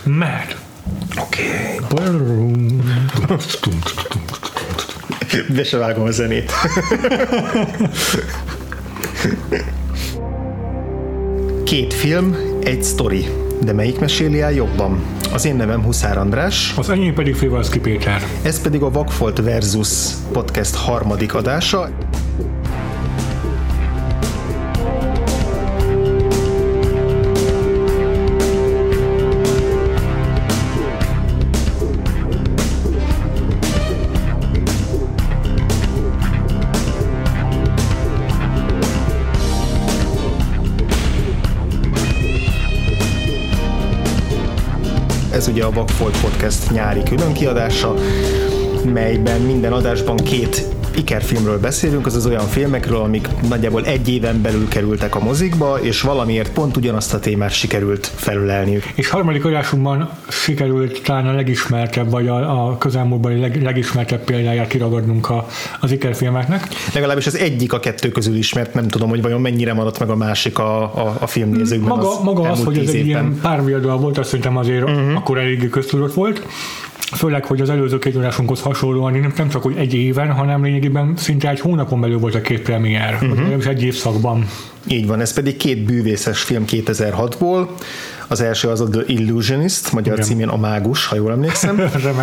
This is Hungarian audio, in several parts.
Mehet. Oké. De se vágom a zenét. Két film, egy sztori. De melyik meséli el jobban? Az én nevem Huszár András. Az enyém pedig Frivalszky Péter. Ez pedig a Vakfolt Versus podcast harmadik adása. Ez ugye a Vakfolt Podcast nyári különkiadása, melyben minden adásban két ikerfilmről beszélünk, azaz olyan filmekről, amik nagyjából egy éven belül kerültek a mozikba, és valamiért pont ugyanazt a témát sikerült felülelniük. És harmadik adásunkban sikerült talán a legismertebb, vagy a közelmúltbeli legismertebb példáját kiragadnunk az ikerfilmeknek. Legalábbis az egyik a kettő közül ismert, nem tudom, hogy vajon mennyire maradt meg a másik a filmnézőkben. Maga az, hogy ez egy ilyen párviadal volt, azt szerintem azért akkor eléggé köztudott volt. Főleg, hogy az előző két adásunkhoz hasonlóan nem csak hogy egy éven, hanem lényegében szinte egy hónapon belül volt a két premier, vagy egy évszakban. Így van, ez pedig két bűvészes film 2006-ból. Az első az a The Illusionist, magyar címén A Mágus, ha jól emlékszem.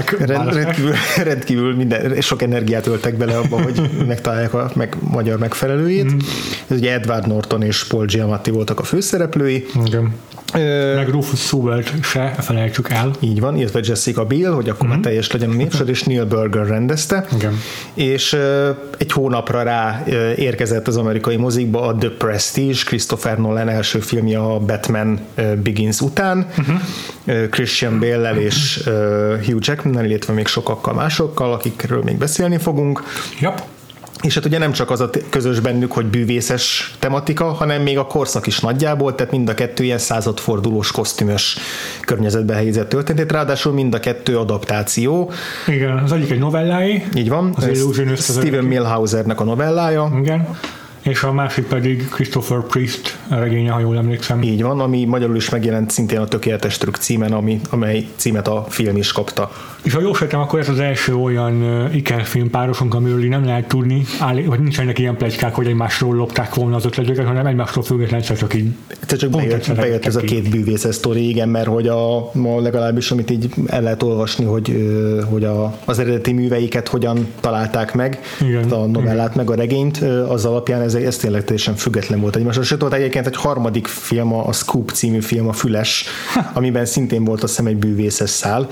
rendkívül minden, sok energiát öltek bele abba, hogy megtalálják a magyar megfelelőjét. Ez ugye Edward Norton és Paul Giamatti voltak a főszereplői. Meg Rufus Sewell se felejtsük el. Így van, illetve Jessica Biel, hogy akkor már teljes legyen a népsor, és Neil Burger rendezte. És egy hónapra rá érkezett az amerikai mozikba a The Prestige, Christopher Nolan első filmje a Batman Begins után, Christian Bale-lel és Hugh Jackman-nel, illetve még sokakkal másokkal, akikről még beszélni fogunk. És hát ugye nem csak az a közös bennük, hogy bűvészes tematika, hanem még a korszak is nagyjából, tehát mind a kettő ilyen századfordulós kosztümös környezetbe helyezett történet, ráadásul mind a kettő adaptáció. Igen, az egyik egy novellái. Így van, Steven Milhausernek a novellája. Igen. És a másik pedig Christopher Priest regénye, ha jól emlékszem. Így van, ami magyarul is megjelent szintén a Tökéletes trükk címen, amely címet a film is kapta. És ha jól sejtem, akkor ez az első olyan ikerfilm párosunk, amiről nem lehet tudni, vagy nincsenek ilyen pletykák, hogy egymásról lopták volna az ötleteket, hanem egymástól függetlenül csak így. Csak bejött ez a két bűvészes sztori, igen, mert hogy legalábbis amit így el lehet olvasni, hogy az eredeti műveiket hogyan találták meg, igen, a novellát meg a regényt, az alapján ez tényleg teljesen független volt egymásról. Sőt, volt egyébként egy harmadik film, a Scoop című film, a Füles, amiben szintén volt azt hiszem egy bűvészes szál,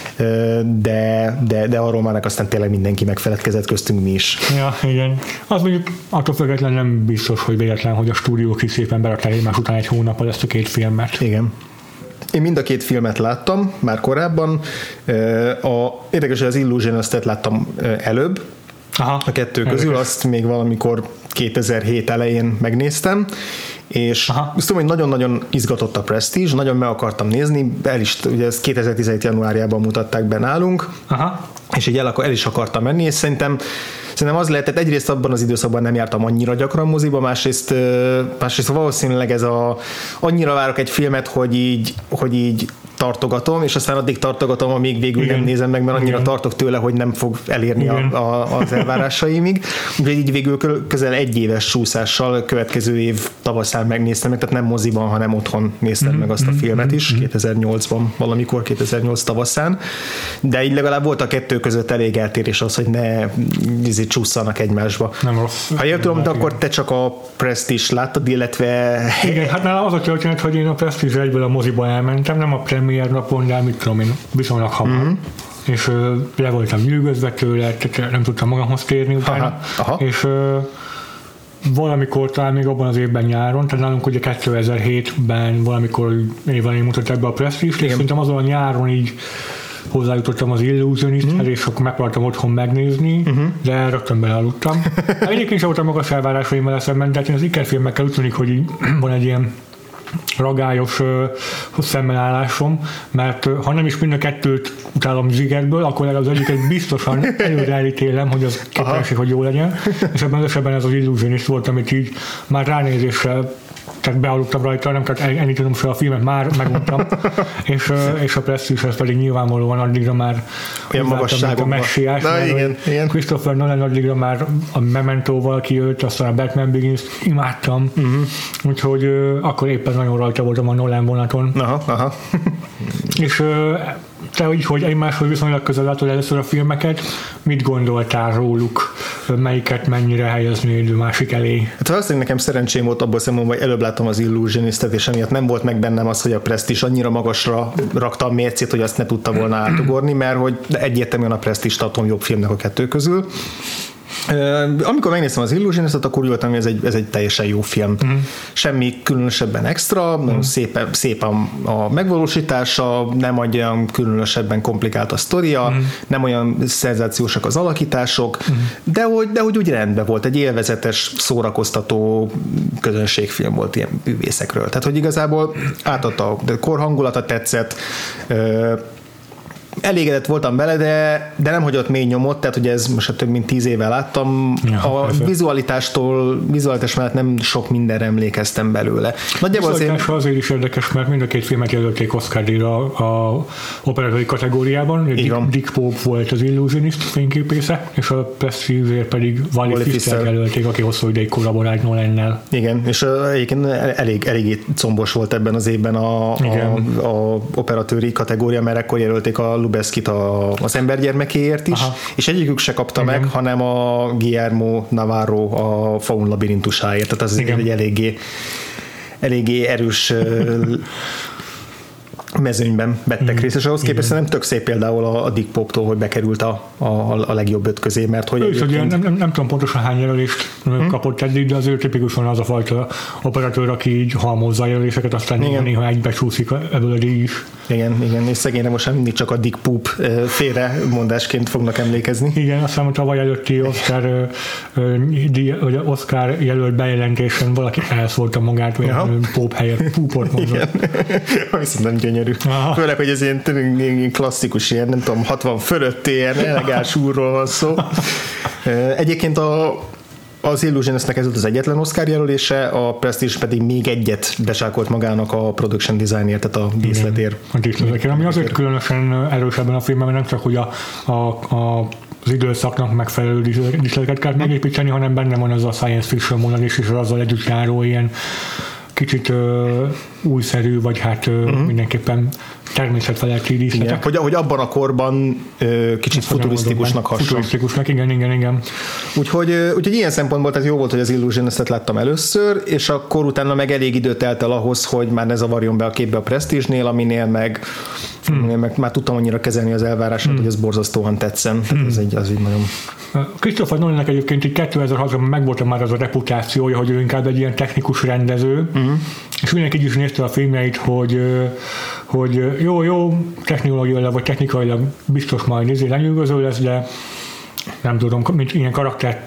de arról már aztán tényleg mindenki megfeledkezett, köztünk mi is. Ja, igen. Az mondjuk attól független nem biztos, hogy véletlen, hogy a stúdiók is szépen berakták egymás után egy hónappal ezt a két filmet. Igen. Én mind a két filmet láttam már korábban. Érdekes, hogy az Illusionist-et láttam előbb, a kettő közül, azt még valamikor 2007 elején megnéztem, és azt tudom, hogy nagyon-nagyon izgatott a Prestige, nagyon meg akartam nézni, ugye ezt 2017 januárjában mutatták be nálunk, és így el is akartam menni, és szerintem az lehetett, egyrészt abban az időszakban nem jártam annyira gyakran moziba, másrészt valószínűleg annyira várok egy filmet, hogy így tartogatom, és aztán addig tartogatom, amíg végül nem nézem meg, mert annyira tartok tőle, hogy nem fog elérni az elvárásaimig. Úgyhogy így végül közel egy éves csúszással következő év tavaszán megnéztem meg, tehát nem moziban, hanem otthon néztem meg azt a filmet is, 2008-ban, valamikor 2008 tavaszán. De így legalább volt a kettő között elég eltérés az, hogy ne csúszanak egymásba. Nem rossz. Ha jól tudom, akkor te csak a Prestige láttad, illetve... Igen, hát nálam az a történet, hogy én a Prestige egyből a moziba elmentem, nem a premier napon, de mit tudom én, viszonylag hamar. És le voltam nyűgözve tőle, nem tudtam magamhoz térni utána. És valamikor talán még abban az évben nyáron, tehát nálunk ugye 2007-ben valamikor évben mutatták be a Prestige-t, és szerintem azon a nyáron így hozzájutottam az Illusionisthez, és akkor megpróbáltam otthon megnézni, de rögtön belealudtam. Egyébként sem voltam magas elvárásaim vele szemben, de hát én az ikerfilmekkel úgy tűnik, hogy van egy ilyen ragályos szemmelállásom, mert ha nem is mind a kettőt utálom zsigerből, akkor legalább az egyiket biztosan előre elítélem, hogy az képesség, hogy jó legyen, és ebben az esetben ez az Illusionist volt, amit így már ránézésre tehát bealudtam rajta, nem kellett elindítanom fel a filmet, már meguntam, és a Prestige-hez pedig nyilvánvalóan addigra már olyan magasságban a Messiás, igen. Christopher Nolan addigra már a Memento-val kijött, aztán a Batman Begins imádtam, úgyhogy akkor éppen nagyon rajta voltam a Nolan vonaton. Aha. És te így, hogy egymáshoz viszonylag közel látod először a filmeket, mit gondoltál róluk, melyiket mennyire helyeznéd másik elé? Hát valószínűleg nekem szerencsém volt abból szempontból, hogy előbb láttam az Illusionistet, és emiatt nem volt meg bennem az, hogy a Prestige annyira magasra rakta a mércét, hogy azt ne tudta volna átugorni, mert hogy egyértelműen a Prestige tartom jobb filmnek a kettő közül. Amikor megnéztem az Illusionistet, akkor úgy voltam, hogy ez egy teljesen jó film. Semmi különösebben extra, nagyon szép a megvalósítása, nem olyan különösebben komplikált a sztoria, nem olyan szenzációsak az alakítások, de hogy úgy rendben volt, egy élvezetes, szórakoztató közönségfilm volt ilyen művészekről. Tehát, hogy igazából átadta a korhangulata, tetszett, elégedett voltam vele, de nem hagyott mély nyomot, tehát ugye ez most több mint 10 éve láttam. A vizualitás mellett nem sok mindenre emlékeztem belőle. Nagyjából azért is érdekes, mert mind a két filmet jelölték Oscar-díjra a operatőri kategóriában. Dick Pope volt az Illusionist fényképésze, és a Prestige-ért pedig Wally Pfister jelölték, aki hosszú ideig kollaborált Nolannel. Igen, és egyébként eléggé combos volt ebben az évben a operatőri kategória, mert ekkor jelölték a Lubezkit az embergyermekéért is, és egyikük se kapta meg, hanem a Guillermo Navarro a Faun labirintusáért, tehát az egy eléggé erős mezőnyben vettek részt, és ahhoz képest nem tök szép például a Dick Pope-tól, hogy bekerült a legjobb 5 közé, mert hogy egyébként... nem tudom pontosan hány jelölést kapott eddig, de azért tipikusan az a fajta operatőr, aki így halmozza a jelöléseket, aztán néha egybecsúszik ebből a díj is. Igen, és szegényre most mindig csak a Dick Pope félremondásként fognak emlékezni. Igen, azt hiszem, hogy tavaly előtti Oscar jelölt bejelentésen valaki elszólta magát, hogy Pope helyett Pope-ot mondott. Viszont nem gyönyörű. Főleg, hogy ez ilyen klasszikus, ilyen, nem tudom, 60 fölötti ilyen elegáns úrról van szó. Egyébként az Illusionistnek ez volt az egyetlen Oscar jelölése, a Prestige pedig még egyet becsákolt magának a production designért, tehát a díszletért. A díszletért, ami azért különösen erős ebben a filmben, mert nem csak, hogy az időszaknak megfelelő díszleteket kell megépíteni, hanem benne van az a science fiction vonal is, és azzal együtt járó ilyen kicsit újszerű, vagy hát mindenképpen természetfeletti díszletek. Hogy abban a korban kicsit futurisztikusnak hasson. Futurisztikusnak, igen. Úgyhogy ilyen szempontból tehát jó volt, hogy az Illusionistet láttam először, és akkor utána meg elég időt telt el ahhoz, hogy már ne zavarjon be a képbe a Prestige-nél, aminél meg már tudtam annyira kezelni az elvárását, hogy ez borzasztóan tetszen. Tehát az így nagyon... Christopher Nolannek egyébként így 2006-ban megvolt már az a reputációja, hogy ő inkább egy ilyen technikus rendező, és mindenki így is nézte a filmjeit, hogy jó, technológiailag vagy technikailag biztos majd lenyűgöző lesz, de nem tudom, mint ilyen karakter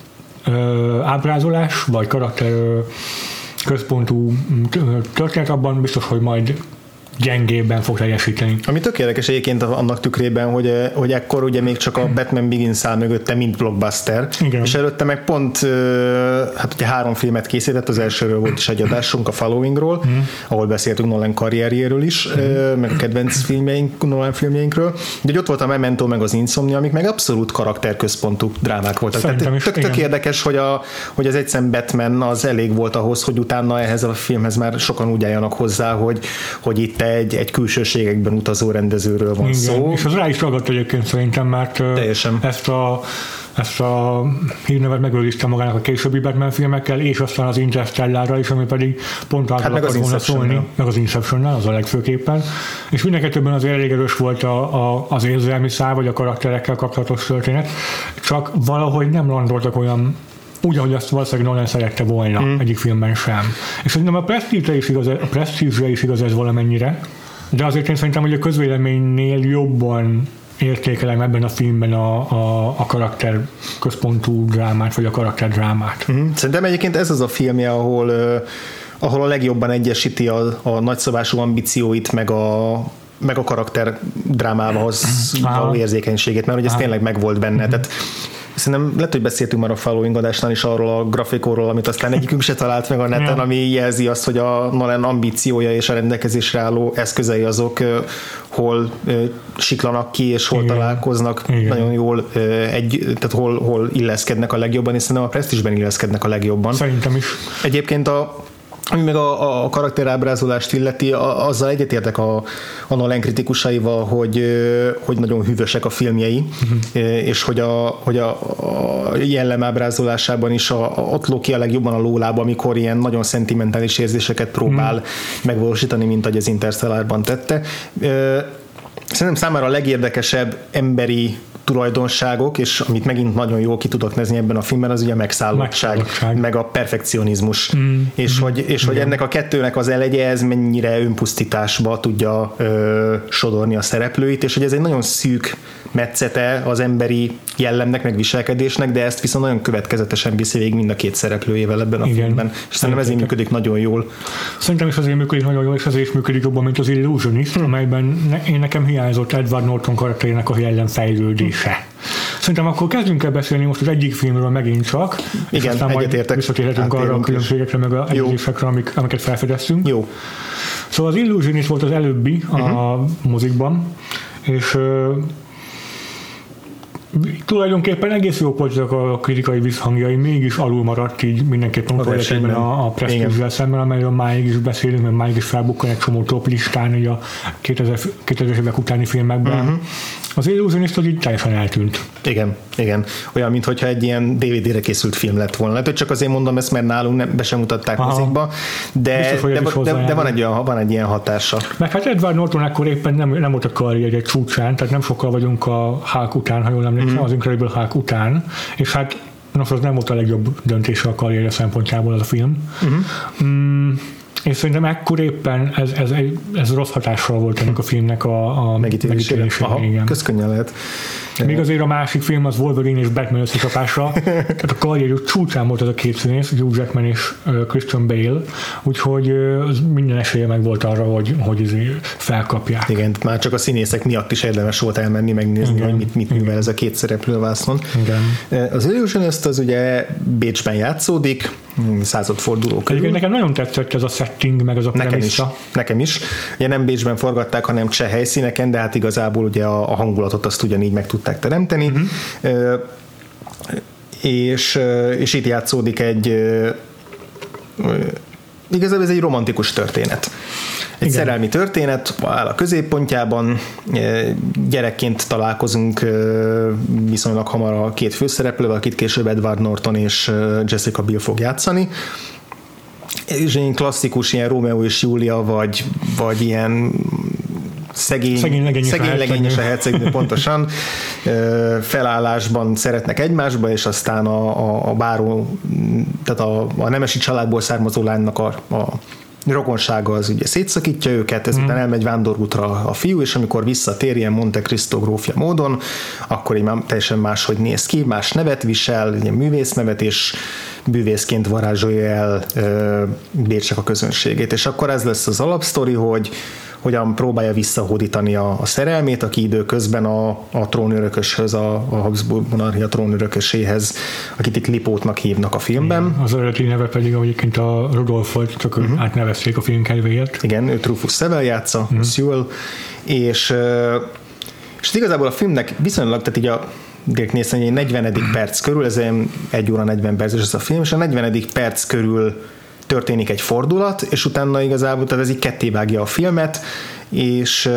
ábrázolás, vagy karakter központú történet, abban biztos, hogy majd gyengébben fog teljesíteni. Ami tök érdekes egyébként annak tükrében, hogy ekkor ugye még csak a Batman Begins áll mögötte, mint blockbuster, igen. És előtte meg pont hát ugye 3 filmet készített, az elsőről volt is egy adásunk, a Followingról, ahol beszéltünk Nolan karrierjéről is, meg a kedvenc Nolan filmjeinkről, de ott volt a Memento, meg az Insomnia, amik meg abszolút karakterközpontú drámák voltak. Tehát tök érdekes, hogy az egyszerűen Batman az elég volt ahhoz, hogy utána ehhez a filmhez már sokan úgy álljanak hozzá, hogy itt egy külsőségekben utazó rendezőről van szó. És az rá is ragadt egyébként szerintem, mert ezt a hírnevet megőrizte magának a későbbi Batman filmekkel, és aztán az Interstellarra is, ami pedig pont arra akart volna szólni, meg az Inceptionnel, az a legfőképpen. És mindenkettőben azért elég erős volt az érzelmi szál, vagy a karakterekkel kapcsolatos történet, csak valahogy nem landoltak olyan úgy, ahogy azt valószínűleg Nolan szerette volna egyik filmben sem. És szerintem a Prestige-re is igaz ez valamennyire, de azért én szerintem, hogy a közvéleménynél jobban értékelem ebben a filmben a karakter központú drámát, vagy a karakterdrámát. Szerintem egyébként ez az a filmje, ahol ahol a legjobban egyesíti a nagyszabású ambícióit, meg a karakter drámához való érzékenységét, mert hogy ez tényleg megvolt benne. Tehát szerintem lehet, hogy beszéltünk már a Following adásnál is arról a grafikóról, amit aztán egyikünk se talált meg a neten, ami jelzi azt, hogy a Nolan ambíciója és a rendelkezésre álló eszközei azok hol siklanak ki, és hol találkoznak nagyon jól, tehát hol illeszkednek a legjobban, és szerintem a Prestige-ben illeszkednek a legjobban. Szerintem is. Egyébként ami meg a karakterábrázolást illeti, azzal egyetértek a Nolan kritikusaival, hogy nagyon hűvösek a filmjei, és hogy a jellemábrázolásában is ott ló ki a legjobban a lólába, amikor ilyen nagyon szentimentális érzéseket próbál megvalósítani, mint ahogy az Interstellárban tette. Szerintem számára a legérdekesebb emberi tulajdonságok, és amit megint nagyon jól ki tudok nezni ebben a filmben, az ugye a megszállottság, meg a perfekcionizmus. És hogy ennek a kettőnek az elegye, ez mennyire önpusztításba tudja sodorni a szereplőit, és hogy ez egy nagyon szűk metszete az emberi jellemnek, meg viselkedésnek, de ezt viszont nagyon következetesen viszi végig mind a két szereplőjével ebben a filmben. És szerintem ezért működik nagyon jól. Szerintem is azért működik nagyon jól, és azért működik jobban, mint az Illusionist, amelyben nekem hiányzott Edward Norton karakterének a jellemfejlődése. Szerintem akkor kezdjünk el beszélni most az egyik filmről megint csak, és igen, aztán majd visszatérhetünk arra a különbségekre, meg a együlésekre, amiket felfedeztünk. Jó. Szóval az Illusionist volt az előbbi a mozikban, és tulajdonképpen egész jók voltak a kritikai visszhangjai, mégis alul maradt így mindenképpen projektben a Prestige-vel szemben, amelyről máig is beszélünk, mert máig is felbukkan egy csomó top listán így a 2000-es évek utáni filmekben. Az Illusionist az így teljesen eltűnt. Igen. Olyan, mintha egy ilyen DVD-re készült film lett volna. Lehet, hogy csak azért mondom ezt, mert nálunk be sem mutatták mozikba, de van egy ilyen hatása. Meg hát Edward Norton akkor éppen nem volt a karrierje csúcsán, tehát nem sokkal vagyunk a Hulk után, ha jól emlékszem, az Incredible Hulk után, és hát az nem volt a legjobb döntése a karrierje szempontjából az a film. És szerintem ekkor éppen ez rossz hatással volt ennek a filmnek a megítélésére. Közkönnyen lehet. Még azért a másik film az Wolverine és Batman összecsapása, tehát a karrierjük csúcsán volt az a két színész, Hugh Jackman és Christian Bale, úgyhogy minden esélye meg volt arra, hogy felkapják. Igen, már csak a színészek miatt is érdemes volt elmenni, megnézni, hogy mit művel ez a két szereplő a vásznon. Az Illusionist az ugye Bécsben játszódik, századforduló körül. Nekem nagyon tetszett ez a setting, meg az a premissza. Nekem is. Ugye nem Bécsben forgatták, hanem cseh helyszíneken, de hát igazából ugye a hangulatot azt ugyanígy meg tudták teremteni. És itt játszódik igazából ez egy romantikus történet. Egy szerelmi történet áll a középpontjában, gyerekként találkozunk viszonylag hamar a két főszereplővel, akit később Edward Norton és Jessica Biel fog játszani. És egy klasszikus ilyen Rómeó és Júlia, vagy ilyen szegény legényes a hercegnő, pontosan felállásban szeretnek egymásba, és aztán a báró, tehát a nemesi családból származó lánynak a rokonsága az ugye szétszakítja őket, ezután elmegy vándorútra a fiú, és amikor visszatér ilyen Monte Cristo grófja módon, akkor így már teljesen máshogy néz ki, más nevet visel, ilyen művész nevet, és bűvészként varázsolja el Bécsnek a közönségét. És akkor ez lesz az alapsztori, hogy hogyan próbálja visszahódítani a szerelmét, aki időközben a trónörököshöz, a Habsburg monarchia trónörököséhez, akit itt Lipótnak hívnak a filmben. Igen, az eredeti neve pedig egyébként a Rudolf volt, csak átnevezték a film kedvéért. Igen, ő Rufus Sewell játsza, Sewell, és igazából a filmnek viszonylag, tehát így direkt néztem, hogy 40. perc körül, ez 1 óra 40 perces ez a film, és a 40. perc körül történik egy fordulat, és utána igazából, tehát ez így kettévágja a filmet, és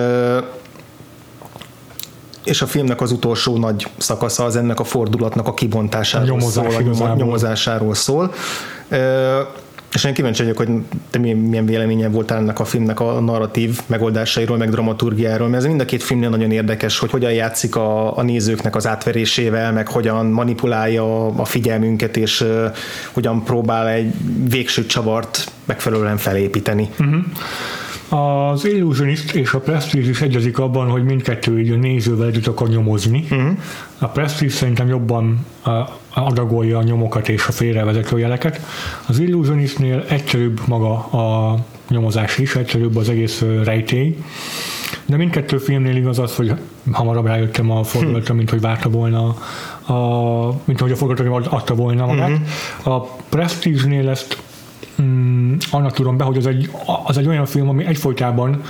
a filmnek az utolsó nagy szakasza az ennek a fordulatnak a kibontásáról nyomozásáról szól. És én kíváncsi vagyok, hogy te milyen véleményen voltál ennek a filmnek a narratív megoldásairól, meg dramaturgiáról, mert ez mind a két filmnél nagyon érdekes, hogy hogyan játszik a nézőknek az átverésével, meg hogyan manipulálja a figyelmünket, és hogyan próbál egy végső csavart megfelelően felépíteni. Az Illusionist és a Prestige is egyezik abban, hogy mindkettő így a nézővel együtt akar nyomozni. A Prestige szerintem jobban adagolja a nyomokat és a félrevezető jeleket. Az Illusionistnél egyszerűbb maga a nyomozás is, egyszerűbb az egész rejtély. De mindkettő filmnél igaz az, hogy hamarabb rájöttem a fordulatra, mint hogy várta volna, mint hogy a forgatókönyv adta volna magát. A Prestige-nél ezt annak tudom be, hogy az egy olyan film, ami egyfolytában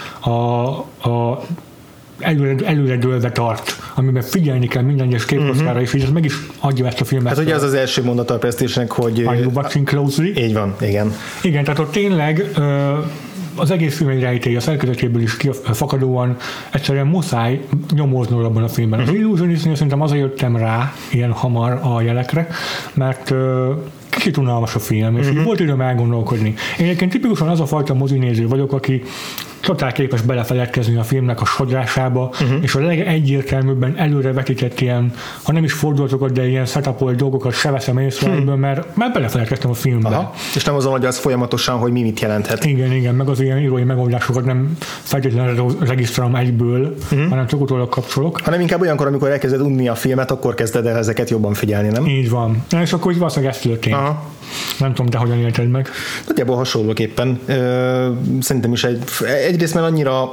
előre dőlve tart, amiben figyelni kell minden egyes képosztára, és ez meg is adja ezt a filmet. Hát ugye az első mondat a Prestige-nek, hogy... Are you watching closely? Így van, igen. Igen, tehát ott tényleg az egész film egy rejtély, a szerkezetéből is kifakadóan egyszerűen muszáj nyomoznod abban a filmben. Az Illusionistnél szerintem azért jöttem rá ilyen hamar a jelekre, mert kicsit unalmas a film, és volt időm elgondolkodni. Én egyébként tipikusan az a fajta mozinéző vagyok, aki totál képes belefeledkezni a filmnek a sodrásába, és a legegyértelműbben előrevetített ilyen, ha nem is fordulatokat, de ilyen setupolt dolgokat se veszem észre egyből, mert belefeledkeztem a filmbe. Aha. És nem azon, hogy az folyamatosan, hogy mit jelenthet. Igen, meg az ilyen írói megoldásokat nem feltétlenül regisztrálom egyből, hanem csak utólag kapcsolok. Hanem inkább olyankor, amikor elkezded unni a filmet, akkor kezded el ezeket jobban figyelni, nem? Így van. És akkor így valószínűleg ez történt. Nem tudom, te hogyan élted meg. Nagyjából hasonlóképpen. Szerintem is egyrészt mert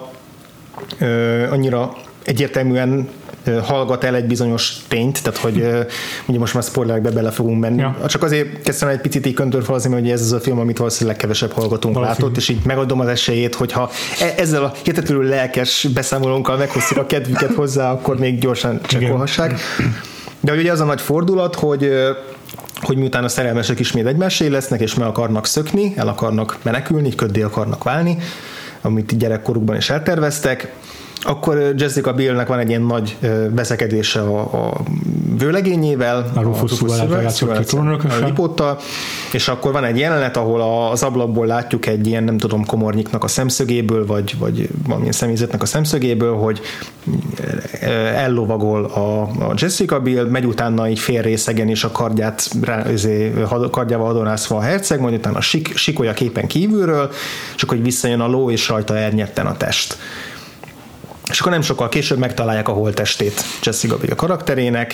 annyira egyértelműen hallgat el egy bizonyos tényt, tehát hogy ugye most már spoilerekbe bele fogunk menni. Ja. Csak azért kezdtem egy picit így köntörfalazni, hogy ez az a film, amit valószínűleg kevesebb hallgatónk látott, és így megadom az esélyét, hogyha ezzel a hihetetlenül lelkes beszámolónkkal meghoztuk a kedvüket hozzá, akkor még gyorsan csekkolhassák. De ugye az a nagy fordulat, hogy miután a szerelmesek ismét egymásé lesznek, és meg akarnak szökni, el akarnak menekülni, köddé akarnak válni, amit gyerekkorukban is elterveztek, akkor Jessica Bielnek van egy ilyen nagy veszekedése a vőlegényével, a Lipóttal, és akkor van egy jelenet, ahol az ablakból látjuk egy ilyen, nem tudom, komornyiknak a szemszögéből, vagy valamilyen személyzetnek a szemszögéből, hogy ellovagol a Jessica Biel, megy utána így félrészegen, és a kardjával adonászva a herceg, majd utána sikolja képen kívülről, és akkor visszajön a ló, és rajta ernyetten a test. És akkor nem sokkal később megtalálják a holttestét Jessica Biel karakterének,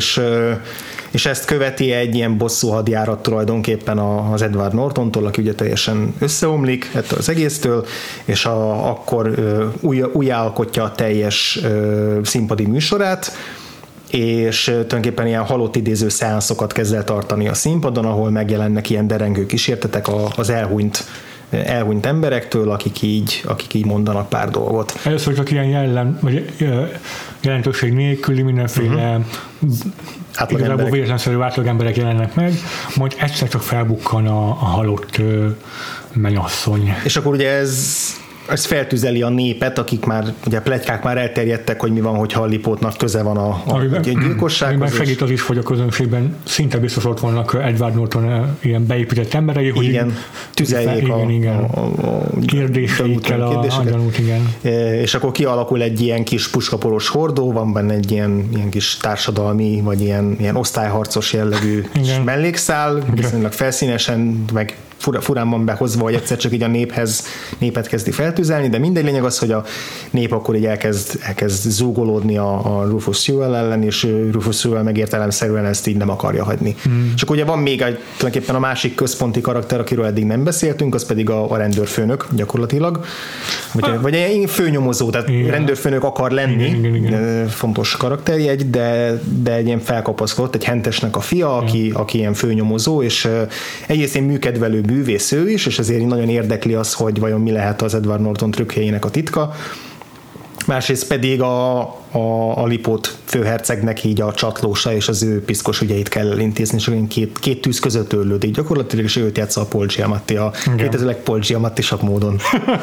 és ezt követi egy ilyen bosszú hadjárat tulajdonképpen az Edward Nortontól, aki ugye teljesen összeomlik ettől az egésztől, és akkor újjáalkotja a teljes színpadi műsorát, és tulajdonképpen ilyen halott idéző szeánszokat kezd el tartani a színpadon, ahol megjelennek ilyen derengő kísértetek az elhunyt emberektől, akik így mondanak pár dolgot. Először csak ilyen jelentőség nélküli mindenféle igazából véletlenszerű átlagemberek jelennek meg, majd egyszer csak felbukkan a halott mennyasszony. És akkor ugye ez feltüzeli a népet, akik már, ugye a pletykák már elterjedtek, hogy mi van, hogyha a Lipótnak köze van a gyilkossághoz. Amiben segít az is, hogy a közönségben szinte biztos ott vannak Edward Norton ilyen beépített emberei, hogy igen, tüzeljék a kérdéseikkel a gyanút, igen. És akkor kialakul egy ilyen kis puskaporos hordó, van benne egy ilyen kis társadalmi, vagy ilyen osztályharcos jellegű mellékszál, viszonylag felszínesen, meg furán van behozva, hogy egyszer csak így a népet kezdi feltüzelni, de mindegy, lényeg az, hogy a nép akkor így elkezd zúgolódni a Rufus Sewell ellen, és Rufus Sewell meg értelemszerűen ezt így nem akarja hagyni. Csak ugye van még tulajdonképpen a másik központi karakter, akiről eddig nem beszéltünk, az pedig a rendőrfőnök gyakorlatilag, vagy egy főnyomozó, tehát rendőrfőnök akar lenni, igen. Fontos karakterjegy, de egy ilyen felkapaszkodott, egy hentesnek a fia, aki ilyen főnyomozó, és egyrészt egy műkedvelő bűvész ő is, és ezért nagyon érdekli az, hogy vajon mi lehet az Edward Norton trükkhelyének a titka. Másrészt pedig a Lipót főhercegnek így a csatlósa és az ő piszkos ügyeit kell elintézni, és két tűz között őrlődik gyakorlatilag, és őt játsza a Paul Giamatti, a létezőleg Paul Giamatti-sabb módon.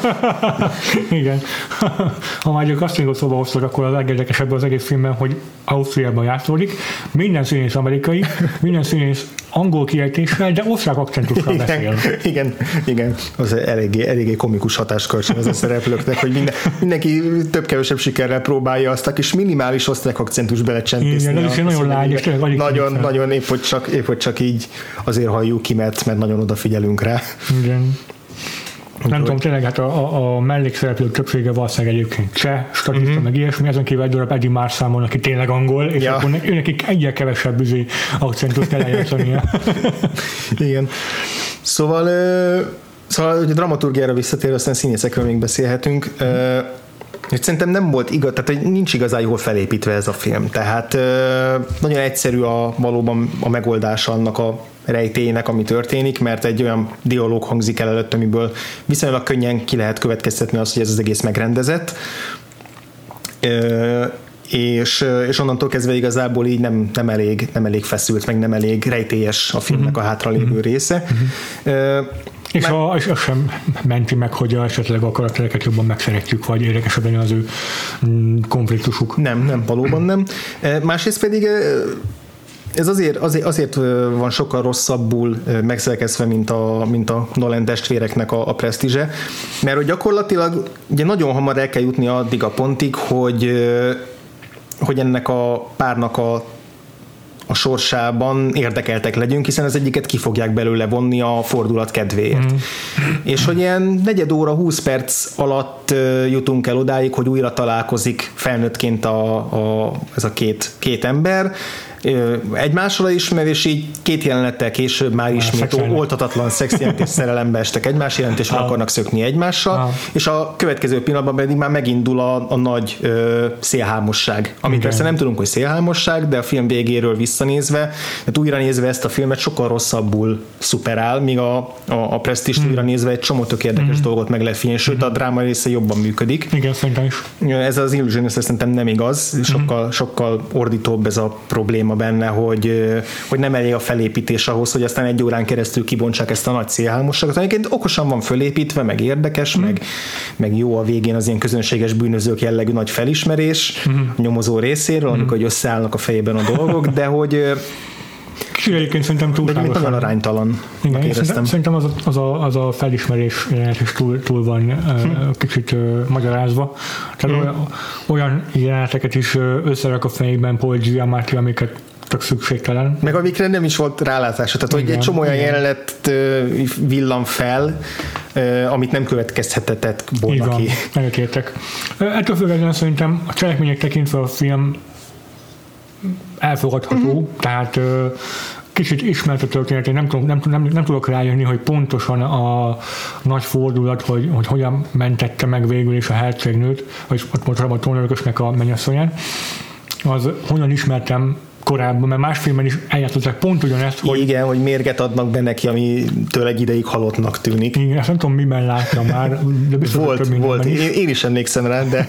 Igen. Ha már azt mondjuk szóba hoztad, akkor a legérdekesebb az egész filmben, hogy Ausztriában játszódik, minden színész amerikai, minden színész angol kiejtéssel, de osztrák akcentussal beszél. Igen. Az eléggé komikus hatáskölcsön ez a szereplőknek, hogy mindenki több-kevesebb sikerrel próbálja azt a kis minimális osztrák akcentus belecsempészni. Igen, ez is nagyon lágy, és nagyon épp hogy csak így azért halljuk ki, mert nagyon odafigyelünk rá. Igen. Nem tudom, tényleg hát a mellékszereplők többsége valószínűleg egyébként cseh, statiszta, meg ilyesmi, ezen kívül egy darab Eddie Marsamon, aki tényleg angol, és akkor nekik egyre kevesebb akcentus kell eljátszania. Igen. Szóval hogy a dramaturgiára visszatérve, aztán színészekről még beszélhetünk. Szerintem nem volt igaz, tehát nincs igazán jól felépítve ez a film. Tehát nagyon egyszerű valóban a megoldása annak a rejtélynek, ami történik, mert egy olyan dialóg hangzik el előtt, amiből viszonylag könnyen ki lehet következtetni azt, hogy ez az egész megrendezett. És onnantól kezdve igazából így nem elég feszült, meg nem elég rejtélyes a filmnek a hátralévő része. És az sem menti meg, hogy esetleg a karaktereket jobban megszeretjük, vagy érdekesebben az ő konfliktusuk. Nem, valóban nem. Másrészt pedig ez azért van sokkal rosszabbul megszerkezve, mint a Nolan testvéreknek a presztízse, mert hogy gyakorlatilag ugye nagyon hamar el kell jutni addig a pontig, hogy ennek a párnak a sorsában érdekeltek legyünk, hiszen az egyiket ki fogják belőle vonni a fordulat kedvéért. És hogy ilyen 4 óra 20 perc alatt jutunk el odáig, hogy újra találkozik felnőttként ez a két ember, egymással ismer, és így 2 jelenettel később már ismét oltatatlan szexjelentés szerelembe estek egymás jelent, és akarnak szökni egymással, és a következő pillanatban pedig már megindul a nagy szélhámosság, amit persze nem tudunk, hogy szélhámosság, de a film végéről visszanézve, tehát újra nézve ezt a filmet sokkal rosszabbul szuperál, míg a Prestige-t újra nézve egy csomó tök érdekes dolgot meg lehet figyelni, sőt a dráma része jobban működik. Igen, szerintem is. Ez az Illusionist szerintem nem igaz, sokkal ordítóbb ez a probléma benne, hogy nem elég a felépítés ahhoz, hogy aztán 1 órán keresztül kibontsák ezt a nagy szélhámosságot. Egyébként okosan van fölépítve, meg érdekes, meg jó a végén az ilyen közönséges bűnözők jellegű nagy felismerés a nyomozó részéről, amikor összeállnak a fejében a dolgok, de hogy egyébként szerintem túlságosan. Nagyon aránytalan. Igen, szerintem az a felismerés is túl van kicsit magyarázva. Tehát olyan jeleneteket is összerak a fejében Paul Giamatti, amiket tök szükségtelen. Meg amikre nem is volt rálátása. Tehát, hogy egy csomó olyan jelenet villan fel, amit nem következhetett volna ki. Igen, egyetértek. Ettől függetlenül szerintem a cselekmények tekintve a film elfogadható, tehát kicsit ismert a történet, én nem tudok rájönni, hogy pontosan a nagy fordulat, hogy hogyan mentette meg végül is a hercegnőt, vagy mostanában a trónörökösnek a mennyasszonyán, az honnan ismertem korábban, mert más filmben is eljátszották pont ugyanezt, hogy... Igen, hogy mérget adnak be neki, ami tőleg ideig halottnak tűnik. Igen, ezt nem tudom, miben láttam már, de biztos, volt. Én is emlékszem rá, de...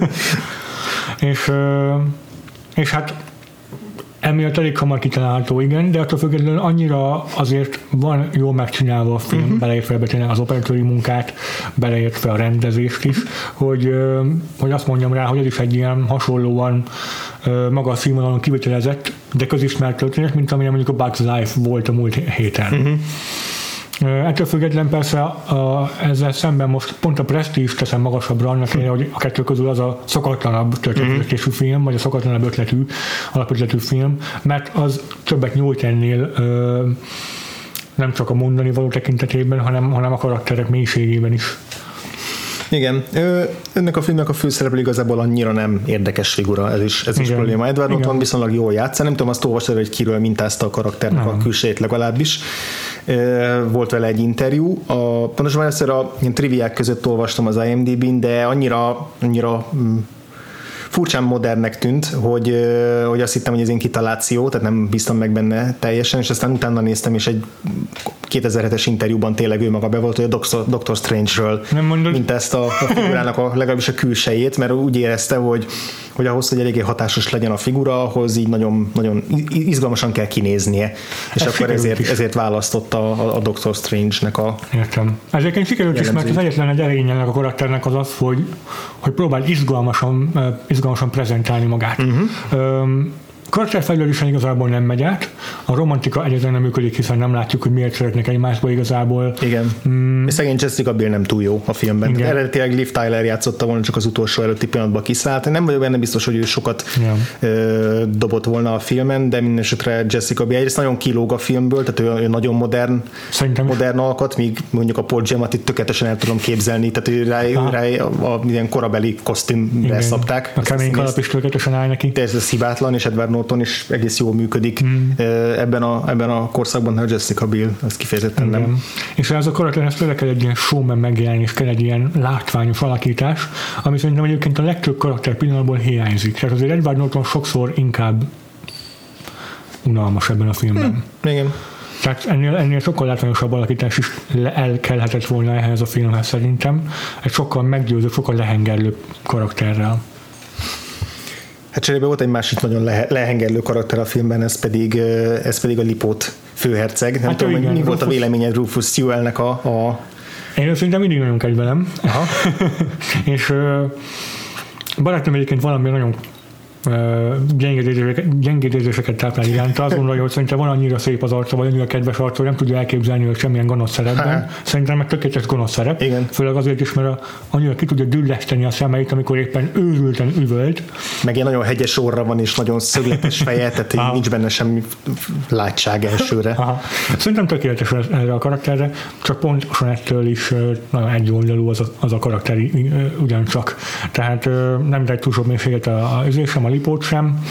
és hát emiatt elég hamar kitalálható, igen, de attól függetlenül annyira azért van jól megcsinálva a film, beleértve tényleg az operatőri munkát, beleértve a rendezést is, hogy azt mondjam rá, hogy ez is egy ilyen hasonlóan magas színvonalon kivitelezett, de közismert történet, mint amilyen mondjuk a Bugs Life volt a múlt héten. Ettől független persze ezzel szemben most pont a Prestige teszem magasabbra annak, hogy a kettő közül az a szokatlanabb történetésű film, vagy a szokatlanabb alapötletű film, mert az többet nyújt ennél nem csak a mondani való tekintetében, hanem a karakterek mélységében is. Igen, ennek a filmnek a főszereplő igazából annyira nem érdekes figura, ez is probléma. Edward Norton viszonylag jól játsza, nem tudom, azt olvastad, hogy kiről mintázta a karakternek a külsejét legalábbis. Volt vele egy interjú. Pontosan először a ilyen triviák között olvastam az IMDb-n, de annyira furcsán modernnek tűnt, hogy azt hittem, hogy ez én kitaláció, tehát nem bíztam meg benne teljesen, és aztán utána néztem, és egy 2007-es interjúban tényleg ő maga be volt, hogy a Doctor Strange-ről mint ezt a figurának legalábbis a külsejét, mert úgy érezte, hogy ahhoz, hogy eléggé hatásos legyen a figura, ahhoz így nagyon, nagyon izgalmasan kell kinéznie. És akkor ezért választotta a Doctor Strange-nek a... Értem. Ezért sikerült is, mert az egyetlen egy erényelnek a karakternek az, hogy próbál izgalmasan prezentálni magát. karakterfejlődésen igazából nem megy át, a romantika egyetlen nem működik, hiszen nem látjuk, hogy miért szeretnek egymásba igazából. Igen. Szegény Jessica Biel nem túl jó a filmben. Eredetileg Liv Tyler játszotta volna, csak az utolsó előtti pillanatban kiszállt. Nem vagyok benne biztos, hogy ő sokat dobott volna a filmen, de mindenesetre Jessica Biel egyrészt nagyon kilóg a filmből, tehát ő nagyon modern alkat, míg mondjuk a Paul Giamatti tökéletesen el tudom képzelni, tehát ő rá a ilyen korabeli kosztümre szabták. A kemény kalap is tökéletesen áll neki. De ez hibátlan, és Edward Norton is egész jól működik ebben a korszakban, a Jessica Biel, az kifejezetten nem. És ez a karakterhez tényleg kell egy ilyen showman megjelenés, kell egy ilyen látványos alakítás, ami szerintem egyébként a legtöbb karakter pillanatból hiányzik. Tehát azért Edward Norton sokszor inkább unalmas ebben a filmben. Igen. Tehát ennél sokkal látványosabb alakítás is elkelhetett volna ehhez a filmhez szerintem. Egy sokkal meggyőző, sokkal lehengerlő karakterrel. Hát cserébe volt egy másik nagyon lehengerlő karakter a filmben, ez pedig a Lipót főherceg. Nem tudom, hogy mi volt a véleményed Rufus Sewellnek a... Én őszintén mindig nagyon kedvelem. És barátom egyébként valami nagyon gyengédézéseket táplál iránta. Azt gondolja, hogy szerintem van annyira szép az arca, vagy annyira kedves arca, hogy nem tudja elképzelni, hogy semmilyen gonosz szerepben. Szerintem meg tökéletes gonosz szerep. Igen. Főleg azért is, mert annyira ki tudja dülleszteni a szemeit, amikor éppen őrülten üvölt. Meg ilyen nagyon hegyes orra van, és nagyon szögletes feje, tehát nincs benne semmi látság elsőre. Aha. Szerintem tökéletes erre a karakterre, csak pontosan ettől is nagyon egyoldalú az a karakter ugyancsak. Tehát nem egy túl sok mélységet sem a Lipót sem.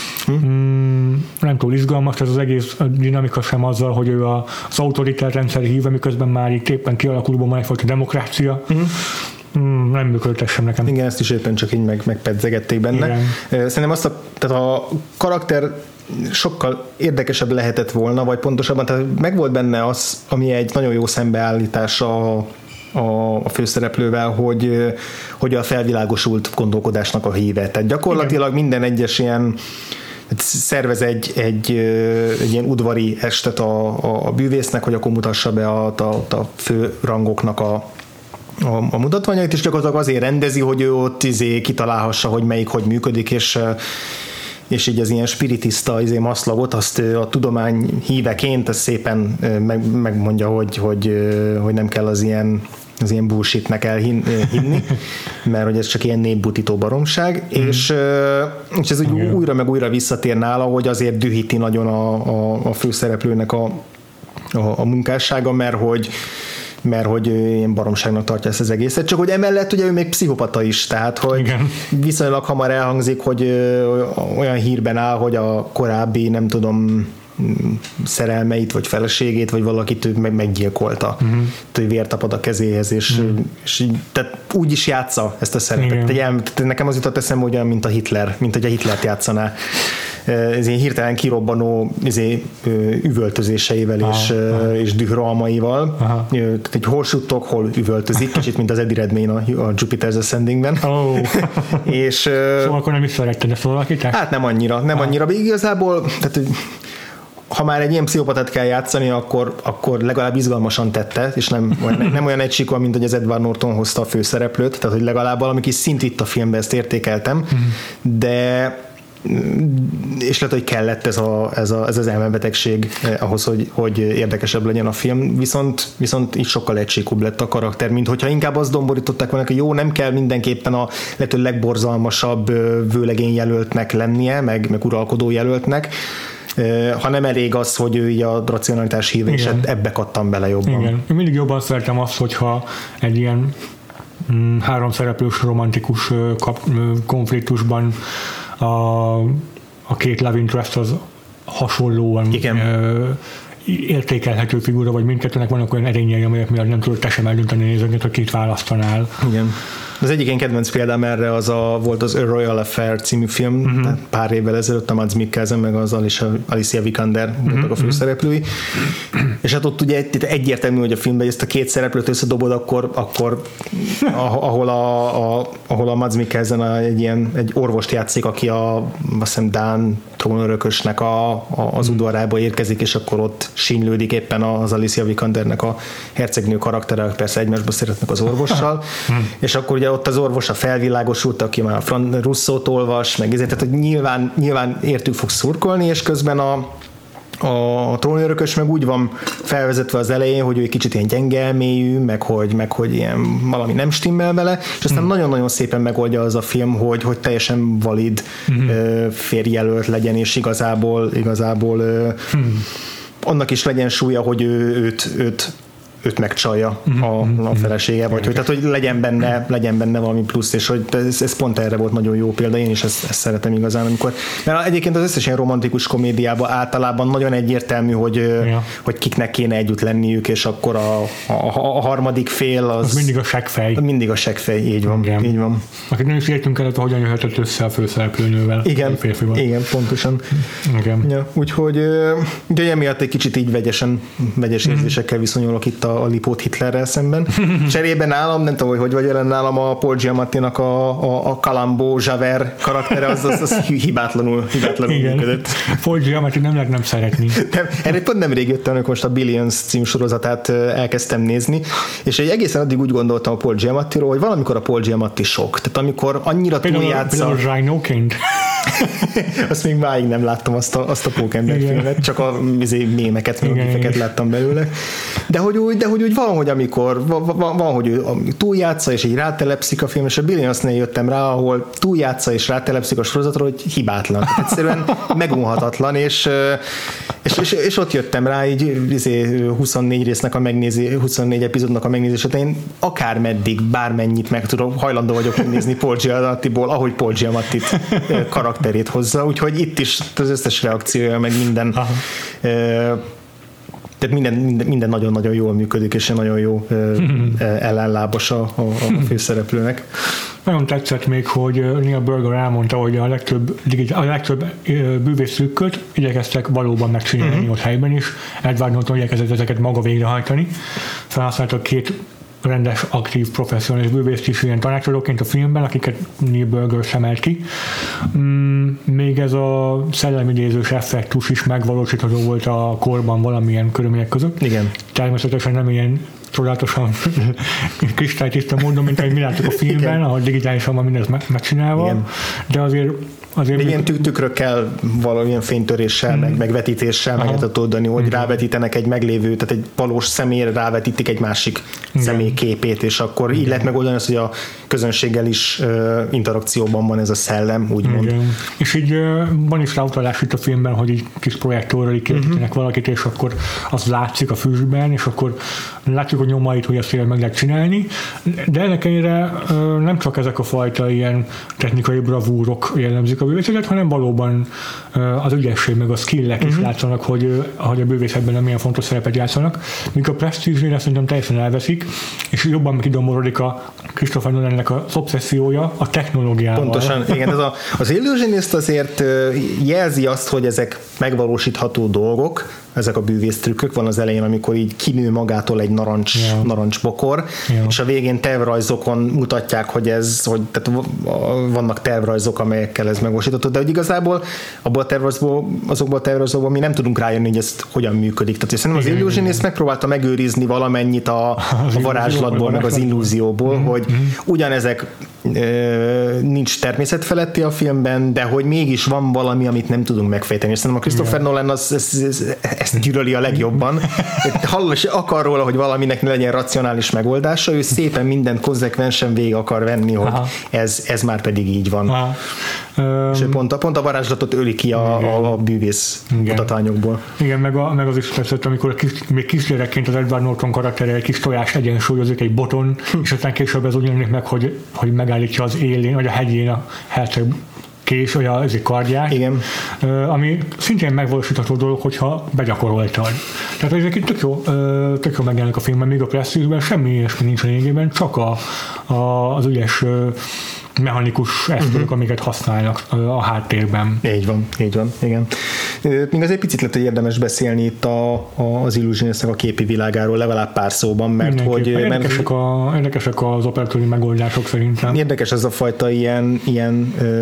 Nem túl izgalmas, ez az egész dinamika sem azzal, hogy ő az autoritár rendszer híve, miközben már itt éppen kialakulóban van egyfajta demokrácia. Nem működtek sem nekem. Igen, ezt is éppen csak így megpedzegették benne. Igen. Szerintem tehát a karakter sokkal érdekesebb lehetett volna, vagy pontosabban, tehát megvolt benne az, ami egy nagyon jó szembeállítás a főszereplővel, hogy a felvilágosult gondolkodásnak a híve. Tehát gyakorlatilag minden egyes ilyen szervez egy ilyen udvari estet a bűvésznek, hogy akkor mutassa be a fő rangoknak a mutatványait, és gyakorlatilag azért rendezi, hogy ő ott kitalálhassa, hogy melyik hogy működik, és így az ilyen spiritista Maszlavot, azt a tudomány híveként azt szépen megmondja, hogy nem kell az ilyen bullshitnek elhinni, mert hogy ez csak ilyen népbutító baromság, és ez úgy újra meg újra visszatér nála, hogy azért dühíti nagyon a főszereplőnek a munkássága, mert hogy ilyen baromságnak tartja ezt az egészet, csak hogy emellett ugye ő még pszichopata is, tehát hogy viszonylag hamar elhangzik, hogy olyan hírben áll, hogy a korábbi, nem tudom, szerelmeit, vagy feleségét, vagy valakit ő meggyilkolta. Hogy vért tapad a kezéhez, és tehát úgy is játsza ezt a szerepet. Tehát nekem az jutott eszembe olyan, mint a Hitler, mint hogy a Hitlert játszaná. Ez ilyen hirtelen kirobbanó üvöltözéseivel és dührohamaival. Egy hol suttog, hol üvöltözik, kicsit, mint az Eddie Redmayne a Jupiter's Ascendingben. És, szóval akkor nem is szeretted ezt valakit? Hát nem annyira. Igazából, tehát ha már egy ilyen pszichopatát kell játszani, akkor legalább izgalmasan tette, és nem olyan egysíkon, mint hogy az Edward Norton hozta a főszereplőt, tehát hogy legalább valami kis szint itt a filmben, ezt értékeltem, de és lehet, hogy kellett ez az elmebetegség ahhoz, hogy érdekesebb legyen a film, viszont így sokkal egysíkúbb lett a karakter, mint hogyha inkább azt domborították volna, hogy jó, nem kell mindenképpen a lehető legborzalmasabb vőlegény jelöltnek lennie, meg uralkodó jelöltnek, hanem elég az, hogy ő így a racionalitás híve, és ebbe kattam bele jobban. Igen. Én mindig jobban szeretem azt, hogyha egy ilyen háromszereplős romantikus konfliktusban a két love interest az hasonlóan értékelhető figura, vagy mindkettőnek vannak olyan erényei, amelyek miatt nem tudod te sem eldönteni nézőként, hogy kit választanál. Igen. Az egyik én kedvenc példám erre volt az A Royal Affair című film, pár évvel ezelőtt a Mads Mikkelsen meg az Alicia Vikander voltak a főszereplői, és hát ott ugye egyértelmű, hogy a filmben ezt a két szereplőt összedobod, akkor ahol a Mads Mikkelsen egy orvost játszik, aki azt hiszem Dán trónörökösnek az udvarába érkezik, és akkor ott sínylődik éppen az Alicia Vikandernek a hercegnő karaktere, persze egymásba szeretnek az orvossal, és akkor ugye ott az orvos a felvilágosult, aki már a Russzót olvas, meg ezért, tehát hogy nyilván értük fog szurkolni, és közben a trónörökös meg úgy van felvezetve az elején, hogy ő egy kicsit ilyen gyenge elmélyű, meg hogy ilyen valami nem stimmel vele, és aztán nagyon-nagyon szépen megoldja az a film, hogy teljesen valid férjelölt legyen, és igazából annak is legyen súlya, hogy őt megcsalja a felesége, vagy hogy, tehát, hogy legyen benne valami plusz, és hogy ez pont erre volt nagyon jó példa, én is ezt szeretem igazán, amikor, mert egyébként az összes ilyen romantikus komédiában általában nagyon egyértelmű, hogy kiknek kéne együtt lenniük, és akkor a harmadik fél az mindig a seggfej. Mindig a seggfej, így van. Igen. Így van. Akit nem is értünk el, hogyan jöhetett össze a főszereplőnővel. Igen, pontosan. Igen. Ja, úgyhogy ugye emiatt egy kicsit így vegyes érzésekkel viszonyulok itt a Lipót Hitlerrel szemben. Cserében nálam, nem tudom, hogy vagy jelen nálam a Paul Giamattinak a Columbo Javert karaktere, az hibátlanul működött. Paul Giamatti nem lehet nem szeretni. Erre pont nemrég jöttem, amikor most a Billions című sorozatát elkezdtem nézni, és egy egészen addig úgy gondoltam a Paul Giamattiról, hogy valamikor a Paul Giamatti sok. Tehát amikor annyira túljátsza... Például Rhino-ként. Azt még máig nem láttam azt a Pókember filmet, csak a mémeket, mémeket láttam belőle. De hogy úgy van, hogy amikor van, hogy ő túljátsza, és így rátelepszik a film, és a Billionsnél jöttem rá, ahol túljátsza és rátelepszik a sorozatra, hogy hibátlan. Tehát egyszerűen megunhatatlan, és ott jöttem rá, így 24 résznek 24 epizódnak a megnézését, én akármeddig, bármennyit meg tudom, hajlandó vagyok megnézni Paul Giamattiból, ahogy Paul Giamattit karakterét hozza, úgyhogy itt is az összes reakciója, meg minden tehát minden nagyon-nagyon jól működik, és nagyon jó ellenlábas a főszereplőnek. Nagyon tetszett még, hogy Neil Burger elmondta, hogy a legtöbb bűvésztrükköt igyekeztek valóban megcsinálni ott helyben is. Edward Norton igyekezett ezeket maga végrehajtani. Felhasználtak két rendes, aktív, professzionális bűvészt is ilyen tanácsadóként a filmben, akiket Neil Burger szemelt ki. Még ez a szellemidézős effektus is megvalósítható volt a korban valamilyen körülmények között. Igen. Természetesen nem ilyen csodálatosan kristálytiszta módon, mint ahogy mi láttuk a filmben, igen, ahol digitálisan van mindez megcsinálva, igen, de azért ilyen tükrökkel valamilyen fénytöréssel, meg vetítéssel meg lehet oldani, hogy rávetítenek egy meglévő, tehát egy valós személyre rávetítik egy másik személy képét, és akkor így lehet megoldani azt, hogy a közönséggel is interakcióban van ez a szellem, úgymond. Igen. És így van is ráutalás itt a filmben, hogy egy kis projektorral készítenek valakit, és akkor az látszik a füstben, és akkor látjuk a nyomait, hogy ezt meg lehet csinálni, de ennek ellenére nem csak ezek a fajta ilyen technikai bravúrok jellemzik a bűvészetet, hanem valóban az ügyesség meg a skillek is látszanak, hogy a bűvészetben milyen fontos szerepet játszanak, míg a Prestige-nél szerintem teljesen elveszik, és jobban kidomorodik a Christopher Nolannek az obszessziója a technológiával. Pontosan, igen, ez az Illusionist azért jelzi azt, hogy ezek megvalósítható dolgok, ezek a bűvésztrükkök, van az elején, amikor így kinő magától egy narancsbokor, és a végén tervrajzokon mutatják, tehát vannak tervrajzok, amelyekkel ez megvalósítható, de hogy igazából azokból a tervrajzokból mi nem tudunk rájönni, hogy ez hogyan működik. Tehát szerintem az Illusionist megpróbálta megőrizni valamennyit a varázslatból, meg az illúzióból, hogy ugyanezek nincs természetfeletti a filmben, de hogy mégis van valami, amit nem tudunk megfejteni. És szerintem a Christopher Nolan ezt gyűlöli a legjobban. Hallom, és akar róla, hogy valaminek ne legyen racionális megoldása, ő szépen mindent konzekvensen végig akar venni, hogy ez már pedig így van. És pont a varázslatot öli ki a bűvész mutatványokból. Igen, meg az is tetszett, amikor még kisgyerekként az Edward Norton karaktere egy kis tojás egyensúlyozik egy boton, és aztán később ez úgy jelenik meg, hogy megállítja az élén, vagy a hegyén a herceg kés, vagy az egy kardját, igen, ami szintén megvalósítható dolog, hogyha begyakoroltad. Tehát ezek itt tök jó megjelenik a filmben, még a Prestige-ben semmi ilyesmi nincs a lényegében, csak az ügyes mechanikus eszközök, amiket használnak a háttérben. Így van, igen. Még azért picit lett, hogy érdemes beszélni itt az Illusionistnek a képi világáról, legalább pár szóban, mert hogy... Érdekesek az operatőri megoldások szerintem. Érdekes ez a fajta ilyen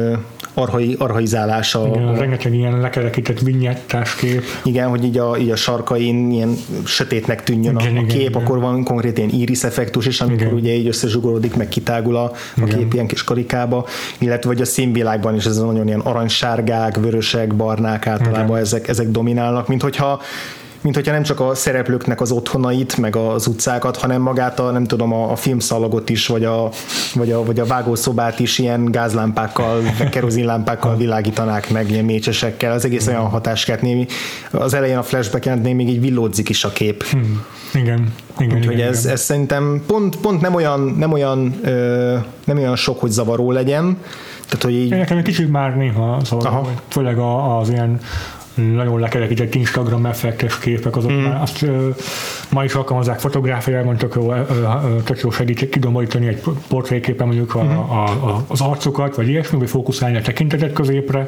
arhaizálása. Igen, rengeteg ilyen lekerekített vignettás kép. Igen, hogy így a sarkain ilyen sötétnek tűnjön a kép, igen. Akkor van konkrét ilyen iris effektus is, amikor igen. Ugye így összezsugorodik, meg kitágul a kép ilyen kis karikába, illetve vagy a színvilágban is ez nagyon ilyen aranysárgák, vörösek, barnák általában ezek dominálnak, mint hogyha nem csak a szereplőknek az otthonait, meg az utcákat, hanem magát a filmszalagot is, vagy a vágószobát is ilyen gázlámpákkal, kerozinlámpákkal világítanák meg, ilyen mécsesekkel. Az egész olyan hatáskert némi. Az elején a flashback-en még így villódzik is a kép. Igen. Úgyhogy ez szerintem pont nem olyan sok, hogy zavaró legyen. Tehát, hogy így... Nekem egy kicsit már néha zavaró, főleg az ilyen nagyon lekerekített Instagram effektes képek, azok már azt ma is alkalmazzák fotográfiában, tök jó segít kidomborítani egy portréképen mondjuk az arcokat, vagy ilyesmi, vagy fókuszálni a tekintetet középre.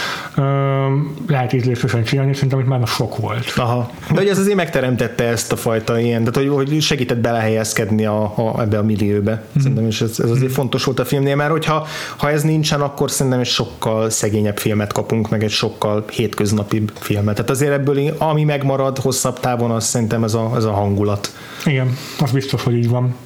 Lehet ízlésesen csinálni, szerintem itt már sok volt. Aha. De hogy ez azért megteremtette ezt a fajta ilyen, tehát hogy segített belehelyezkedni ebbe a millióbe. Szerintem is ez azért fontos volt a filmnél, mert hogyha ez nincsen, akkor szerintem egy sokkal szegényebb filmet kapunk, meg egy sokkal hétköznapibb filmet. Tehát azért ebből, ami megmarad hosszabb távon, az szerintem ez a hangulat. Igen, az biztos, hogy így van.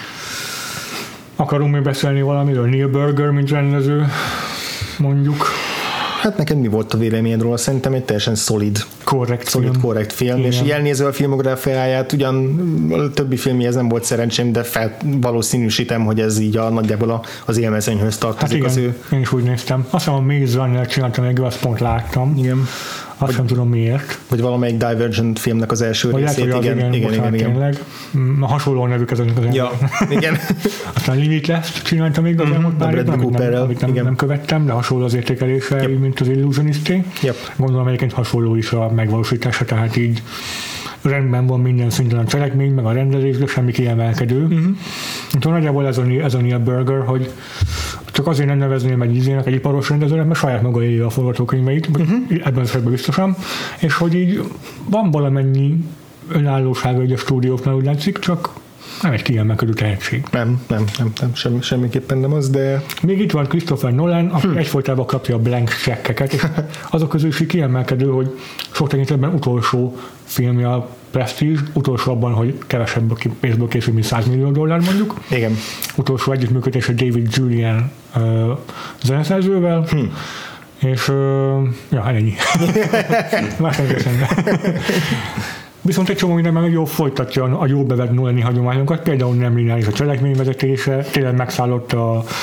Akarunk még beszélni valamiről? Neil Burger, mint rendező, mondjuk. Hát neked mi volt a véleményed róla? Szerintem egy teljesen szolid korrekt film. Igen. És így elnézve a filmográfiáját, ugyan a többi filmjéhez nem volt szerencsém, de valószínűsítem, hogy ez így nagyjából az élmezőnyhöz tartozik. Hát igen, én is úgy néztem. Azt hiszem a Maze Runner csináltam, még azt pont láttam. Igen. Azt nem tudom miért. Vagy valamelyik Divergent filmnek az első részét. Igen. Hasonló nevük ezeknek az igen. Aztán Limitless-t csináltam még az elmúlt pár évben, amit nem követtem, de hasonló az értékelése, mint az Illusionisté. Gondolom egyébként hasonló is a megvalósítása, tehát így rendben van minden szinten a cselekmény, meg a rendezés, de semmi kiemelkedő. Úgyhogy nagyjából ez a Neil Burger, hogy csak azért nem nevezném egy izének, egy iparos rendezőnek, mert saját maga írja a forgatókönyveit, ebben az esetben biztosan, és hogy így van valamennyi önállósága egy a stúdióknál, úgy látszik, csak nem egy kiemelkedő tehetség. Nem, semmiképpen nem az, de... Még itt van Christopher Nolan, aki egyfolytában kapja a blank checkeket, és azok közül is kiemelkedő, hogy sok tekintetben utolsó filmje a Prestige, utolsó abban, hogy kevesebb pénzből készül, mint $100 millió mondjuk. Igen. Utolsó együttműködés a David Julian zeneszerzővel, és ennyi. Más nem köszönöm. Viszont egy csomó minden meg jól folytatja a jól bevett Nolani hagyományokat, például nem lineáris a cselekményvezetése, tényleg megszállott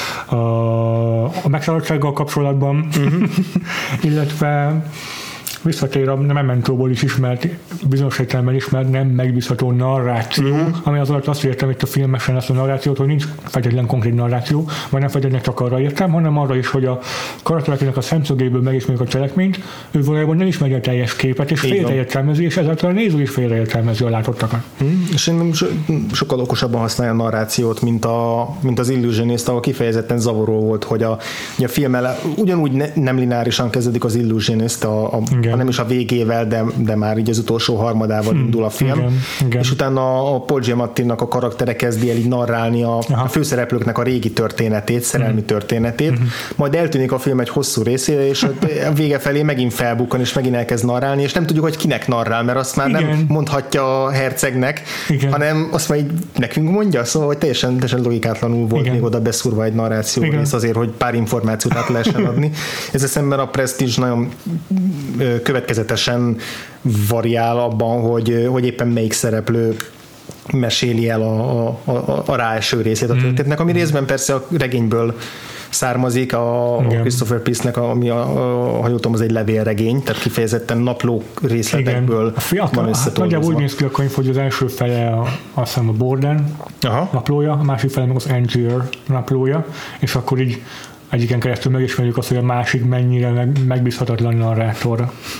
a megszállottsággal kapcsolatban, illetve visszatér a Mementóból is ismert, bizonyos értelemben ismert nem megbízható narráció, ami az alatt azt értem itt a filmesen ezt a narrációt, hogy nincs feltétlenül konkrét narráció, vagy nem feltétlenül csak arra értem, hanem arra is, hogy a karaktereknek a szemszögéből megismerjük a cselekményt, ő valójában nem ismeri a teljes képet, és félreértelmezi, és ezáltal a néző is félreértelmezi a látottakat. És én sokkal okosabban használja a narrációt, mint az Illusionist, ahol kifejezetten zavaró volt, hogy a film ugyanúgy nem lineárisan kezdődik az Illusionist, nem is a végével, de már így az utolsó harmadával indul a film, igen. És utána a Paul Giamattinak a karaktere kezdi el így narrálni a főszereplőknek a régi történetét, szerelmi történetét, majd eltűnik a film egy hosszú részére, és a vége felé megint felbukkan, és megint elkezd narrálni, és nem tudjuk, hogy kinek narrál, mert azt már nem mondhatja a hercegnek, hanem azt már így nekünk mondja, szóval hogy teljesen logikátlanul volt még oda beszúrva egy narráció rész azért, hogy pár információt át lehessen adni. Ezzel szemben a Prestige nagyon következetesen variál abban, hogy éppen melyik szereplő meséli el a ráeső részét a történetnek, ami részben persze a regényből származik, a Christopher Peace-nek, ami ha jól tudom, az egy levélregény, tehát kifejezetten napló részletekből van összetolgozva. Nagyjából úgy néz ki a könyv, hogy az első fele azt hiszem a Borden naplója, a másik fele meg az Angier naplója, és akkor így egyiken keresztül megismerjük azt, hogy a másik mennyire megbízhatatlan narrátor.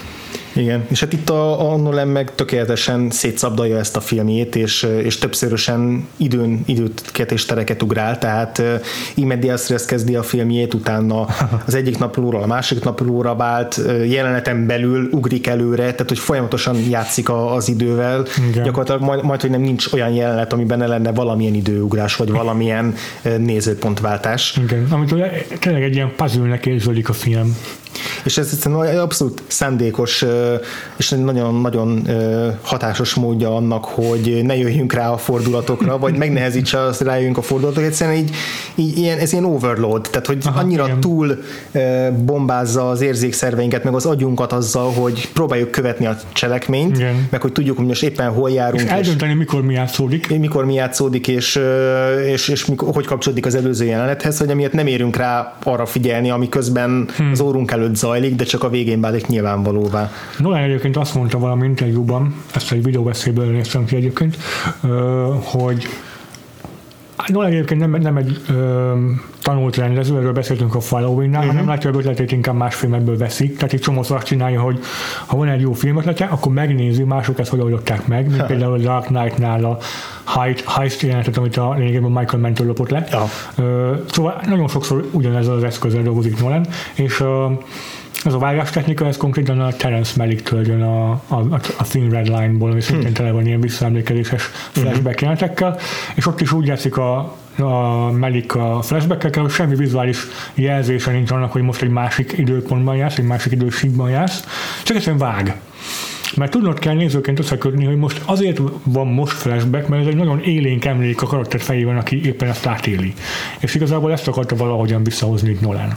Igen, és hát itt a Nolan meg tökéletesen szétszabdalja ezt a filmjét, és többszörösen időket és tereket ugrál, tehát immediately kezdi a filmjét, utána az egyik naplóról a másik naplóra vált, jeleneten belül ugrik előre, tehát hogy folyamatosan játszik az idővel. Igen. Gyakorlatilag majd, hogy nem nincs olyan jelenet, amiben ne lenne valamilyen időugrás, vagy valamilyen nézőpontváltás. Igen, amit tényleg egy ilyen puzzle-nek érződik a film. És ez abszolút szándékos és nagyon-nagyon hatásos módja annak, hogy ne jöjjünk rá a fordulatokra, vagy megnehezítse azt, rájöjjünk a fordulatok. Egyszerűen ez ilyen overload, tehát hogy annyira igen. túl bombázza az érzékszerveinket, meg az agyunkat azzal, hogy próbáljuk követni a cselekményt, igen. meg hogy tudjuk, hogy most éppen hol járunk. És eldönteni, mikor mi játszódik, és hogy kapcsolódik az előző jelenethez, hogy emiatt nem érünk rá arra figyelni, ami közben az órunk előtt zajlik, de csak a végén válik nyilvánvalóvá. Nolan egyébként azt mondta valami interjúban, ezt egy videóbeszélből néztem ki egyébként, hogy Nolan egyébként nem egy tanult rendező, erről beszéltünk a Halloween-nál, hanem látja, hogy ötletét inkább más filmekből veszik, tehát egy csomószor azt csinálja, hogy ha van egy jó filmötlete, akkor megnézi, mások ezt hogy oldották meg, mint például a Dark Knight-nál a Heist jelenetet, amit a lényegében Michael Mann lopott le. Ja. Szóval nagyon sokszor ugyanezzel az eszközzel dolgozik Nolan, és ez a vágástechnika, ez konkrétan a Terence Malick-től jön a Thin Red Line-ból, ami szintén tele van ilyen visszaemlékezéses flashback jelenetekkel, és ott is úgy játszik a Malick a flashback-ekkel, hogy semmi vizuális jelzése nincs annak, hogy most egy másik időpontban jársz, egy másik idősíkban jársz, csak egyszerűen vág. Mert tudnod kell nézőként összekötni, hogy most azért van most flashback, mert ez egy nagyon élénk emlék a karakter fejében, aki éppen ezt átéli. És igazából ezt akarta valahogyan visszahozni Nolan.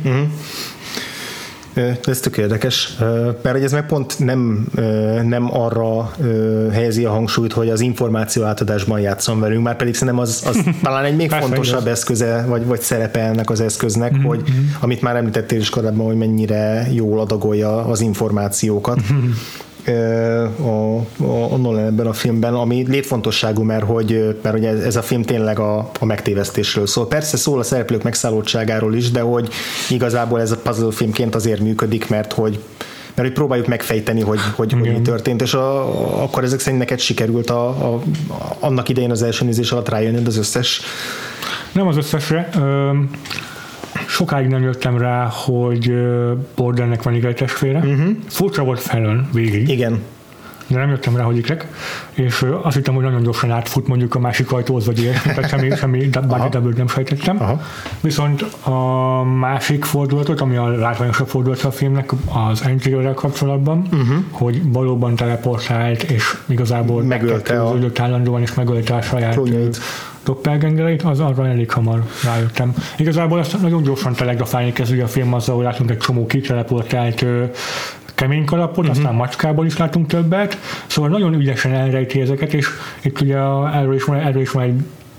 Ez tök érdekes, mert ez meg pont nem arra helyezi a hangsúlyt, hogy az információ átadásban játszom velünk, már pedig szerintem az talán egy még fontosabb eszköze, vagy szerepe ennek az eszköznek, hogy amit már említettél is korábban, hogy mennyire jól adagolja az információkat. A Nolan ebben a filmben, ami létfontosságú, mert hogy ez a film tényleg a megtévesztésről szól. Persze szól a szereplők megszállódtságáról is, de hogy igazából ez a puzzle filmként azért működik, mert hogy próbáljuk megfejteni, hogy mi történt, és akkor ezek szerint neked sikerült annak idején az első nézés alatt rájönni az összes? Nem az összesre. Sokáig nem jöttem rá, hogy Bordennek van ikrek-testvére. Furcsa volt Fallon végig. Igen. De nem jöttem rá, hogy ikrek. És azt hittem, hogy nagyon gyorsan átfut mondjuk a másik ajtóhoz, vagy ilyesmi, tehát semmi double nem sejtettem. Aha. Viszont a másik fordulatot, ami a látványosabb fordulat a filmnek, az Angel-rel kapcsolatban, hogy valóban teleportált, és igazából megkettőződött állandóan, és megölte a saját doppelgangereit, az arra elég hamar rájöttem. Igazából ezt nagyon gyorsan telegrafálni kezdi a film azzal, hogy látunk egy csomó kiteleportált kemény kalapot, aztán macskából is látunk többet, szóval nagyon ügyesen elrejti ezeket, és itt ugye erről is van egy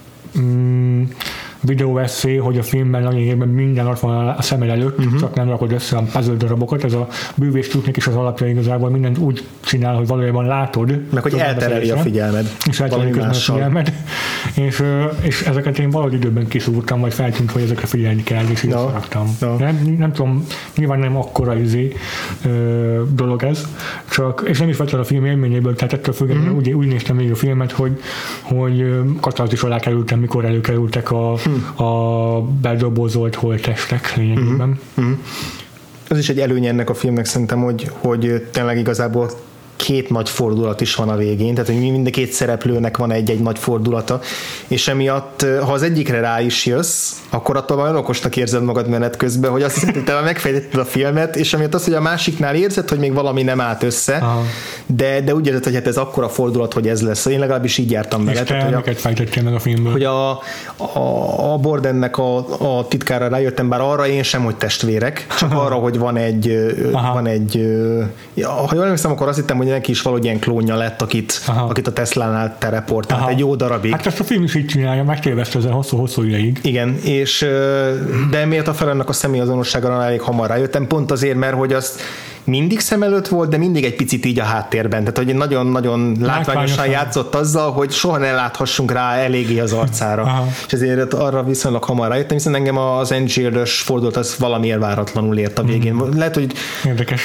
videóesszé, hogy a filmben lényegében minden ott van a szemed előtt, csak nem rakod össze a puzzle darabokat, ez a bűvésztrükknek is az alapja igazából, mindent úgy csinál, hogy valójában látod. Meg hogy eltereli a figyelmed. És eltereli a figyelmed. És ezeket én valahogy időben kiszúrtam, vagy feltűnt, hogy ezekre figyelni kell, és így szaraktam. Nem tudom, nyilván nem akkora dolog ez, csak, és nem is vettem a film élményéből, tehát ettől függetlenül úgy néztem még a filmet, hogy katarzis alá kerültem, mikor előkerültek a bedobozolt holttestek lényegében. Ez is egy előnye ennek a filmnek szerintem, hogy tényleg igazából két nagy fordulat is van a végén, tehát hogy mind a két szereplőnek van egy nagy fordulata, és emiatt, ha az egyikre rá is jössz, akkor attól már okosnak érzed magad menet közben, hogy azt hiszed, hogy te megfejtetted a filmet, és emiatt az, hogy a másiknál érzed, hogy még valami nem állt össze, de úgy érzed, hogy hát ez akkora fordulat, hogy ez lesz. Én legalábbis így jártam vele. És te miket fejtettél meg a filmből? Hogy a Bordennek a titkára rájöttem, bár arra én sem, hogy testvérek, csak arra, hogy van egy ha jól emlékszem, akkor azt hittem, hogy neki is valahogy ilyen klónja lett, akit a Teslánál teleportált egy jó darabig. Hát ezt a film is így csinálja, megtéveszte ezen hosszú ideig. Igen, de miért a Fallonnak a személyazonosságra elég hamar rájöttem, pont azért, mert hogy azt mindig szem előtt volt, de mindig egy picit így a háttérben. Tehát, hogy nagyon-nagyon látványosan játszott azzal, hogy soha ne láthassunk rá eléggé az arcára. És ezért arra viszonylag hamar rájöttem, hiszen engem az Angel-ös fordulat az valamiért váratlanul ért a végén. Lehet, hogy érdekes.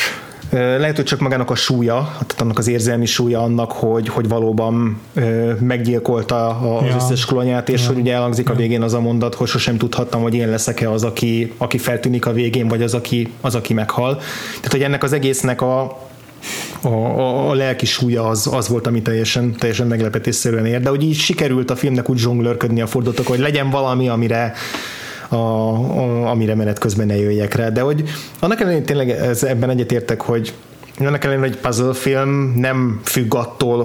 Lehet, hogy csak magának a súlya, tehát annak az érzelmi súlya annak, hogy valóban meggyilkolta az összes klonját, és hogy ugye elhangzik a végén az a mondat, hogy sosem tudhattam, hogy én leszek-e az, aki feltűnik a végén, vagy az, aki meghal. Tehát, hogy ennek az egésznek a lelki súlya az volt, ami teljesen meglepetésszerűen ér, de hogy így sikerült a filmnek úgy zsonglőrködni a fordulatok, hogy legyen valami, amire menet közben ne jöjjek rá. De hogy annak ellenére tényleg ebben egyetértek, hogy annak ellenére, hogy puzzle film nem függ attól,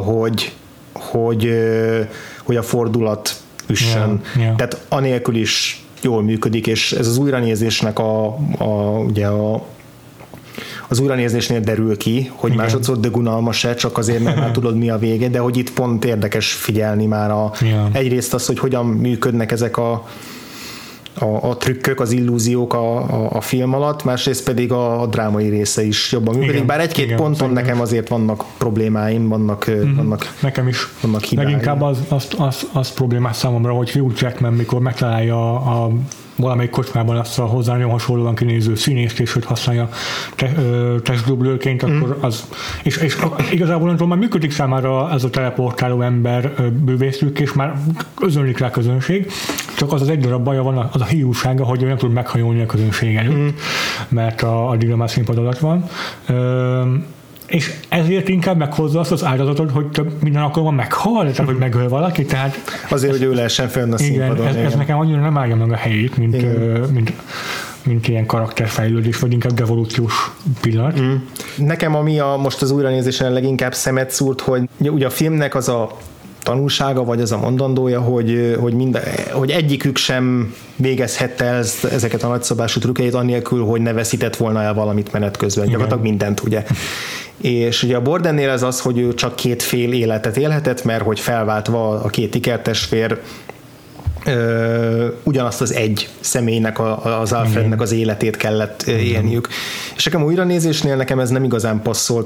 hogy a fordulat üssön. Yeah. Tehát anélkül is jól működik, és ez az újranézésnek ugye az újranézésnél derül ki, hogy másodszor dögunalmas-e, csak azért, mert már tudod, mi a vége, de hogy itt pont érdekes figyelni már egyrészt az, hogy hogyan működnek ezek a trükkök, az illúziók a film alatt, másrészt pedig a drámai része is jobban működik. Igen, bár egy-két ponton nekem azért vannak problémáim, vannak nekem is. Vannak hibáim. Leginkább az problémás számomra, hogy Hugh Jackman, mikor megtalálja valamelyik kocsmában azt a hozzá nagyon hasonlóan kinéző színészt, és hogy használja testdublőrként, akkor az... És igazából nem tudom, már működik számára ez a teleportáló ember bűvészük, és már özönlik rá közönség, csak az egy darab baja van, az a hiúsága, hogy ő nem tud meghajolni a közönség előtt, mert addigra már színpad alatt van. És ezért inkább meghozza azt az áldozatot, hogy minden alkalommal meghal, tehát hogy megöl valaki, tehát... Azért, hogy ő lehessen fönn a színpadon. Ez nekem annyira nem állja meg a helyét, mint ilyen karakterfejlődés, vagy inkább evolúciós pillanat. Nekem ami most az újranézésen leginkább szemet szúrt, hogy ugye a filmnek az a tanulsága, vagy az a mondandója, hogy egyikük sem végezhette ezeket a nagyszabású trükkeit annélkül, hogy ne veszített volna el valamit menet közben. Gyakorlatilag mindent, ugye. És ugye a Bordennél ez az, hogy ő csak két fél életet élhetett, mert hogy felváltva a két ikertestvér ugyanazt az egy személynek, az Alfrednek az életét kellett élniük. És nekem újranézésnél nekem ez nem igazán passzolt,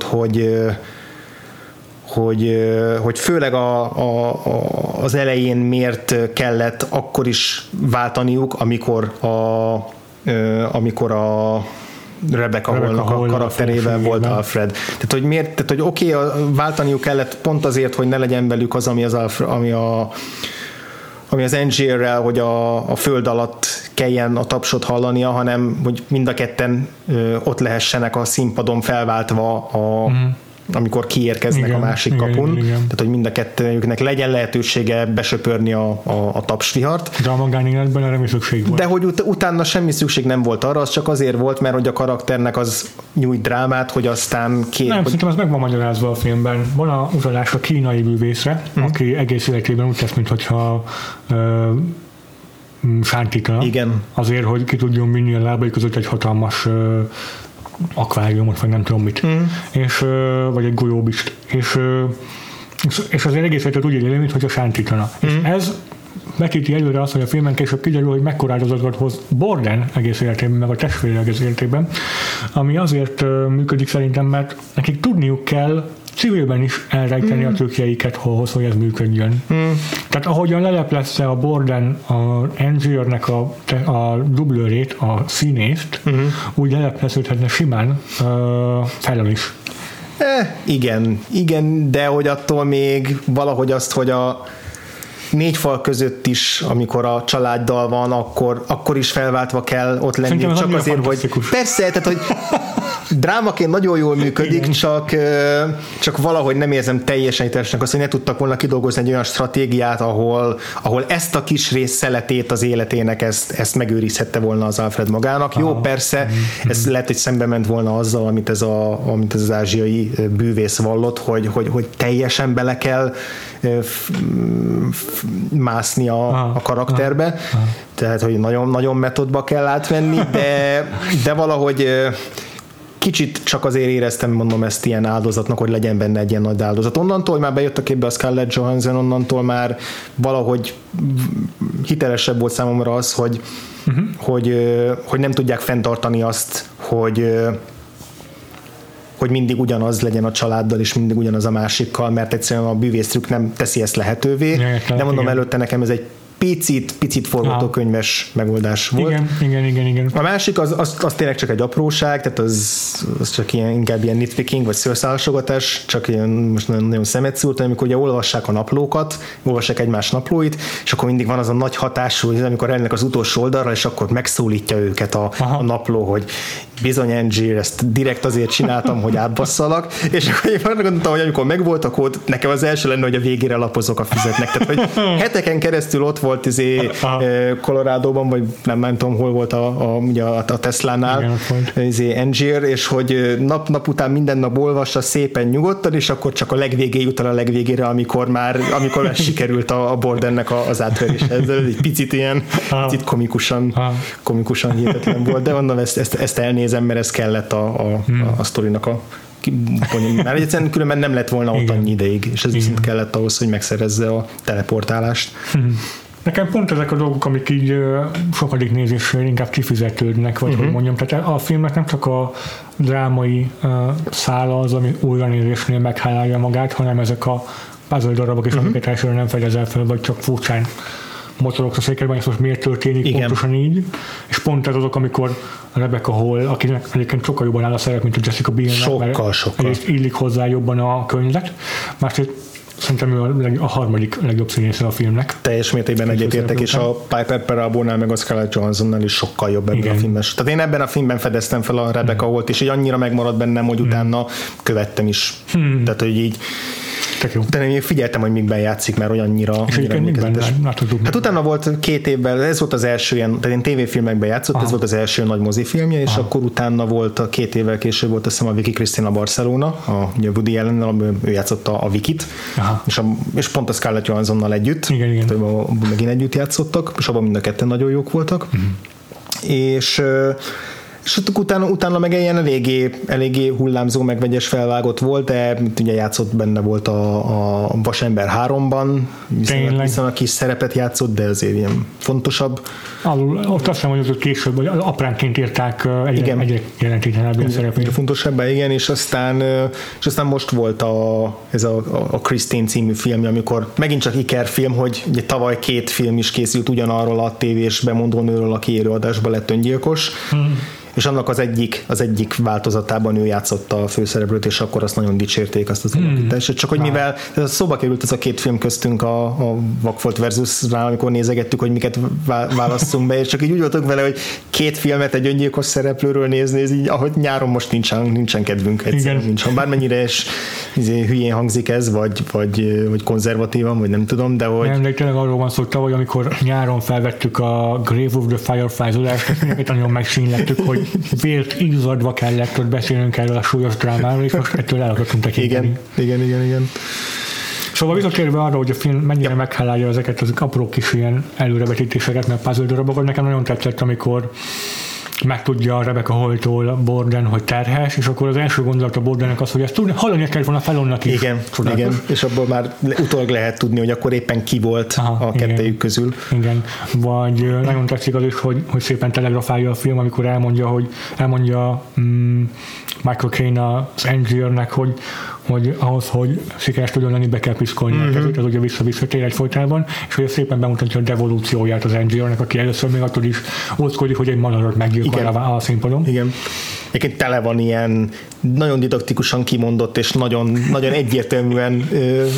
hogy főleg az elején miért kellett akkor is váltaniuk, amikor a Rebecca Hallnak a karakterében volt Alfred. Tehát, hogy miért, tehát, hogy oké, váltaniuk kellett pont azért, hogy ne legyen velük az, ami az Angier-rel, hogy a föld alatt kelljen a tapsot hallania, hanem hogy mind a ketten ott lehessenek a színpadon felváltva amikor kiérkeznek a másik kapun. Igen. Tehát, hogy mind a kettőjüknek legyen lehetősége besöpörni a tapsvihart. De a magánéletben erre mi szükség volt? De hogy utána semmi szükség nem volt arra, az csak azért volt, mert hogy a karakternek az nyújt drámát, hogy aztán szerintem ez meg van magyarázva a filmben. Van a utalás a kínai bűvészre, aki egész életében úgy tesz, mintha sántítana. Igen. Azért, hogy ki tudjon vinni a lábai között egy hatalmas akváriumot, vagy nem tudom mit. És, vagy egy golyóbist. És azért egész életet úgy élni, mintha sántítana. És ez vetíti előre azt, hogy a filmen később kiderül, hogy mekkora áldozatot hoz Borden egész életében, meg a testvére egész életében, ami azért működik szerintem, mert nekik tudniuk kell civilben is elrejteni a trükkjeiket, hogy ez működjön. Tehát ahogyan leleplezte a Borden a Angiernek a dublőrét, a színészt, úgy lelepleződhetne simán felől is. Igen, de hogy attól még valahogy azt, hogy a négy fal között is, amikor a családdal van, akkor is felváltva kell ott lenni. Csak azért, hogy persze, tehát, hogy drámaként nagyon jól működik, csak valahogy nem érzem teljesen hitelesnek azt, hogy ne tudtak volna kidolgozni egy olyan stratégiát, ahol ezt a kis rész szeletét az életének ezt megőrizhette volna az Alfred magának. Jó, persze, ez lehet, hogy szembe ment volna azzal, amit ez az ázsiai bűvész vallott, hogy teljesen bele kell mászni a karakterbe, tehát, hogy nagyon, nagyon metodba kell átvenni, de valahogy kicsit csak azért éreztem, mondom, ezt ilyen áldozatnak, hogy legyen benne egy ilyen nagy áldozat. Onnantól, hogy már bejött a képbe a Scarlett Johansson, onnantól már valahogy hitelesebb volt számomra az, hogy nem tudják fenntartani azt, hogy mindig ugyanaz legyen a családdal, és mindig ugyanaz a másikkal, mert egyszerűen a bűvésztrükk nem teszi ezt lehetővé. De mondom, előtte nekem ez egy picit forgatókönyves megoldás volt. Igen. A másik az tényleg csak egy apróság, tehát az csak inkább ilyen nitpicking, vagy szőrszálasogatás, csak ilyen most nagyon szemetszúrt, amikor ugye olvassák a naplókat, olvassák egymás naplóit, és akkor mindig van az a nagy hatású, hogy amikor elnek az utolsó oldalra, és akkor megszólítja őket a napló, hogy bizony Angier, ezt direkt azért csináltam, hogy átbasszalak, és akkor én arra gondoltam, hogy amikor megvolt a kód, nekem az első lenne, hogy a végére lapozok a füzetnek. Tehát, hogy heteken keresztül ott volt Colorado-ban, vagy nem tudom, hol volt ugye a Teslánál Angier, és hogy nap után minden nap olvassa szépen nyugodtan, és akkor csak a legvégé jut el a legvégére, amikor már sikerült a Bordennek az átverés. Ez egy picit komikusan hihetetlen volt, de mondom, ezt elnézem, mert ez kellett a sztorinak mert egyszerűen különben nem lett volna ott annyi ideig, és ez viszont kellett ahhoz, hogy megszerezze a teleportálást. Nekem pont ezek a dolgok, amik így sokadik nézésre inkább kifizetődnek, vagy hogy mondjam, tehát a filmnek nem csak a drámai szála az, ami újranézésnél meghálálja magát, hanem ezek a puzzle darabok is, amiket elsőre nem fedezel fel, vagy csak furcsán motorok a székelben, és most miért történik pontosan így, és pont ez azok, amikor Rebecca Hall, akinek egyébként sokkal jobban áll a szerep, mint a Jessica Biel-nek, sokkal. Egyrészt illik hozzá jobban a könyvet, másrészt szerintem ő a harmadik legjobb színésze a filmnek. Teljes mértékben egyetértek, és a Piper Perabo-nál meg a Scarlett Johanssonnál is sokkal jobb ebben a filmben. Tehát én ebben a filmben fedeztem fel a Rebecca Hallt, és így annyira megmaradt bennem, hogy utána követtem is. Tehát, hogy így de én figyeltem, hogy mikben játszik, mert olyannyira emlékezetes. Hát utána volt 2 évvel, ez volt az első ilyen, tehát én tévéfilmekben játszott, ez volt az első nagy mozifilmje, és akkor utána volt 2 évvel később volt azt hiszem a Vicky Cristina Barcelona, a Woody Allen-nel, ő játszotta a Vikit, és pont a Scarlett Johanssonnal együtt, megint együtt játszottak, és abban mind a ketten nagyon jók voltak. És utána meg ilyen eléggé hullámzó, megvegyes felvágott volt, de ugye játszott, benne volt a Vasember 3-ban, viszont a kis szerepet játszott, de azért ilyen fontosabb. Ott azt hiszem, hogy az később, hogy apránként írták egyre jelentéktelenebb a szerepét. Fontosabbá, igen, és aztán most volt ez a Christine című film, amikor megint csak ikerfilm, hogy ugye tavaly 2 film is készült ugyanarról a tévés bemondónőről, aki élőadásban lett öngyilkos, és annak az egyik változatában ő játszotta a főszereplőt, és akkor azt nagyon dicsérték, azt az alakítást. Csak hogy mivel szóba került ez a 2 film köztünk a Vakfolt versus-nál, amikor nézegettük, hogy miket válasszunk be, és csak így úgy voltunk vele, hogy 2 filmet egy öngyilkos szereplőről nézni, így, ahogy nyáron most nincsen kedvünk egyszerűen. Nincs. Bármennyire is hülyén hangzik ez, vagy konzervatívan, vagy nem tudom, de hogy... Nem, de tényleg arról van szó, hogy amikor nyáron felvettük a Grave of the Fireflies adást, ezt nagyon megsínlettük, hogy vért izzadva kellett ott beszélnünk erről a súlyos drámáról, és most ettől el akartunk tekinteni. Igen. Szóval visszatérve arra, hogy a film mennyire meghálálja ezeket az apró kis ilyen előrevetítéseket, mert puzzle darabokat, nekem nagyon tetszett, amikor megtudja Rebecca Hall-tól Borden, hogy terhes, és akkor az első gondolat a Bordennek az, hogy ezt hallani kellett volna Fallonnak is. Igen, és abból már utólag lehet tudni, hogy akkor éppen ki volt a kettejük közül. Igen, vagy nagyon tetszik az is, hogy szépen telegrafálja a film, amikor elmondja Michael Caine az Angiernek, hogy ahhoz, hogy sikeres tudjon lenni, be kell piszkolni a kezét, az ugye visszatér egyfolytában, és hogy szépen bemutatja a devolúcióját az Angiernek, aki először még attól is óckodik, hogy egy madarat meggyilkol a színpadon. Igen. Egyébként tele van ilyen nagyon didaktikusan kimondott és nagyon, nagyon egyértelműen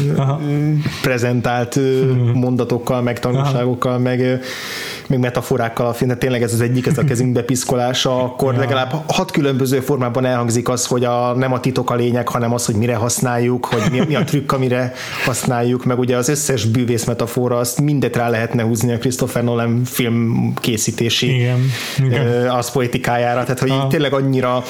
prezentált mondatokkal, meg tanulságokkal, meg metaforákkal a film, de tényleg ez az egyik, ez a kezünkbe piszkolása, akkor legalább 6 különböző formában elhangzik az, hogy nem a titok a lényeg, hanem az, hogy mire használjuk, hogy mi a trükk, amire használjuk, meg ugye az összes bűvész metafora, azt mindet rá lehetne húzni a Christopher Nolan film készítési az politikájára, tehát hogy tényleg annyira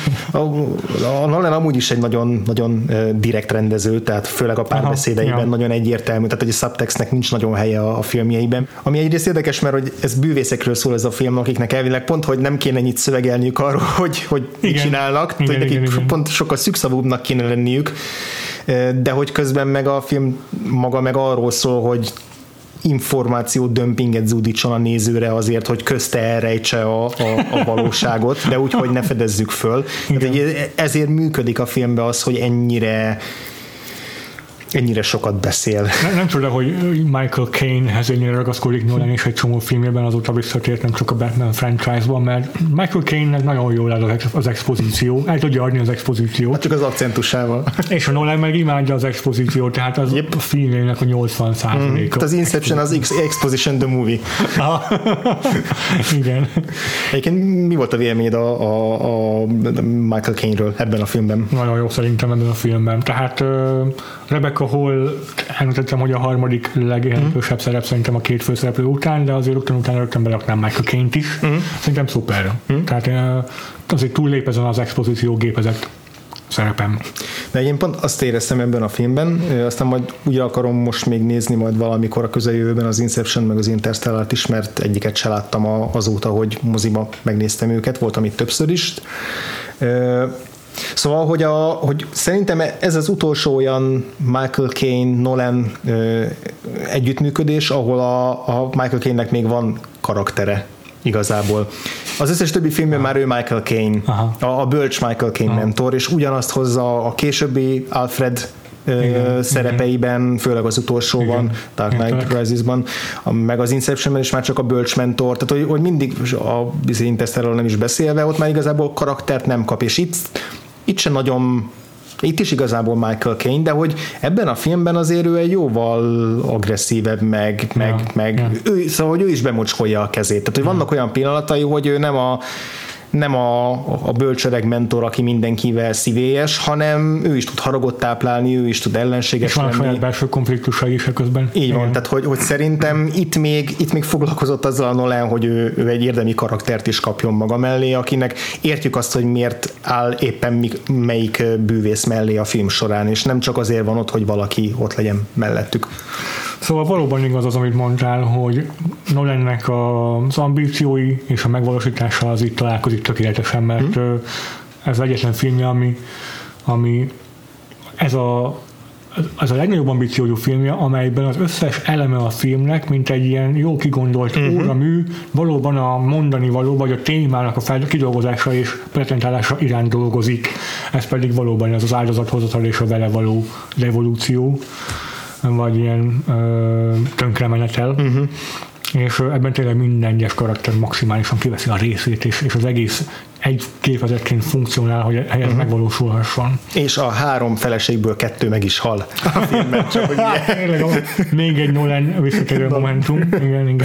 a Nolan amúgy is egy nagyon, nagyon direkt rendező, tehát főleg a párbeszédeiben nagyon egyértelmű, tehát hogy a subtextnek nincs nagyon helye a filmjeiben. Ami egyrészt érdekes, mert hogy ez bűvészekről szól ez a film, akiknek elvileg pont, hogy nem kéne ennyit szövegelniük arról, hogy mit csinálnak, hogy nekik pont sokkal szükszavúbbnak kéne lenniük, de hogy közben meg a film maga meg arról szól, hogy információ dömpinget zúdítson a nézőre azért, hogy közte elrejtse a valóságot, de úgy, hogy ne fedezzük föl. Tehát ezért működik a filmben az, hogy ennyire ennyire sokat beszél. Nem tudom, hogy Michael Caine-hez ennyire ragaszkodik Nolan és egy csomó filmjében, azóta visszatért nem csak a Batman franchise-ban, mert Michael Caine-nek nagyon jól áll az expozíció, el tudja adni az expozíciót. Hát csak az akcentusával. És a Nolan meg imádja az expozíciót, tehát az a filmjének a 80%-a. Az Inception az Exposition the Movie. Igen. Egyébként mi volt a véleményed a Michael Caine-ről ebben a filmben? Nagyon jó szerintem ebben a filmben. Tehát Rebecca Hall, említettem, hogy a harmadik legjelentősebb szerep szerintem a két főszereplő után, de azért rögtön beraknám Michael Caine-t is. Szerintem szuper. Tehát azért túllép ezen az expozíció gépezett szerepem. De én pont azt éreztem ebben a filmben, aztán majd úgy akarom most még nézni majd valamikor a közeljövőben az Inception meg az Interstellart is, mert egyiket se láttam azóta, hogy moziba megnéztem őket, voltam itt többször is. Szóval, hogy szerintem ez az utolsó olyan Michael Caine-Nolan együttműködés, ahol a Michael Caine-nek még van karaktere igazából. Az összes többi filmben már ő Michael Caine, a bölcs Michael Caine mentor, és ugyanazt hozza a későbbi Alfred szerepeiben, főleg az utolsóban, Dark Knight Rises-ban, meg az Inceptionben is már csak a bölcs mentor, tehát hogy mindig a Interstellarról nem is beszélve, ott már igazából karaktert nem kap, és itt sem nagyon, itt is igazából Michael Caine, de hogy ebben a filmben azért ő egy jóval agresszívebb, ő, szóval hogy ő is bemocskolja a kezét. Tehát, hogy vannak olyan pillanatai, hogy ő nem a bölcsöreg mentor, aki mindenkivel szívélyes, hanem ő is tud haragot táplálni, ő is tud ellenséges lenni. És van saját belső konfliktusai is közben. Így van, tehát hogy szerintem itt még foglalkozott azzal a Nolan, hogy ő egy érdemi karaktert is kapjon maga mellé, akinek értjük azt, hogy miért áll éppen melyik bűvész mellé a film során, és nem csak azért van ott, hogy valaki ott legyen mellettük. Szóval valóban igaz az, amit mondtál, hogy Nolannek az ambíciói és a megvalósítása az itt találkozik tökéletesen, mert ez az egyetlen filmje, ami ez a legnagyobb ambíciójú filmje, amelyben az összes eleme a filmnek, mint egy ilyen jó kigondolt óramű, valóban a mondani való, vagy a témának a kidolgozása és prezentálása iránt dolgozik. Ez pedig valóban az áldozathozatal és a vele való evolúció, vagy ilyen tönkremenetel. És ebben tényleg minden egyes karakter maximálisan kiveszi a részét, és az egész egy gépezetként funkcionál, hogy ez megvalósulhasson. És a 3 feleségből 2 meg is hal a filmben, csak hogy még egy Nolan visszatérő momentum. Igen.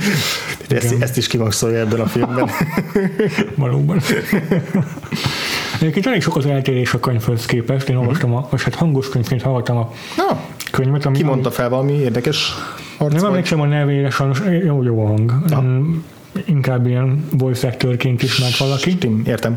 Ezt is kimaxolja ebben a filmben. Valóban. Egyébként elég sok az eltérés a könyvhöz képest. Én olvastam, vagy hát hangos könyvként hallgattam a könyvet. Ki mondta fel valami érdekes arc? Nem emlékszem a nevére, sajnos jó hang. Inkább ilyen voice actorként ismert valaki. Értem.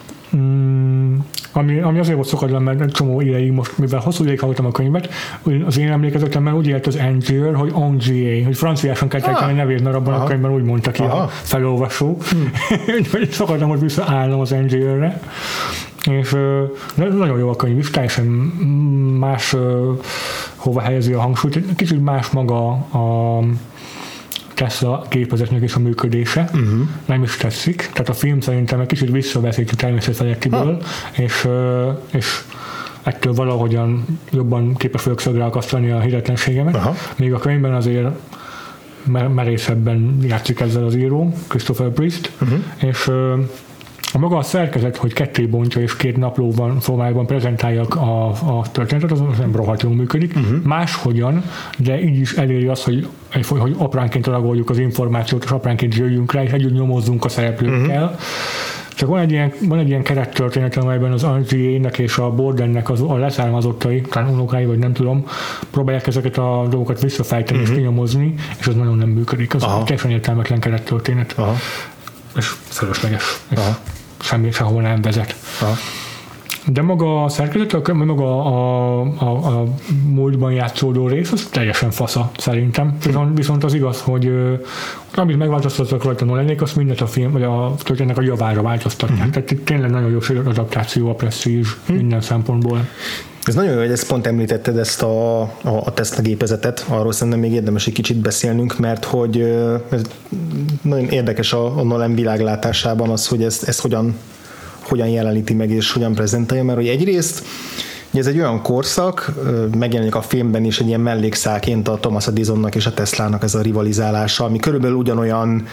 Ami azért volt szokatlan, mert egy csomó ideig most, mivel hosszú ideig hallottam a könyvet, az én emlékezetemben úgy élt az Angier, hogy Angier, hogy franciáson kell tenni a nevét, mert abban a könyvben úgy mondta ki a felolvasó. Úgyhogy szokatlan, hogy visszaállnom az Angierre. És nagyon jó a könyv is, teljesen más hova helyezi a hangsúlyt, kicsit más maga a Tesla gépezetnek is a működése, nem is tetszik, tehát a film szerintem egy kicsit visszaveszik a természetfelettiből, és ettől valahogyan jobban képes vagyok szögre akasztani a hihetlenségemet. Még a könyvben azért merészebben játszik ezzel az író, Christopher Priest, és a maga a szerkezet, hogy ketté bontja és 2 naplóban formájában prezentáljak a történetet, az nem rohadt jól működik. Máshogyan, de így is eléri azt, hogy apránként alagoljuk az információt, és apránként jöjjünk rá, és együtt nyomozzunk a szereplőkkel. Csak van egy ilyen kerettörténet, amelyben az RGA-nek és a Bordennek a leszármazottai, talán unokái, vagy nem tudom, próbálják ezeket a dolgokat visszafejteni és kinyomozni, és az nagyon nem működik. Az teljesen értelmetlen kerettörténet. És fölösleges. Sehol nem vezet. De maga a szerkezet, maga a múltban játszódó rész, az teljesen fasza szerintem. Viszont az igaz, hogy amit megváltoztattak rajta Nolanék, azt mindent a film, vagy a történetnek a javára változtatják. Tehát tényleg nagyon jó adaptáció a Prestige minden szempontból. Ez nagyon jó, hogy ezt pont említetted, ezt a Tesla gépezetet, arról szerintem még érdemes egy kicsit beszélnünk, mert hogy ez nagyon érdekes a Nolan világlátásában az, hogy ezt hogyan jeleníti meg és hogyan prezentálja, mert hogy egyrészt Ez egy olyan korszak, megjelenik a filmben is egy ilyen mellékszálként a Thomas Edisonnak és a Teslának ez a rivalizálása, ami körülbelül ugyanolyan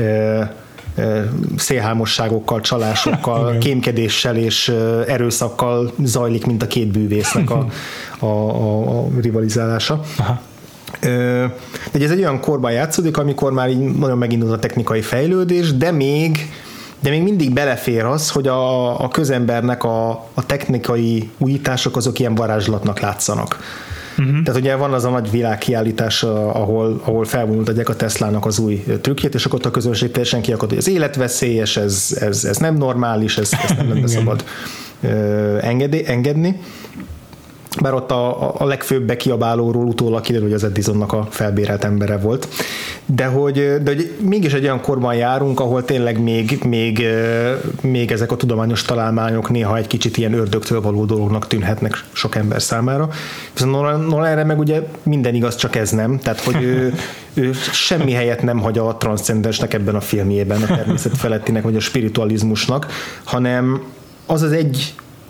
szélhámosságokkal, csalásokkal, kémkedéssel és erőszakkal zajlik, mint a két bűvésznek a rivalizálása. Aha. De ez egy olyan korban játszódik, amikor már így nagyon megindult a technikai fejlődés, de még mindig belefér az, hogy a közembernek a technikai újítások azok ilyen varázslatnak látszanak. Tehát ugye van az a nagy világkiállítás, ahol felvonultatják a Teslának az új trükkjét, és akkor ott a közönség teljesen kiakad, hogy ez életveszélyes, ez nem normális, ezt nem lenne szabad engedni. Bár ott a legfőbb bekiabálóról utólag kiderül, hogy az Edisonnak a felbérelt embere volt. De hogy mégis egy olyan korban járunk, ahol tényleg még ezek a tudományos találmányok néha egy kicsit ilyen ördögtől való dolognak tűnhetnek sok ember számára. Viszont Nolan erre meg ugye minden igaz, csak ez nem. Tehát, hogy ő semmi helyet nem hagy a transzcendensnek ebben a filmjében, a természet felettinek, vagy a spiritualizmusnak, hanem az egy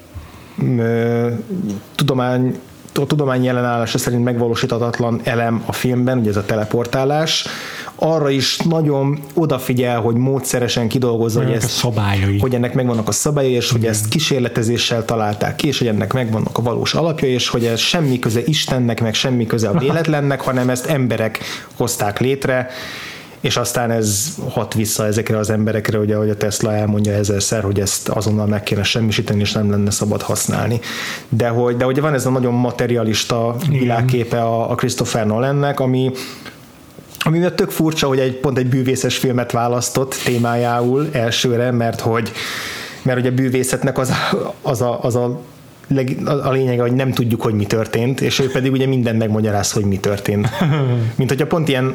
tudomány jelenállása szerint megvalósíthatatlan elem a filmben, ugye ez a teleportálás, arra is nagyon odafigyel, hogy módszeresen kidolgozza, hogy ennek megvannak a szabályai, és hogy ezt kísérletezéssel találták ki, és hogy ennek megvannak a valós alapjai, és hogy ez semmi köze Istennek, meg semmi köze a véletlennek, hanem ezt emberek hozták létre, és aztán ez hat vissza ezekre az emberekre, ugye, ahogy a Tesla elmondja ezerszer, hogy ezt azonnal meg kéne semmisíteni, és nem lenne szabad használni. De hogy van ez a nagyon materialista világképe a Christopher Nolannek, ami tök furcsa, hogy pont egy bűvészes filmet választott témájául elsőre, mert ugye a bűvészetnek az a lényege, hogy nem tudjuk, hogy mi történt, és ő pedig ugye mindent megmagyaráz, hogy mi történt. Mint hogyha pont ilyen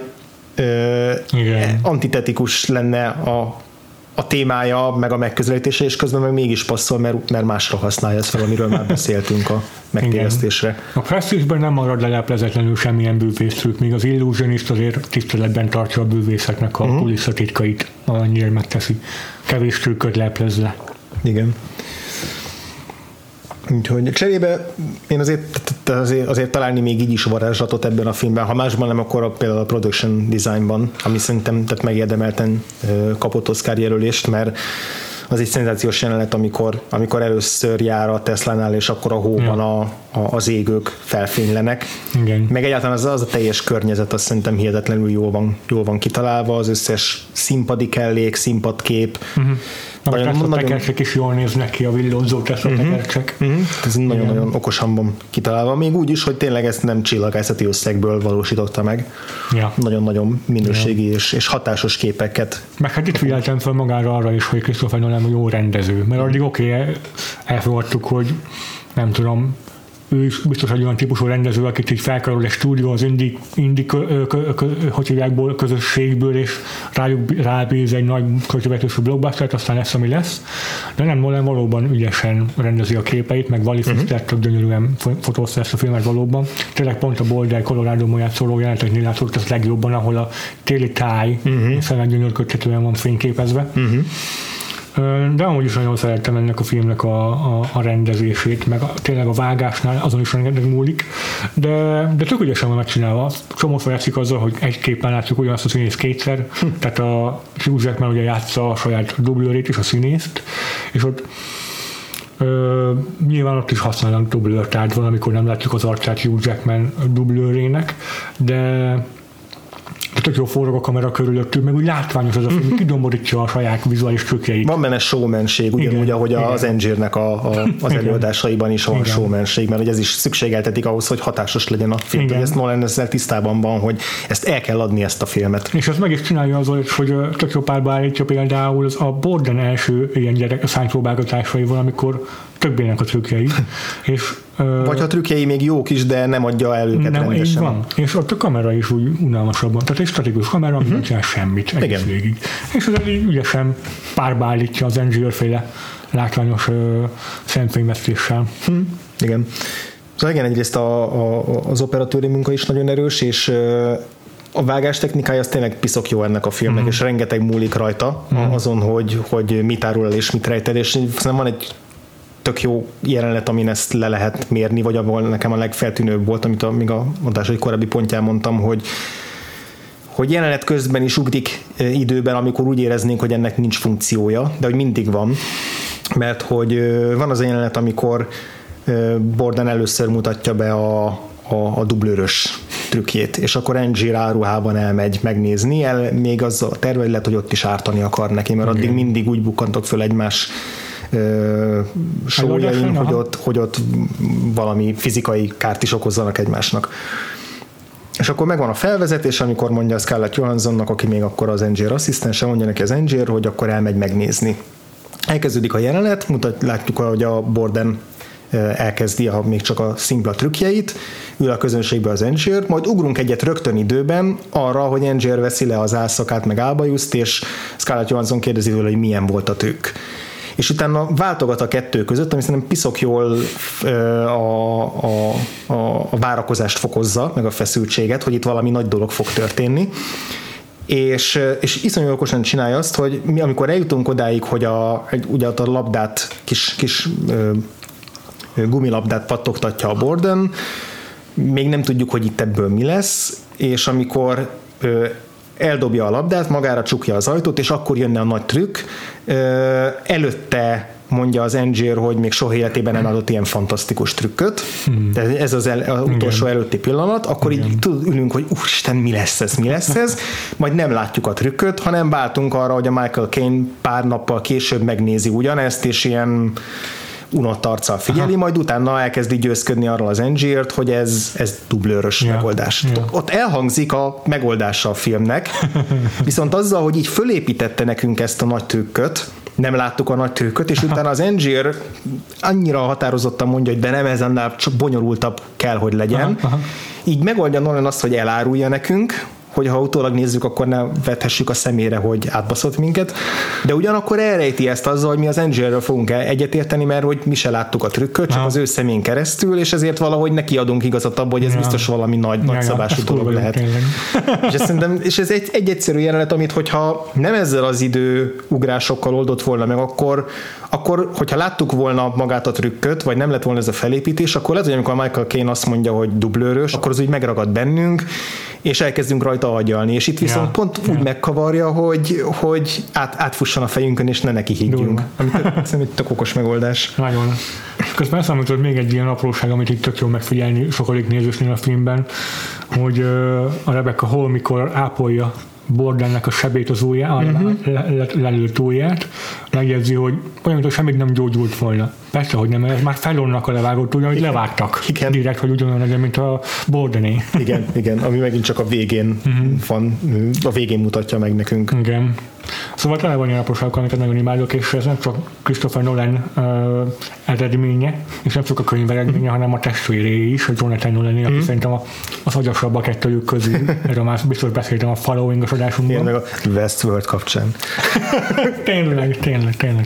antitetikus lenne a témája, meg a megközelítése, és közben meg mégis passzol, mert másra használja ezt fel, amiről már beszéltünk a megtévesztésre. A Prestige-ben nem marad leleplezetlenül semmilyen bűvésztrükk, még az Illusionist azért tiszteletben tartja a bűvészeknek a kulisszatitkait, annyira megteszi. Kevés trükköt leplezze. Igen. Úgyhogy cserébe én azért találni még így is varázslatot ebben a filmben, ha másban nem, akkor például a production designban, ami szerintem megérdemelten kapott Oscar jelölést, mert az egy szenzációs jelenet, amikor először jár a Teslánál, és akkor a hóban az égők felfénylenek. Igen. Meg egyáltalán az a teljes környezet, azt szerintem hihetetlenül jól van kitalálva, az összes színpadi kellék, színpadkép. A Tesla-tekercsek is jól néznek ki, a villózó Tesla-tekercsek. Ez nagyon-nagyon okosan van kitalálva, még úgy is, hogy tényleg ezt nem csillagászati összegből valósította meg. Ja. Nagyon-nagyon minőségi és hatásos képeket. Meg hát itt figyeltem fel magára arra is, hogy Christopher Nolan jó rendező, mert addig elfogadtuk, hogy nem tudom, ő is biztos egy olyan típusú rendező, akit így felkarol egy stúdió az indi közösségből, és rábíz egy nagy költségvetésű blockbustert, aztán lesz, ami lesz. De nem, Nolan valóban ügyesen rendezi a képeit, meg Wally Pfister tök gyönyörűen fotózta ezt a filmet valóban. Tényleg pont a Boulder, Colorado játszóló jeleneteknél látszott az legjobban, ahol a téli táj hiszen gyönyörködhetően van fényképezve. De amúgy is nagyon szerettem ennek a filmnek a rendezését, meg tényleg a vágásnál azon is rengeteg múlik, de tök ügyesen van megcsinálva. Csomószor játszik azzal, hogy egy képen látjuk ugyanazt a színész kétszer, tehát a Hugh Jackman ugye játsza a saját dublőrét és a színészt, és ott nyilván ott is használnak dublőrt, tehát valamikor nem látjuk az arcát Hugh Jackman dublőrének, de tök jó forog a kamera körülöttük, meg úgy látványos az a film, kidomborítja a saját vizuális trükkjeit. Van benne showmanség, ugyanúgy, ahogy az Angier-nek az előadásaiban is van showmanség, mert ez is szükségeltetik ahhoz, hogy hatásos legyen a film. Hogy ezt Nolan ezzel tisztában van, hogy ezt el kell adni, ezt a filmet. És ezt meg is csinálja az, hogy tök jó párba állítja például a Borden első ilyen gyerek szánypróbálgatásaival, amikor többének a trükkjei. És vagy a trükkjei még jók is, de nem adja el őket rendesen. Van. És ott a kamera is úgy unalmasabban. Tehát egy statikus kamera, ami nem csinál semmit egész végig. És az így ügyesen párba állítja az Angier-féle látványos szemfényvesztéssel. Igen. Szóval igen, egyrészt az operatőri munka is nagyon erős, és a vágás technikája az tényleg piszok jó ennek a filmnek, és rengeteg múlik rajta azon, hogy mit árul el és mit rejted, és van egy tök jó jelenet, amin ezt le lehet mérni, vagy abból nekem a legfeltűnőbb volt, amit még a mondás egy korábbi pontján mondtam, hogy jelenet közben is ugrik időben, amikor úgy éreznénk, hogy ennek nincs funkciója, de hogy mindig van, mert hogy van az a jelenet, amikor Borden először mutatja be a dublőrös trükkjét, és akkor Angie ráruhában elmegy megnézni, még az a terve lett, hogy ott is ártani akar neki, mert addig mindig úgy bukkantok föl egymás sójain, hogy ott valami fizikai kárt is okozzanak egymásnak. És akkor megvan a felvezetés, amikor mondja a Scarlett Johanssonnak, aki még akkor az Angier asszisztense, mondja neki az Angier, hogy akkor elmegy megnézni. Elkezdődik a jelenet, látjuk, hogy a Borden elkezdi még csak a szimpla trükkjeit, ül a közönségbe az Angier, majd ugrunk egyet rögtön időben arra, hogy Angier veszi le az álszakát meg álbajuszt, és Scarlett Johansson kérdezi tőle, hogy milyen volt a trükk. És utána váltogat a kettő között, ami szerintem piszok jól a várakozást fokozza, meg a feszültséget, hogy itt valami nagy dolog fog történni. És iszonyú okosan csinálja azt, hogy mi, amikor eljutunk odáig, hogy ugye a labdát, kis gumilabdát pattogtatja a Borden, még nem tudjuk, hogy itt ebből mi lesz, és amikor eldobja a labdát, magára csukja az ajtót, és akkor jönne a nagy trükk. Előtte mondja az Angier, hogy még soha életében nem adott ilyen fantasztikus trükköt. Tehát ez az utolsó előtti pillanat, akkor így ülünk, hogy úristen, mi lesz ez? Majd nem látjuk a trükköt, hanem váltunk arra, hogy a Michael Caine pár nappal később megnézi ugyanezt, és ilyen unott arccal figyeli, majd utána elkezdi győzködni arról az Angiert, hogy ez dublőrös megoldás. Ott elhangzik a megoldása a filmnek, viszont azzal, hogy így fölépítette nekünk ezt a nagy trükköt, nem láttuk a nagy trükköt, és utána az Angier annyira határozottan mondja, hogy de nem, ez annál csak bonyolultabb kell, hogy legyen. Így megoldja Nolan azt, hogy elárulja nekünk, hogy ha utólag nézzük, akkor ne vethessük a szemére, hogy átbaszott minket, de ugyanakkor elrejti ezt azzal, hogy mi az Angierről fogunk egyetérteni, mert hogy mi se láttuk a trükköt, csak az ő szemén keresztül, és ezért valahogy neki adunk igazat abba, hogy ez biztos valami nagyszabású dolog lehet. És ez egy egyszerű jelenet, amit hogyha nem ezzel az időugrásokkal oldott volna meg, akkor, hogyha láttuk volna magát a trükköt, vagy nem lett volna ez a felépítés, akkor lehet, hogy amikor Michael Caine azt mondja, hogy dublőrös, akkor az úgy megragad bennünk, és elkezdünk rajta agyalni, és itt viszont pont úgy megkavarja, hogy átfusson a fejünkön, és ne neki higgyünk. Amit szerintem egy tök okos megoldás. Nagyon. Közben eszembe jutott még egy ilyen apróság, amit itt tök jól megfigyelni sokadik nézősnél a filmben, hogy a Rebecca Hall, mikor ápolja Bordennek a sebét az ujján, lelőtt ujját, megjegyzi, hogy olyan, mintha semmit nem gyógyult volna. Persze, hogy nem, ez már felonnak a levágott ujja, hogy levágtak. Igen. Direkt, hogy ugyanolyan legyen, mint a Bordené. Igen, ami megint csak a végén van, a végén mutatja meg nekünk. Igen. Szóval tele van ilyen apróságok, amiket nagyon imádok, és ez nem csak Christopher Nolan eredménye, és nem csak a könyv eredménye, hanem a testvéré is, a Jonathan Nolan, aki szerintem az agyasabb a kettőjük közül. Erről már biztos beszéltem a Following-os adásunkban. Én meg a Westworld kapcsán. Tényleg.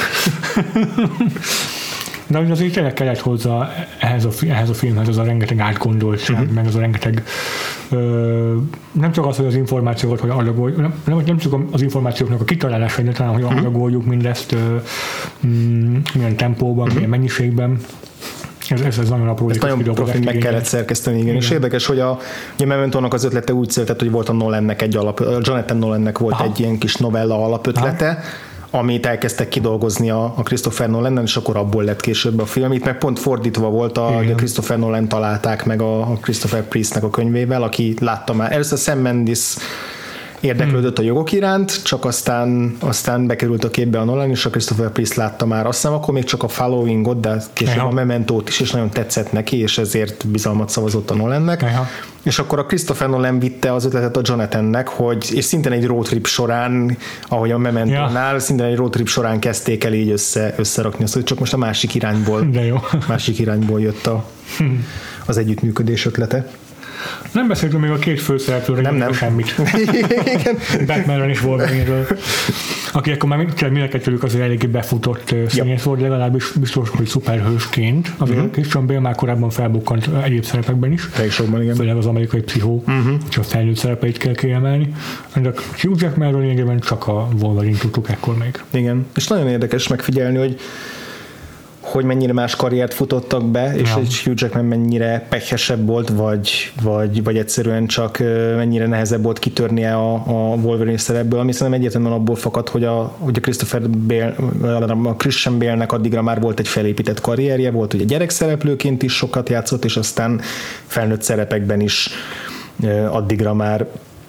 De azért tényleg kellett hozzá ehhez a filmhez az a rengeteg átgondoltság, meg az a rengeteg nem csak az, hogy az információkat, hogy adagoljuk, nem csak az információknak a kitalálása, hanem hogy adagoljuk mindezt milyen tempóban, milyen mennyiségben. Ez nagyon apró. Ezt nagyon profin meg kellett szerkeszteni, igen. És érdekes, hogy a Memento-nak az ötlete úgy született, hogy volt a Nolannek Jonathan Nolannek volt egy ilyen kis novella alapötlete, amit elkezdtek kidolgozni a Christopher Nolan-en, és akkor abból lett később a film. Itt meg pont fordítva volt, hogy a Christopher Nolan találták meg a Christopher Priestnek a könyvével, aki látta már. Először Sam Mendes érdeklődött a jogok iránt, csak aztán bekerült a képbe a Nolan, és a Christopher Priest látta már. Azt hiszem, akkor még csak a Followingot, de később a Mementót is, és nagyon tetszett neki, és ezért bizalmat szavazott a Nolannek. És akkor a Christopher Nolan vitte az ötletet a Jonathannek, és szintén egy roadtrip során, ahogy a Mementónál, szintén egy roadtrip során kezdték el így összerakni azt, hogy csak most a másik irányból jött az együttműködés ötlete. Nem beszéltünk még a két főszereplőről, nem semmit. Batmanről és Wolverine-ről. Aki akkor már mindenkettőjük azért eléggé befutott színész volt, legalábbis biztos, hogy szuperhősként. Azért Christian Bale már korábban felbukkant egyéb szerepekben is. Sokban, igen. Főleg az Amerikai Pszichó, csak a felnőtt szerepeit kell kiemelni. De a Hugh Jackmanről lényegében csak a Wolverine tudtuk ekkor még. Igen, és nagyon érdekes megfigyelni, hogy mennyire más karriert futottak be, és hogy Hugh Jackman mennyire pekesebb volt, vagy egyszerűen csak mennyire nehezebb volt kitörnie a Wolverine szerepből, ami szerintem egyértelműen abból fakad, hogy a Christian Bale-nek addigra már volt egy felépített karrierje, volt ugye gyerekszereplőként is sokat játszott, és aztán felnőtt szerepekben is addigra már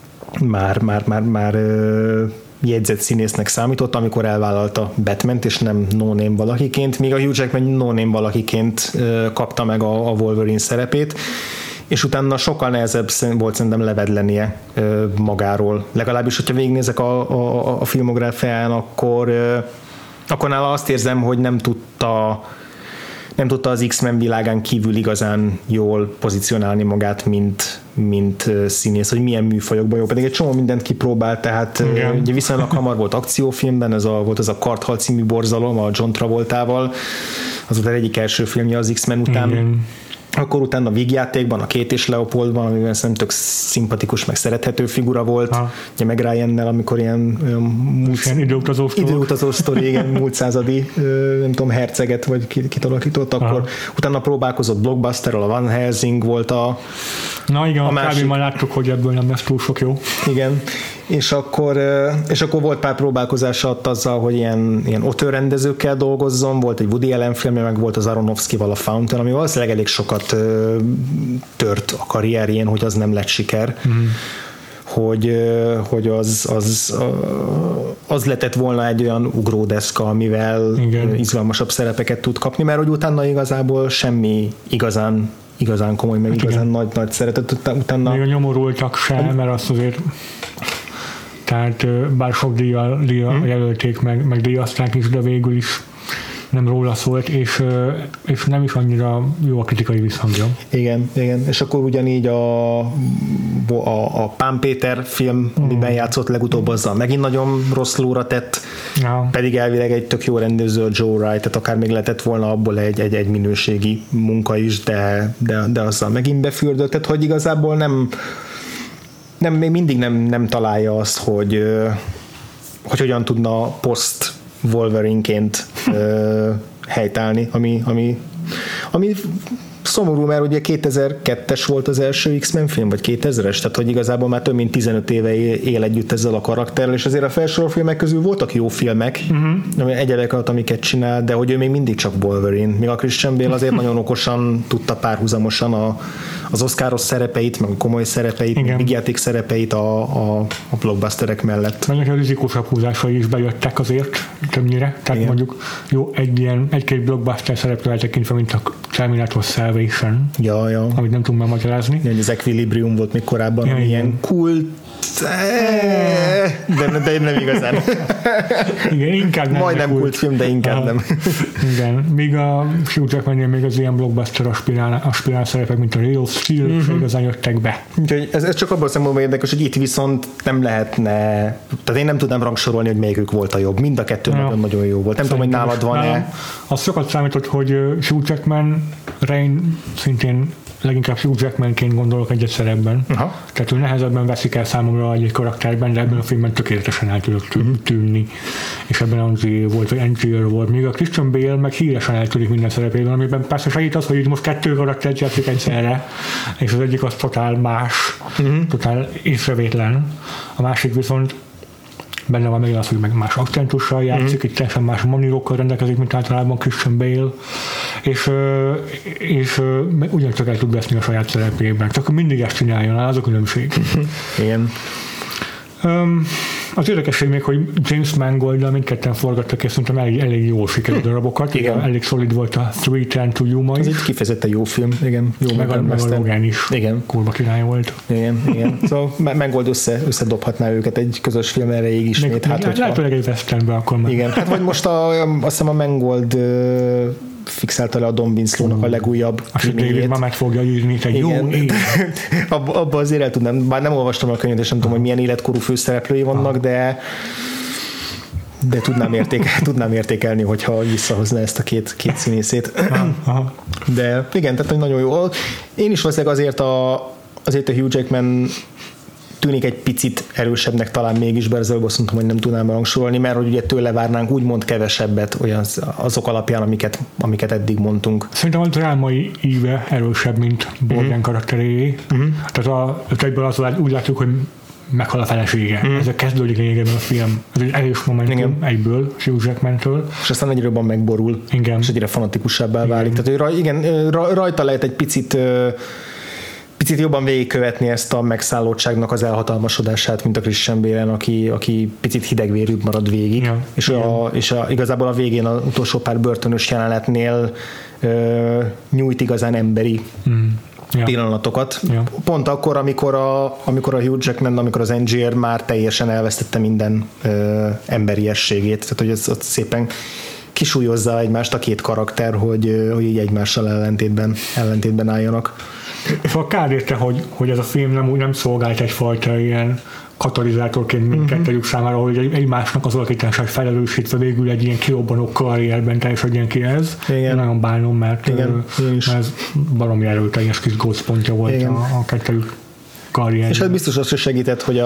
jegyzett színésznek számított, amikor elvállalta Batman-t, és nem no-name valakiként, míg a Hugh Jackman no-name valakiként kapta meg a Wolverine szerepét, és utána sokkal nehezebb volt szerintem levedlenie magáról. Legalábbis, hogyha végignézek a filmográfián, akkor nála azt érzem, hogy nem tudta az X-Men világán kívül igazán jól pozícionálni magát, mint színész, hogy milyen műfajokban jó, pedig egy csomó mindent kipróbált, tehát ugye viszonylag hamar volt akciófilmben, volt ez a Karthal című borzalom a John Travoltával, az volt az egyik első filmje az X-Men után. Igen. Akkor utána a vígjátékban, a Két és Leopoldban, amiben szerintem tök szimpatikus, meg szerethető figura volt, ugye meg Ryannel, amikor ilyen időutazó sztori, igen, múlt századi, nem tudom, herceget, vagy kit alakított, akkor utána próbálkozott Blockbusterrel, a Van Helsing volt a másik. Már láttuk, hogy ebből nem lesz túl sok jó. Igen, és akkor volt pár próbálkozása azzal, hogy ilyen autorrendezőkkel dolgozzon, volt egy Woody Allen filmje, meg volt az Aronofskyval a Fountain, ami valószínűleg elég sokat tört a karrierjén, hogy az nem lett siker. Hogy az letett volna egy olyan ugródeszka, amivel izgalmasabb szerepeket tud kapni, mert hogy utána igazából semmi igazán komoly, meg igazán nagy szeretet utána. Még a nyomorultak sem, mert azt azért tehát bár sok díjjal jelölték meg díjazták is, de végül is nem róla szólt, és nem is annyira jó a kritikai visszhangja. Igen, és akkor ugyanígy a Pán Péter film, amiben játszott legutóbb, azzal megint nagyon rossz lóra tett, pedig elvileg egy tök jó rendező, a Joe Wright, tehát akár még lehetett volna abból egy minőségi munka is, de azzal megint befürdött, tehát hogy igazából még mindig nem találja azt, hogy hogyan tudna post Wolverine-ként helytállni, ami szomorú, mert ugye 2002-es volt az első X-Men film, vagy 2000-es, tehát hogy igazából már több mint 15 éve él együtt ezzel a karakterrel, és azért a felsorolt filmek közül voltak jó filmek, egyebek, amiket csinál, de hogy ő még mindig csak Wolverine. Míg a Christian Bale azért nagyon okosan tudta párhuzamosan az Oscaros szerepeit, meg a komoly szerepeit, vígjáték szerepeit a blockbusterek mellett. Meg a rizikósabb húzásai is bejöttek azért többnyire, tehát mondjuk jó, egy-két blockbuster szereplő eltekintve, mint a Terminator Salvation, amit nem tudom megmagyarázni. Az Equilibrium volt még korábban, ilyen kult, de nem igazán. Igen, inkább nem. Majdnem kultfilm, de inkább nem. Igen, míg a Hugh Jackmannél még az ilyen blockbuster aspirál szerepek, mint a Real Steel, igazán jöttek be. Úgyhogy ez csak abban a szempontból érdekes, hogy itt viszont nem lehetne, tehát én nem tudnám rangsorolni, hogy melyikük volt a jobb. Mind a kettő nagyon jó volt. Nem tudom, hogy nálad van-e. Az sokat számított, hogy Hugh Jackman, Rain szintén leginkább Hugh Jackmanként gondolok egyet szerepben. Tehát ő nehezebben veszik el számomra egy karakterben, de ebben a filmben tökéletesen el tudok tűnni. És ebben Angie volt, vagy Angie volt. Még a Christian Bale meg híresen eltűnik minden szerepében, amiben persze segít az, hogy itt most kettő karaktert játszik egyszerre, és az egyik az totál más, totál észrevétlen. A másik viszont benne van megint az, hogy meg más akcentussal játszik, itt teljesen más manirokkal rendelkezik, mint általában Christian Bale, és ugyancsak el tud veszni a saját szerepében. Csak mindig ezt csináljon, az a különbség. Igen. Az érdekesség még, hogy James Mangold-dal mindketten forgattak, és szerintem elég jól sikerült darabokat. Elég szolid volt a 3:10 to Yuma is. Ez egy kifejezetten jó film, igen. Jó meg a Logan is. Igen. Kurva király volt. Igen. Szóval Mangold összedobhatná őket egy közös film erejéig ismét. Lehetőleg egy westernbe akkor már. Igen, hát vagy most azt hiszem a Mangold fixálta le a Don Winslow-nak a legújabb krimiét. David ma meg fogja írni, egy jó év. Abba azért el tudnám, bár nem olvastam a könyvet, és nem tudom, hogy milyen életkorú főszereplői vannak, de tudnám értékelni, hogyha visszahozna ezt a két színészét. De igen, tehát nagyon jó. Én is valószínűleg azért a Hugh Jackman tűnik egy picit erősebbnek talán mégis, bár ezzel azt mondtam, hogy nem tudnám rangsorolni, mert hogy ugye tőle várnánk úgymond kevesebbet olyan azok alapján, amiket eddig mondtunk. Szerintem a drámai íve erősebb, mint Borgen karakteréjé. Tehát egyből úgy látjuk, hogy meghal a felesége. Ez kezdődik lényegében a film. Ez egy erős momentum egyből Hugh Jackmantől. És aztán egyre jobban megborul, és egyre fanatikusabbá válik. Tehát rajta lehet egy picit jobban végigkövetni ezt a megszállottságnak az elhatalmasodását, mint a Christian Bale-en, aki picit hidegvérűbb marad végig. Ja, és igazából a végén az utolsó pár börtönös jelenetnél nyújt igazán emberi pillanatokat. Ja. Pont akkor, amikor a Hugh Jackman, amikor az NGR már teljesen elvesztette minden emberiességét. Tehát, hogy ez szépen kisúlyozza egymást a két karakter, hogy így egymással ellentétben álljanak. Szóval kár érte, hogy ez a film nem szolgált egyfajta ilyen katalizátorként mindkettőjük számára, hogy egymásnak az alakítását felelősítve végül egy ilyen kirobbanó karrierben teljesedjen ki ez. Én nagyon bánom, mert ez baromi erőteljes kis gócpontja volt a kettőjük karrierben. És hát biztos azt is segített, hogy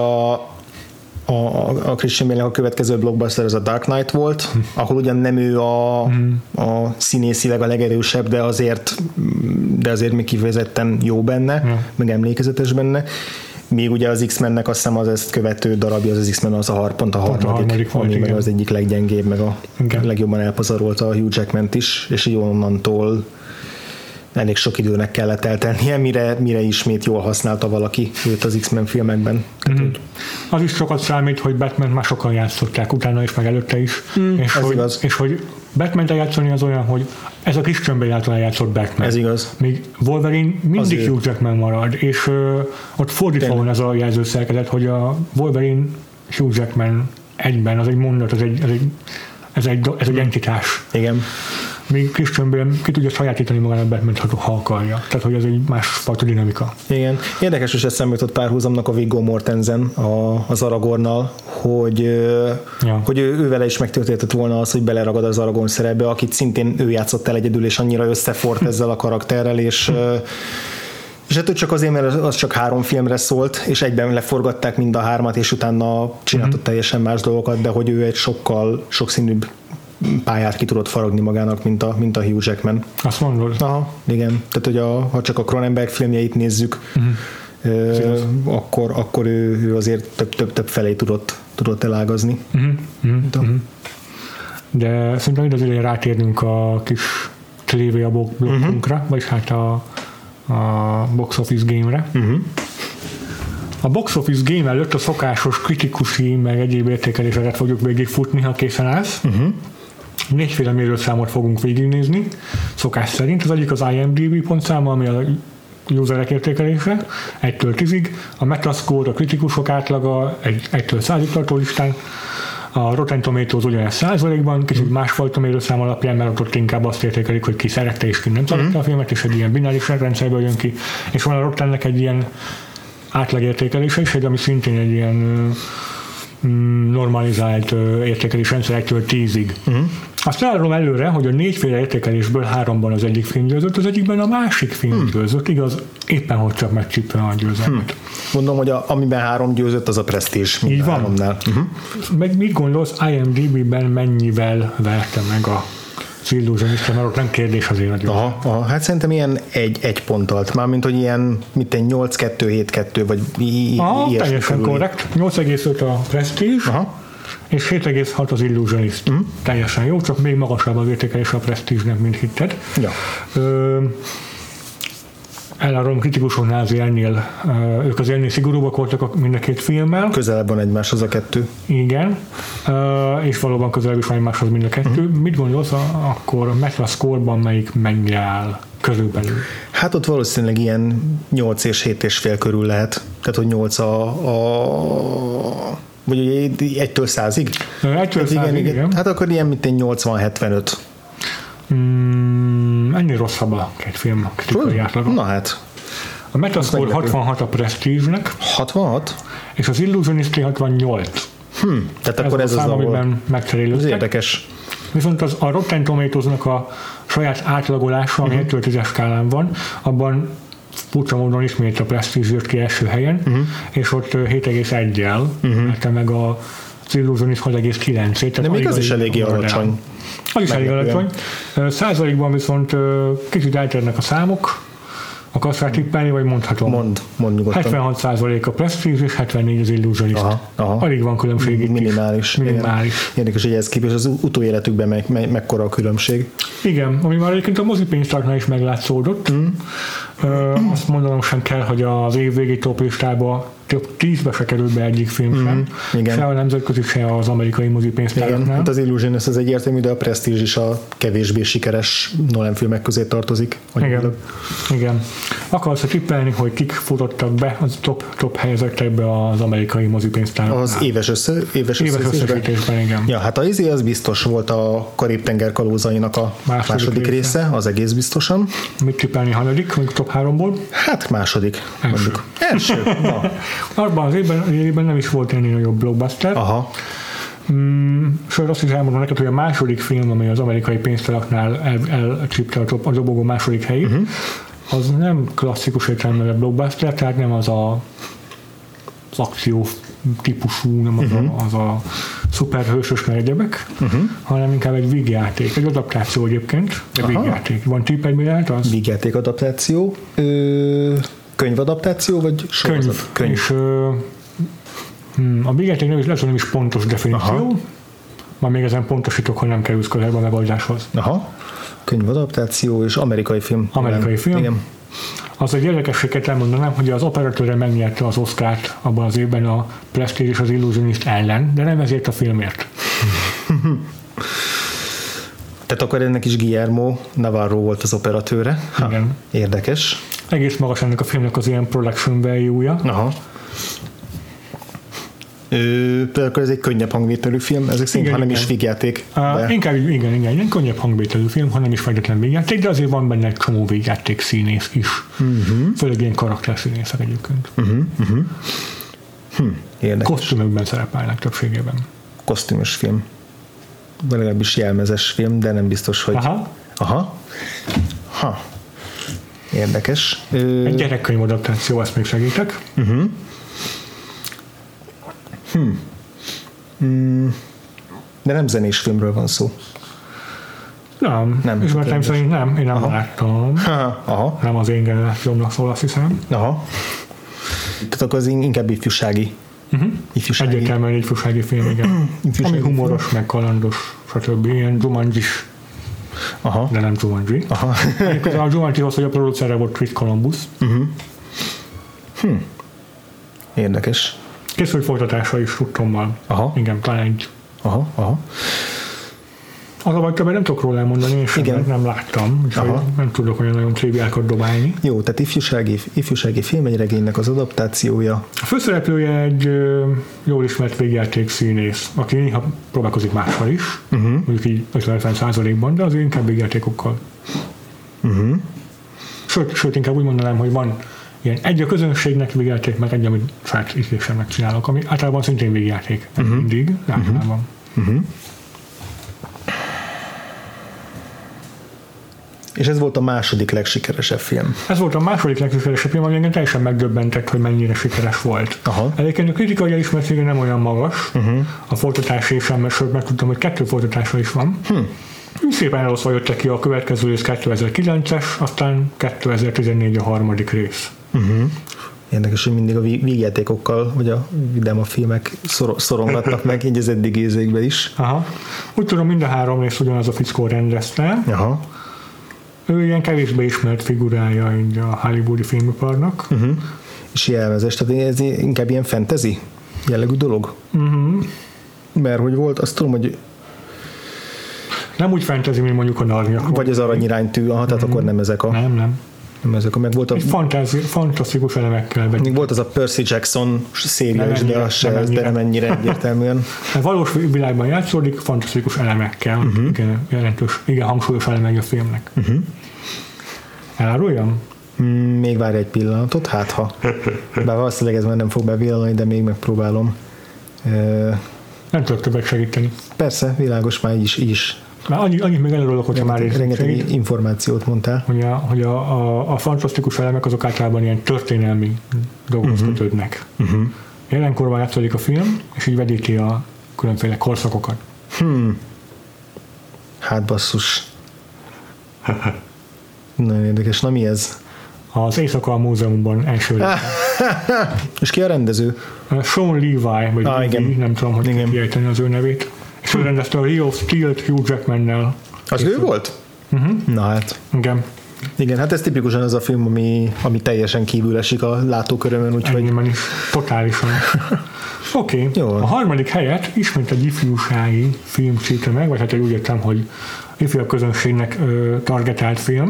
a Christian Bale-nek a következő blockbuster az a Dark Knight volt, ahol ugyan nem ő a színészileg a legerősebb, de azért még kifejezetten jó benne, meg emlékezetes benne. Még ugye az X-Mennek azt hiszem az ezt követő darabja, az X-Men az pont a harmadik ami meg az egyik leggyengébb, meg a legjobban elpazarolta a Hugh Jackmant is, és így onnantól elég sok időnek kellett eltennie, mire ismét jól használta valaki őt az X-Men filmekben. Az is sokat számít, hogy Batman már sokan játszották, utána is, meg előtte is. És hogy Batman-t játszani az olyan, hogy ez a Christian Bale által játszott Batman. Ez igaz. Míg Wolverine mindig Hugh Jackman marad, és ott fordítva van ez a jelzőszerkezet, hogy a Wolverine Hugh Jackman egyben, az egy mondat, ez egy entitás. Igen. Még Christian Bale ki tudja sajátítani magának Batman-t, ha akarja. Tehát, hogy ez egy másfajta dinamika. Igen. Érdekes, hogy eszembe jutott párhuzamnak a Viggo Mortensen az Aragornnal, hogy ő vele is megtörténhetett volna az, hogy beleragad az Aragorn szerepbe, akit szintén ő játszott el egyedül, és annyira összefort ezzel a karakterrel, és hát csak azért, mert az csak 3 filmre szólt, és egyben leforgatták mind a 3-at, és utána csináltott teljesen más dolgokat, de hogy ő egy sokkal sokszínűbb pályát ki tudott faragni magának, mint a Hugh Jackman. Azt mondod? Aha, igen. Tehát, hogy ha csak a Cronenberg filmjeit nézzük, akkor ő azért több felé tudott elágazni. De szerintem itt azért rátérnünk a kis trivia blokkunkra, vagyis hát a box office game-re. A box office game előtt a szokásos kritikusi, meg egyéb értékeléseket fogjuk végigfutni, ha készen állsz. 4 mérőszámot fogunk végignézni, szokás szerint. Az egyik az IMDb pontszáma, ami a userek értékelése, 1-től 10-ig, a Metascore, a kritikusok átlaga 1-től 100-ig tartó listán, a Rotten Tomatoes ugyanez 100%-ban, kicsit másfajta mérőszám alapján, mert ott inkább azt értékelik, hogy ki szerette és ki nem szerette a filmet, és egy ilyen bináris rendszerből jön ki, és van a Rottennek egy ilyen átlagértékelése is, ami szintén egy ilyen normalizált értékelés rendszer 1-től 10-ig. Azt elárulom előre, hogy a 4 értékelésből 3-ban az egyik film győzött, az egyikben a másik film győzött, igaz, éppen hogy csak megcsípve a győzelmet. Mondom, hogy amiben 3 győzött, az a Prestige. Így van. Meg mit gondolsz, IMDb-ben mennyivel verte meg a Illusionista, mert ott nem kérdés azért a győzelmet. Hát szerintem ilyen egy ponttal, mármint, hogy ilyen 8-2-7-2, vagy ilyesmi. Teljesen korrekt. 8,5 a Prestige, és 7,6 az Illusionist. Teljesen jó, csak még magasabb az értékelés a Prestige-nek, mint hitted. Ja. Elárulom, kritikusoknál azért ők azért ennél szigorúbbak voltak mind a 2 filmmel. Közelebb van egymáshoz a 2. Igen, és valóban közelebb is van egymáshoz mind a 2. Mit gondolsz, akkor a Metascore-ban melyik mennyire áll körülbelül? Hát ott valószínűleg ilyen 8 és 7,5 körül lehet. Tehát, hogy 8 vagy 1-től 100-ig? 1-től 100-ig, igen. Hát akkor ilyen, mint egy 80-75. Ennél rosszabb a 2 film kritikai átlaga. Na hát. A Metascore 66 a Prestige-nek. 66? És az Illusionist 68. Tehát akkor ez az szám, amiben megcserélődtek. Ez érdekes. Viszont a Rotten Tomatoes-nak a saját átlagolása, ami 1-től 10-es skálán van, abban furcsa módon ismét a Prestige jött ki első helyen, és ott 7,1-jel verte meg az Illusionist 6,9-ét. De még az is eléggé alacsony. Az is elég alacsony. Százalékban viszont kicsit eltérnek a számok. Akarsz rá tippelni, vagy mondhatom? Mond nyugodtan. 76% a Prestige, és 74 az Illusionist. Alig van különbség itt. Minimális. Érdekes, hogy ez képest az utóéletükben mekkora a különbség. Igen, ami már egyébként a mozipénztáraknál is meglátszódott. Azt mondanom sem kell, hogy az évvégi top listába több 10-be se került be egyik film sem. Se a nemzetközi, se az amerikai mozipénztáraknál. Igen, hát az Illusionist az egyértelmű, de a Prestige is a kevésbé sikeres Nolan filmek közé tartozik. Igen. Akarsz tippelni, hogy kik futottak be az top helyezettekbe az amerikai mozipénztáraknál? Az éves összesítésben, igen. Ja, hát az biztos volt a Karib-tenger kalózainak a második része, az egész biztosan. Mit tippelni hanyadik, mondjuk top 3-ból? Hát második. Első. Na. Abban az évben nem is volt ennél nagyobb blockbuster. Aha. Sőt, azt is elmondom neked, hogy a második film, amely az amerikai pénztáraknál elcsípte a dobogó második helyét, az nem klasszikus értelemben blockbuster, tehát nem az az akció típusú, nem az a szuperhősös egyebek, hanem inkább egy vígjáték, egy adaptáció egyébként, egy vígjáték. Van tipped, mi lehet az? Vígjáték adaptáció, könyvadaptáció, vagy sorozat? Könyv. És a vígjáték nem is pontos definíció, már még ezen pontosítok, hogy nem kerülsz közelbe a megoldáshoz. Könyvadaptáció és amerikai film. Igen. Az egy érdekességet elmondanám, hogy az operatőre megnyerte az Oscart abban az évben a Prestige és az Illusionist ellen, de nem ezért a filmért. Tehát akkor ennek is Guillermo Navarro volt az operatőre. Igen. Érdekes. Egész magas ennek a filmnek az ilyen production value-ja. Például ez egy könnyebb hangvételű film, ezek szerint, ha nem is vígjáték. Inkább igen, könnyebb hangvételű film, ha nem is feltétlenül vígjáték, de azért van benne egy csomó vígjáték színész is. Főleg ilyen karakterszínészek egyébként. Érdekes. Kosztümökben szerepelnek többségében. Kosztümös film. Legalábbis jelmezes film, de nem biztos, hogy... Érdekes. Egy gyerekkönyv adaptáció, ezt még segítek. De nem zenés filmről van szó. Nem. Ismertem szerint nem, én nem láttam. Nem az én generációmnak szól, azt hiszem. Tehát akkor az inkább ifjúsági. Egyértelműen egy ifjúsági film, igen. Ami humoros, meg kalandos, stb. Ilyen Jumanji-s. De nem Jumanji. A Jumanjihoz, hogy a producere volt Chris Columbus. Érdekes. Készült folytatása is tudtommal. Igen, talán egy. Az a baj, nem tudok róla elmondani, és nem láttam, úgyhogy nem tudok olyan nagyon triviákat dobálni. Jó, tehát ifjúsági film, egy regénynek az adaptációja. A főszereplője egy jól ismert végjáték színész, aki néha próbálkozik máshol is, mondjuk így 50%-ban, de azért inkább végjátékokkal. Sőt, inkább úgy mondanám, hogy van ilyen egy a közönségnek végjáték, meg egy, amit saját ízlésemnek csinálok, ami általában szintén végjáték. Mindig, általában. És ez volt a második legsikeresebb film. Ez volt a második legsikeresebb film, ami engem teljesen megdöbbentett, hogy mennyire sikeres volt. Egyébként a kritikai elismertsége nem olyan magas, a folytatása sem, mert megtudtam, hogy 2 folytatása is van. Szépen eloszva jöttek ki a következő rész 2009-es, aztán 2014 a harmadik rész. Érdekes, hogy mindig a vígjátékokkal, vagy a vidám a filmek szorongatnak meg, így az eddigi érzékben is. Úgy tudom, mind a 3 rész ugyanaz a fickó rendezte. Ő ilyen kevésbé ismert figurája így a hollywoodi filmiparnak. És jelmezes, tehát ez inkább ilyen fantasy jellegű dolog? Mert hogy volt, azt tudom, hogy nem úgy fantasy, mint mondjuk a Narnia. Vagy az aranyiránytű, tehát akkor nem ezek a... Nem. Meg volt a... Fantasztikus elemekkel. Még volt az a Percy Jackson széria is, de nem ennyire egyértelműen. Valós világban játszódik, fantasztikus elemekkel. Igen, hangsúlyos elemek a filmnek. Eláruljam? Még várj egy pillanatot, hát ha. Bár valószínűleg ez már nem fog bevillanani, de még megpróbálom. Nem tudok többet segíteni. Persze, világos, már így is Már annyit még előrólok, hogyha már rengeteg információt mondtál. Hogy a fantasztikus elemek azok általában ilyen történelmi dolgokhoz kötődnek. Jelenkorban játszódik a film, és így vedíti a különféle korszakokat. Hát basszus. Nagyon érdekes. Na mi ez? Az Éjszaka a Múzeumban első És ki a rendező? Sean Levi, vagy igen. Nem tudom, hogy kiejteni az ő nevét. És ő rendezte a Rio of Steel-t Hugh Jackmannel. Az ő volt? Na hát. Igen. Igen, hát ez tipikusan az a film, ami teljesen kívül esik a látókörömön, úgyhogy... Ennyiben is, totálisan. Oké. A harmadik helyet ismét egy ifjúsági film csípte meg, vagy hát úgy értem, hogy ifjabb közönségnek targetált film.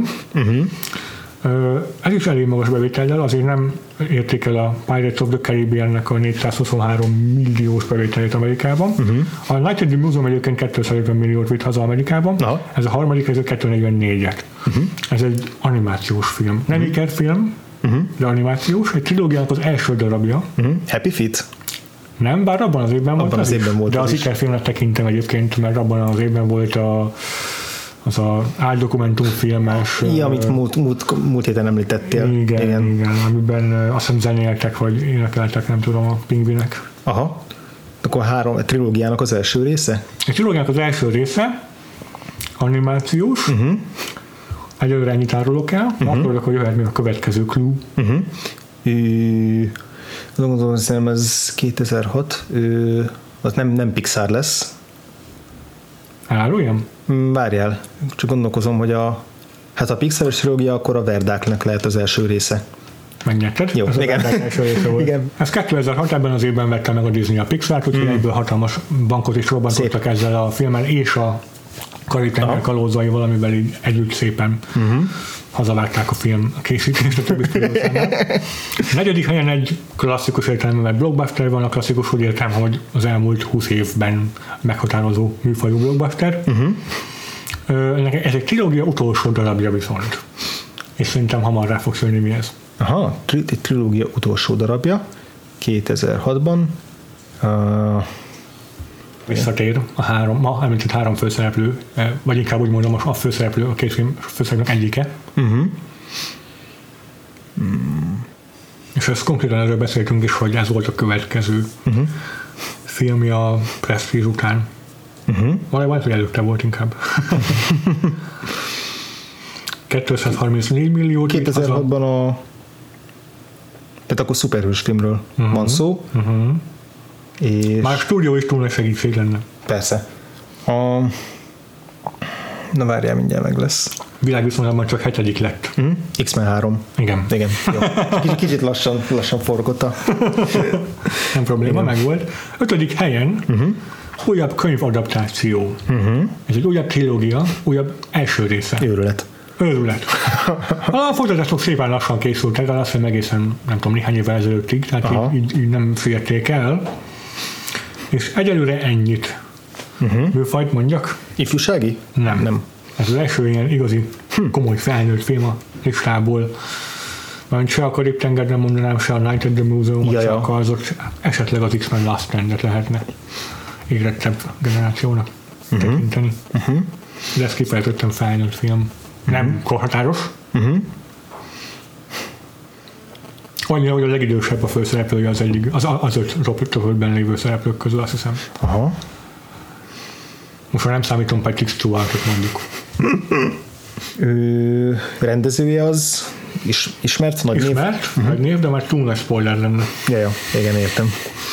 Ez is elég magas bevétellel, azért nem érték el a Pirates of the Caribbean-nek a 423 milliós bevételét Amerikában. A Night at the Museum egyébként 250 milliót vitt haza Amerikában, ez a harmadik, ez a 244-et. Ez egy animációs film. Nem ikerfilm, de animációs, egy trilógiának az első darabja. Happy Feet? Nem, bár abban az évben volt az évben volt. De az ikerfilmnek tekintem egyébként, mert abban az évben volt az áldokumentumfilmes... amit múlt héten említettél. Igen, amiben azt hiszem zenéltek, vagy énekeltek, nem tudom, a pingvinek. Aha. Akkor a trilógiának az első része? A trilógiának az első része animációs. Egyelőre ennyit árulok el. Akkor hogy jöhet még a következő clue. Gondolom, szerintem ez 2006. Az nem Pixar lesz. Áruljam? Várjál, csak gondolkozom, hogy a Pixar-os trilógia, akkor a Verdáknak lehet az első része. Megnyerted? Jó, igen. Igen. Ez 2006 ebben az évben vette meg a Disney a Pixart, úgyhogy egyből hatalmas bankot is robbantottak ezzel a filmmel, és a Karib-tenger kalózai valamivel így együtt szépen hazavágták a film készítést a többi filmszámát. A negyedik helyen egy klasszikus értelemben blockbuster van, a klasszikus úgy értem, hogy az elmúlt 20 évben meghatározó műfajú blockbuster. Ez egy trilógia utolsó darabja viszont. És szerintem hamar rá fogsz jönni, mi ez. Aha, trilógia utolsó darabja 2006-ban. Visszatér a három főszereplő, vagy inkább úgy mondom, a főszereplő, a két film főszereplők egyike. És ezt konkrétan erről beszéltünk is, hogy ez volt a következő filmje a Prestige után. Valójában hogy előtte volt inkább. 234 millió. 2006-ban tehát akkor szuperhős filmről van szó. És már a stúdió is túl nagy segítség lenne. Persze. Na várjál, mindjárt meg lesz. Világviszonylatban csak 7. lett. X-Men 3. Igen. Jó. Kicsit lassan forgott nem probléma, meg volt. 5. helyen újabb könyvadaptáció. Ez egy újabb trilógia, újabb első része. Őrület. A folytatások szépen lassan készültek, de azt hiszem egészen, nem tudom, néhány évvel ezelőttig, tehát így nem férték el. És egyelőre ennyit. Műfajt mondjak? Ifjúsági? Nem. Ez az első ilyen igazi komoly felnőtt film a listából. Mert se a Karib-tenger nem mondanám, se a Night at the Museum, csak azok esetleg az X-Men Last Stand-et lehetne érettebb generációnak tekinteni. De ez kifejezetten felnőtt film. Nem korhatáros. Annyira, hogy a legidősebb a főszereplője az 5 Robert lévő szereplők közül, azt hiszem. Most már nem számítom Patrick Stewartot mondjuk. Rendezője az ismert nagy név? Nagy név, de már túl nagy spoiler lenne. Ja, igen, értem.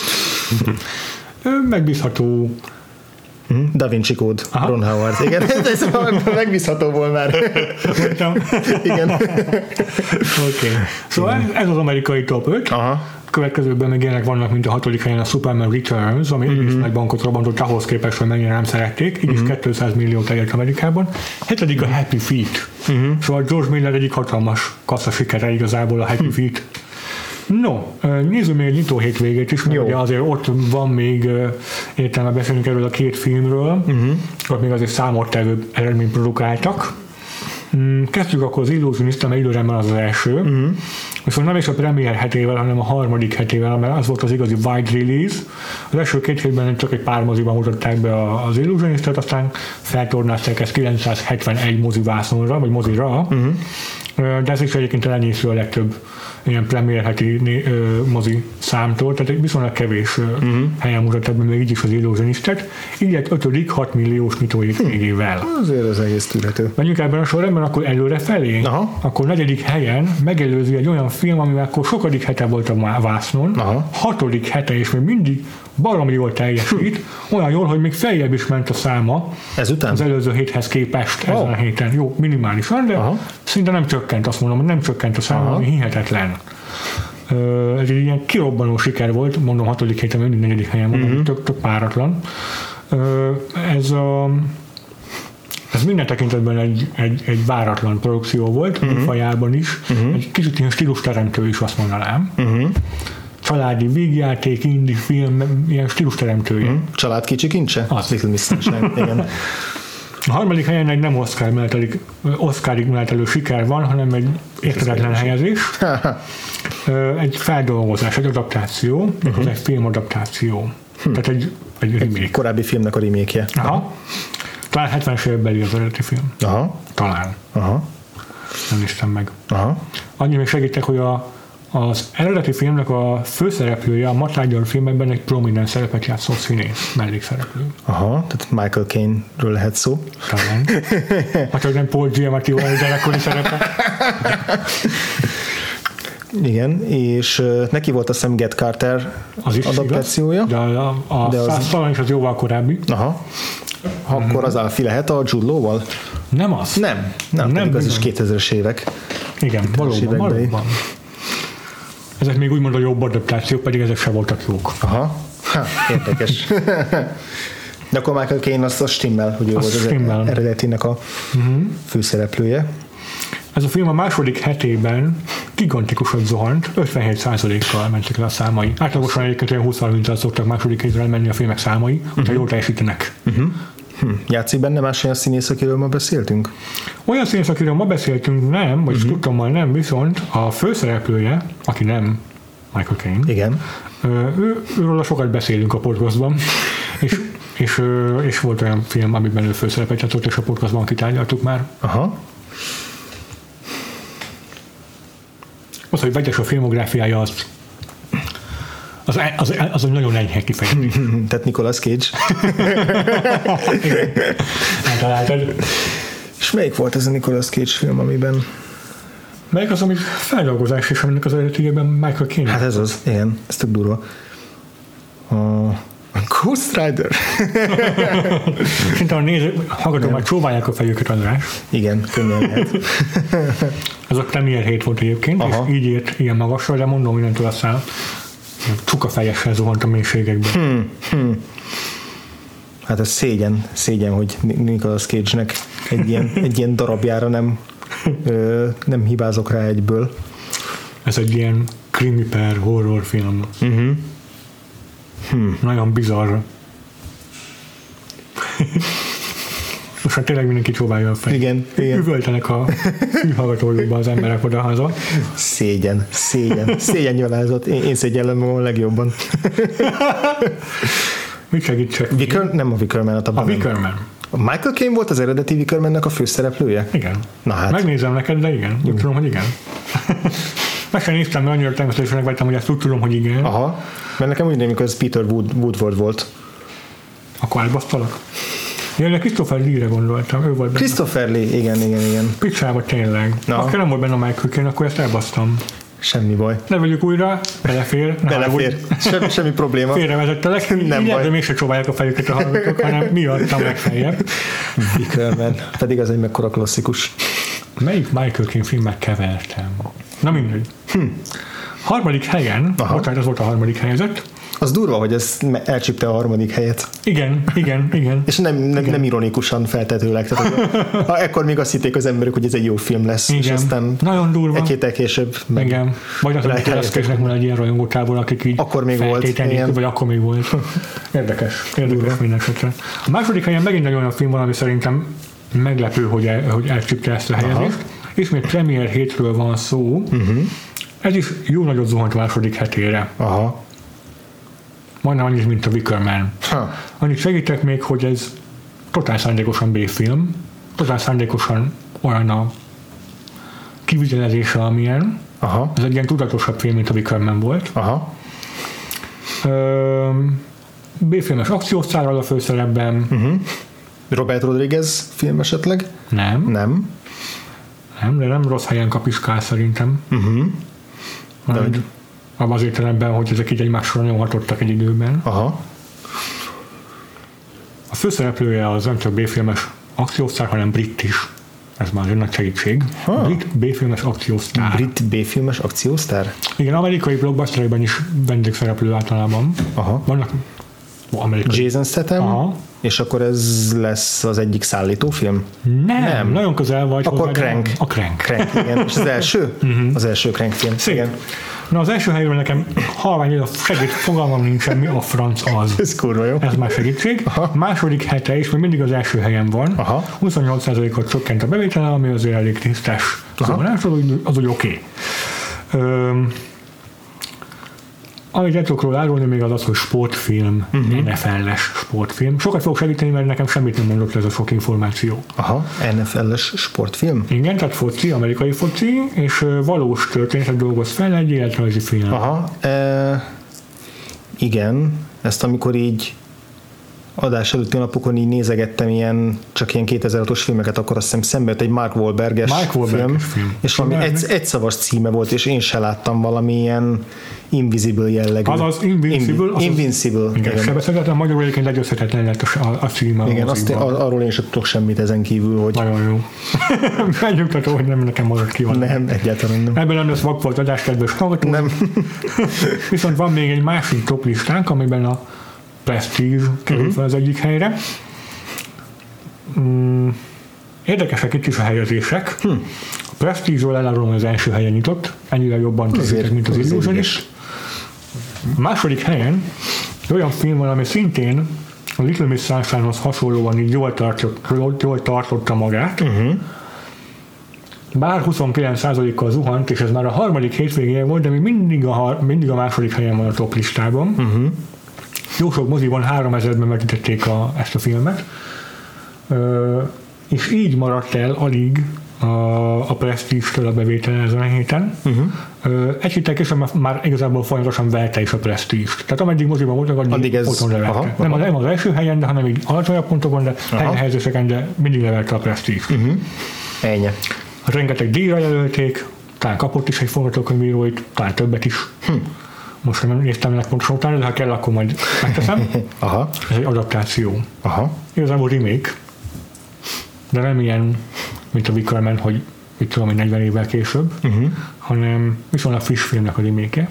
Megbízható. Da Vinci Code, Ron Howard. Igen, ez megbízható volt már. Igen. Oké. Szóval ez az amerikai top 5. Következőben még ilyenek vannak, mint a 6. helyen a Superman Returns, ami is nagy bankot robbantott ahhoz képest, hogy mennyire nem szerették. Így is 200 milliót elért Amerikában. 7. a Happy Feet. Szóval George Miller egyik hatalmas kassza sikere igazából a Happy Feet. No, nézzük még egy nyitó hétvégét is, mert ugye azért ott van még értelme beszélünk erről a két filmről, ott még azért számottevő eredményt produkáltak. Kezdjük akkor az Illusionista, mert időrendben az első. Viszont nem is a premier hetével, hanem a harmadik hetével, mert az volt az igazi wide release. Az első 2 hétben csak egy pár moziban mutatták be az Illusionistet, aztán feltornázták ezt 971 mozivászonra, vagy mozira, de ez is egyébként elenyésző a legtöbb ilyen premier heti mozi számtól, tehát viszonylag kevés helyen mutatták be még így is az Illusionistet, így lett 5. 6 milliós nyitóértékével. Azért az egész tűrhető. Menjünk ebben a sorrendben akkor előre felé. Aha. Akkor 4. helyen megelőzi egy olyan film, amivel akkor sokadik hete volt a vásznon, 6. hete, és még mindig baromi jól teljesít, olyan jól, hogy még feljebb is ment a száma ezután? Az előző héthez képest ezen a héten. Jó, minimálisan, de szinte nem csökkent, azt mondom, hogy nem csökkent a száma, ami hihetetlen. Ez egy ilyen kirobbanó siker volt, mondom 6. héten, mindig 4. helyen mondom, tök páratlan. Ez minden tekintetben egy váratlan produkció volt, fajában is, egy kicsit ilyen stílusteremtő is, azt mondanám. Családi vígjáték, indie film, ilyen stílusteremtője. Család kicsi kincse? Az. Little Miss Sunshine, igen. A harmadik helyen egy nem Oscarig menetelő siker van, hanem egy érthetetlen helyezés. Egy feldolgozás, egy adaptáció, ez egy filmadaptáció. Tehát egy remake. Korábbi filmnek a remake-je. Talán 70-es évekbeli az eredeti film. Talán. Nem néztem meg. Annyi még segítek, hogy az eredeti filmnek a főszereplője a Matt Lange filmekben egy prominens szerepet játszó színész, mellékszereplő. Tehát Michael Caine-ről lehet szó. Talán. Hát, nem Paul Giamatti olyan gyerekkori szerepe. Igen, és neki volt a Sam Get Carter adaptációja. De talán is az jóval korábbi. Akkor az Alfie lehet a Jude Law-val? Nem az. Nem pedig az is 2000-es évek. Igen, valóban. Ezek még úgymond a jobb adaptációk, pedig ezek se voltak jók. Érdekes. De akkor Michael Caine az stimmel, hogy ő volt az eredetinek a főszereplője. Ez a film a második hetében gigantikusat zuhant, 57%-kal mentek le a számai. Átlagosan egyébként olyan 20-30-al szoktak második hétre menni a filmek számai, hogyha jól teljesítenek. Játszik benne más olyan színész, akiről ma beszéltünk? Olyan színész, akiről ma beszéltünk nem, vagy tudtommal nem, viszont a főszereplője, aki nem Michael Caine. Igen. Őről sokat beszélünk a podcastban, és volt olyan film, amiben ő főszerepet játszott, és a podcastban kitárgyaltuk már. Az, hogy vegyes a filmográfiája, az egy nagyon enyhe kifejezés. Tehát Nicolas Cage. Eltaláltad. És melyik volt ez a Nicolas Cage film, amiben... Melyik az, ami feldolgozás is, aminek az eredetiében Michael Caine? Hát ez az, igen, ez tök durva. Ghost Rider. Szerintem a hallgatók már csóválják a fejüket, András. Igen, könnyen lehet. Ez a premier hét volt egyébként, és így ért ilyen magasra, de mondom, mindentől aztán csukafejessel zuhant a mélységekbe. Hát ez szégyen, hogy Nicolas Cage-nek egy ilyen darabjára nem hibázok rá egyből. Ez egy ilyen krimi per horrorfilm. Nagyon bizarr. Most már tényleg mindenki csóválja a fejét. Igen. Üvöltenek a fülhallgatójukba az emberek oda-haza. Szégyen gyalázat. Én szégyellem magam a legjobban. Mit segítsek? Nem a Wickerman, a Wickerman. A Michael Caine volt az eredeti Wickermannek a főszereplője? Igen. Na hát. Megnézem neked, de igen. Úgy tudom, hogy igen. Meg sem néztem, mert annyira természetesen vettem, hogy ezt úgy tudom, hogy igen. Mert nekem úgy némik, hogy ez Peter Woodward volt. Akkor átbasztalak? Én Christopher Lee-re gondoltam, ő volt benne. Christopher Lee, igen. Picsába tényleg. Akkor nem volt benne a Michael Caine, akkor ezt elbasztam. Semmi baj. Ne vegyük újra, belefér. Semmi probléma. Félrevezettelek. Nem baj. De mégsem csóválják a fejüket a hallgatók, hanem miattam legfeljebb. Wickerman. Pedig az egy mekkora klasszikus. Melyik Michael Caine filmet kevertem? Na mindegy. Harmadik helyen, az volt a harmadik helyzet. Az durva, hogy ez elcsípte a harmadik helyet. Igen. És nem ironikusan feltetőleg. Tehát, ekkor még azt hitték az emberek, hogy ez egy jó film lesz. Igen. És aztán nagyon durva. Egy héttel később. Igen. Vagy az, hogy Nicolas van egy ilyen rajongótából, akik így akkor még volt. Vagy akkor még volt. Érdekes minden esetre. A második helyen megint egy olyan film van, ami szerintem meglepő, hogy elcsípte ezt a helyezést. Ismét premier hétről van szó. Ez is jó nagyot zuhant második hetére. Aha. Majdnem annyit, mint a Wicker Man. Annyit segítek még, hogy ez totál szándékosan B-film, totál szándékosan olyan a kivitelezése, amilyen. Aha. Ez egy ilyen tudatosabb film, mint a Wicker Man volt. Aha. B-filmes akciósztárral a főszerepben. Robert Rodriguez film esetleg? Nem. Nem. Nem, de nem rossz helyen kapiskál szerintem. Abban az értelemben, hogy ezek így egymásra nyomhatottak egy időben. Aha. A főszereplője az nem csak B-filmes akciósztár, hanem brit is. Ez már egy nagy segítség. Brit B-filmes akciósztár. Brit B-filmes akciósztár? Igen, amerikai blockbustereiben is vendégszereplő általában. Aha. Vannak amerikai. Jason Statham? Aha. És akkor ez lesz az egyik szállítófilm? Nem. Nagyon közel vagy. Akkor Crank. A Crank. Crank, igen. És az első? Az első Crank film. Szép. Igen. Na az első helyről nekem halvány, a segít, fogalmam nincs, mi a franc az. Ez kurva jó. Ez már segítség. Aha. Második hete is, még mindig az első helyen van. Aha. 28%-ot csökkent a bevétele, ami azért elég tisztes. Szóval az úgy oké. Amit el tudok róla árulni még az, hogy sportfilm, NFL-es sportfilm. Sokat fogok segíteni, mert nekem semmit nem mondott ez a sok információ. Aha, NFL-es sportfilm? Igen, tehát foci, amerikai foci, és valós történetet dolgoz fel egy életrajzi film. Aha, igen, ezt amikor így adás előtti napokon így nézegettem csak ilyen 2006-os filmeket, akkor azt hiszem szembe jött egy Mark Wahlberg-es film, és valami egyszavas címe volt, és én se láttam valami ilyen Invisible jellegű. Az Invincible. Invincible. Igen, sebeszegetlen, magyarul egyébként legyőzhetetlen lett a címe. Igen, arról én sem tudok semmit ezen kívül, hogy... Nagyon jó. Megnyugtató, hogy nem nekem maradt ki valami. Nem, egyáltalán nem. Ebben nem lesz vakfolt adás, kedves hallgató. Nem. Viszont van még egy másik top listánk, amiben a Prestige kerül fel az egyik helyre. Érdekesek itt is a helyezések. A Prestige-ről elárulom, az első helyen nyitott, ennyire jobban készítek, mint az Illusion is. A második helyen olyan film van, ami szintén a Little Miss Sunshine-hoz hasonlóan így jól tartotta magát. Bár 29%-kal zuhant, és ez már a harmadik hétvégéje volt, de még mindig a második helyen van a top listában. Jó sok moziban 3000-ben vetítették ezt a filmet, és így maradt el alig a Prestige-től a bevétel ezen a héten. Egy héttel később már igazából folyamatosan verte is a Prestige-t. Tehát ameddig moziban voltak, addig otthon leverte. Nem az első helyen, de hanem így alacsonyabb pontokon, de helyezéseken, de mindig levelte a Prestige-t. Ennyi. Rengeteg díjra jelölték, talán kapott is egy forgatókönyvíróit, talán többet is. Most nem néztem ennek pontosan utána, de ha kell, akkor majd megteszem. Aha. Ez egy adaptáció. Aha. Igazából remake, de nem ilyen, mint a Wicker Man, hogy mit tudom, 40 évvel később, hanem viszonylag friss filmnek a remake-je.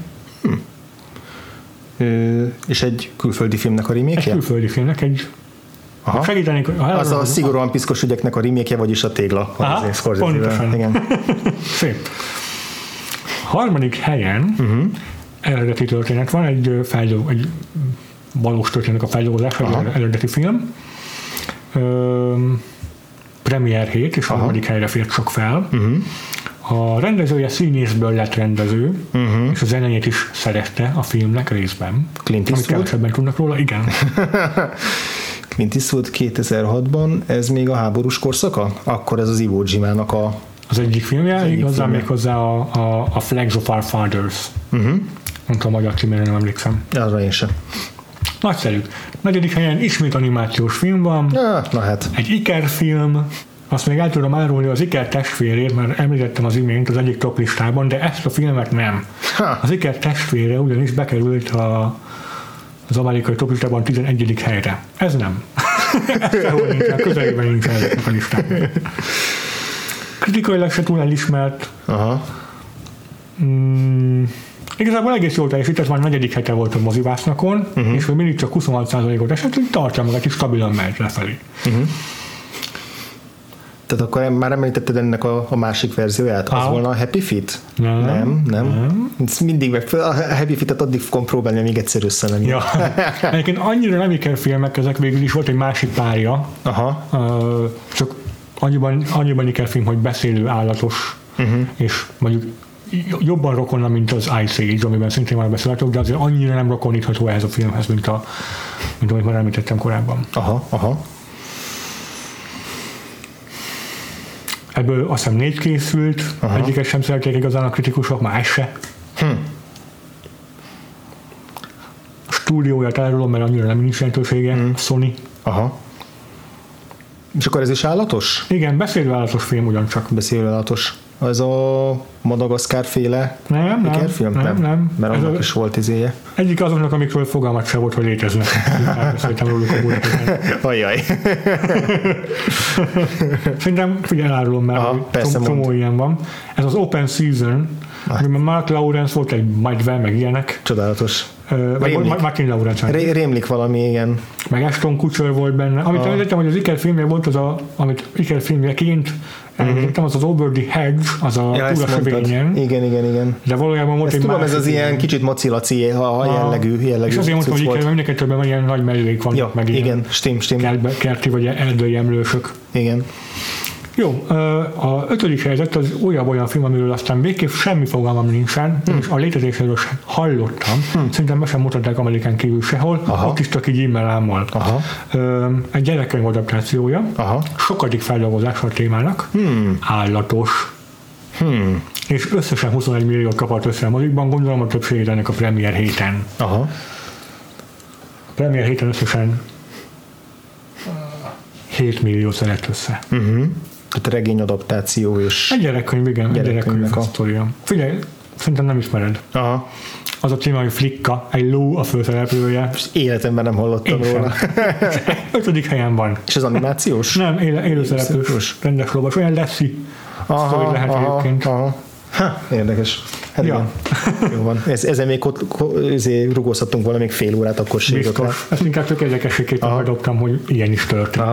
És egy külföldi filmnek a remake-je? Egy külföldi filmnek, segítenék, az a szigorúan piszkos ügyeknek a remake-je, vagyis a Tégla. Aha, pontosan. Igen. Szép. Harmadik helyen eredeti történet van, egy valós történet a feldolgozás, egy eredeti film. Premier hét, és a harmadik helyre fért csak fel. A rendezője színészből lett rendező, és a zenéjét is szerette a filmnek részben. Clint Eastwood? Amit kevesebben tudnak róla, igen. Clint Eastwood 2006-ban, ez még a háborús korszaka? Akkor ez az Iwo Jima-nak az egyik filmje, igazán még hozzá a Flags of Our Fathers. Nem tudom, a magyar címére nem emlékszem. Arra én sem. Nagyszerű. Negyedik helyen ismét animációs film van. Na hát. Egy Iker film. Azt még el tudom árulni az Iker testvérét, mert említettem az imént az egyik top listában, de ezt a filmet nem. Az Iker testvére ugyanis bekerült az amerikai top listában 11. helyre. Ez nem. Ez sehol nincsen, közelében nincsen ezeknek a listáknak. Kritikailag se túl elismert. Igazából egész jól teljesített, már 4. hete volt a mozivásznakon, és még mindig csak 26%-ot esett, hogy tartja magát, és stabilan megy lefelé. Tehát akkor már említetted ennek a másik verzióját? Az volna a Happy Feet? Nem. Mindig a Happy Feet-et addig fogom próbálni, amíg egyszer összemenni. Ja. Egyébként annyira nem Iker filmek, ezek végül is volt egy másik párja. Csak annyiban Iker film, hogy beszélő, állatos, és mondjuk jobban rokonna, mint az Ice Age, amiben szintén már beszélhetünk, de azért annyira nem rokonítható ehhez a filmhez, mint amit már említettem korábban. Aha. Ebből azt hiszem 4 készült, egyiket sem szerették igazán a kritikusok, más se. A stúdióját elrólom, mert annyira nem nincs jelentősége, Sony. Aha. És akkor ez is állatos? Igen, beszélő állatos film ugyancsak. Beszélő állatos. Ez a Madagaszkár féle ikerfilm? Nem. Mert annak is volt izéje. Egyik azoknak, amikről fogalmat sem volt, hogy léteznek. Beszéltem róluk a múltkor. Ajaj. Szerintem elárulom, mert csomó ilyen van. Ez az Open Season, amiben Mark Lawrence volt egy medve, meg ilyenek. Csodálatos. Martin Lawrence. Rémlik valami, igen. Meg Ashton Kutcher volt benne. Amit említettem, hogy az Iker filmje volt, amit Iker filmjeként említettem, az Over the Hedge, az a túl a sövényen. Igen. De valójában volt egy tudom, ez az ilyen kicsit macilaci jellegű. És azért mondtam, hogy Iker, mindenki többen ilyen nagy mellék van. Meg igen, stim. Kerti vagy erdői emlősök. Igen. Jó, a 5. helyzet az olyan film, amiről aztán végképp semmi fogalmam nincsen, és a létezéséről sem hallottam, szerintem meg sem mutatták Amerikán kívül sehol, ott is csak így e-mailámmal. Egy gyerekkönyv adaptációja, sokadik feldolgozása a témának, állatos, és összesen 21 milliót kapott össze a mozikban, gondolom a többségét ennek a premier héten. A premier héten összesen 7 millió szedett össze. Tehát regényadaptáció és... Egy gyerekkönyv, igen, egy gyerekkönyvnek a sztoria. Figyelj, szerintem nem ismered. Az a cím, hogy Flicka, egy ló a főszereplője. Életemben nem hallottam róla. 5. helyen van. És az animációs? Nem, élőszereplős, rendes lovas, olyan Lassie sztori lehet egyébként. Érdekes. Hát igen. Jó van. Ezzel még rugózhatunk volna még fél órát, akkor sírok rá. Ezt inkább tök érdekességképpen megadobtam, hogy ilyen is történt.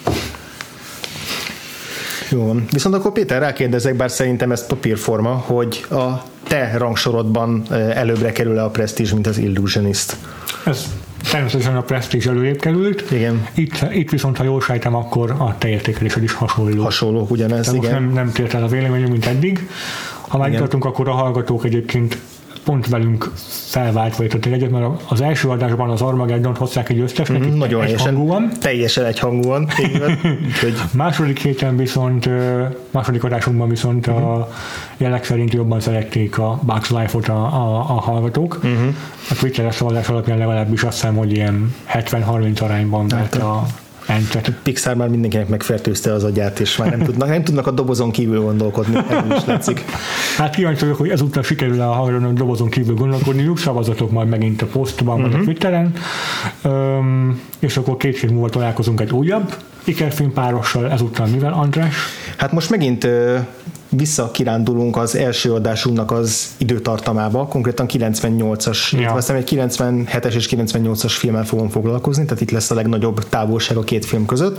Jó van. Viszont akkor Péter, rákérdezek, bár szerintem ez papírforma, hogy a te rangsorodban előbbre kerül-e a Prestige, mint az Illusionist? Ez természetesen a Prestige előrébb került. Igen. Itt viszont, ha jól sejtem, akkor a te értékelésed is hasonló. Hasonló, ugyanez, igen. Most nem tért el a véleményünk, mint eddig. Ha megtartunk, akkor a hallgatók egyébként pont velünk felváltva értették egyet, mert az első adásban az Armageddont hozták egy összesnek, nagyon egyhangúan. Teljesen egyhangúan. Második adásunkban viszont a jelek szerint jobban szerették a Bugs Life-ot a hallgatók. A Twitter szavazás alapján legalábbis azt hiszem, hogy ilyen 70-30 arányban vett a Entet. Pixar már mindenkinek megfertőzte az agyát, és már nem tudnak a dobozon kívül gondolkodni. Ebből is látszik. Hát kíváncsi vagyok, hogy ezúttal sikerül a hallgatóknak dobozon kívül gondolkodniuk, szavazatok majd megint a posztban, vagy a Twitteren, és akkor 2 hét múlva találkozunk egy újabb ikerfilm párossal, ezúttal mivel, András? Hát most megint visszakirándulunk az első adásunknak az időtartamába, konkrétan 98-as, aztán egy 97-es és 98-as filmmel fogom foglalkozni, tehát itt lesz a legnagyobb távolság a 2 film között,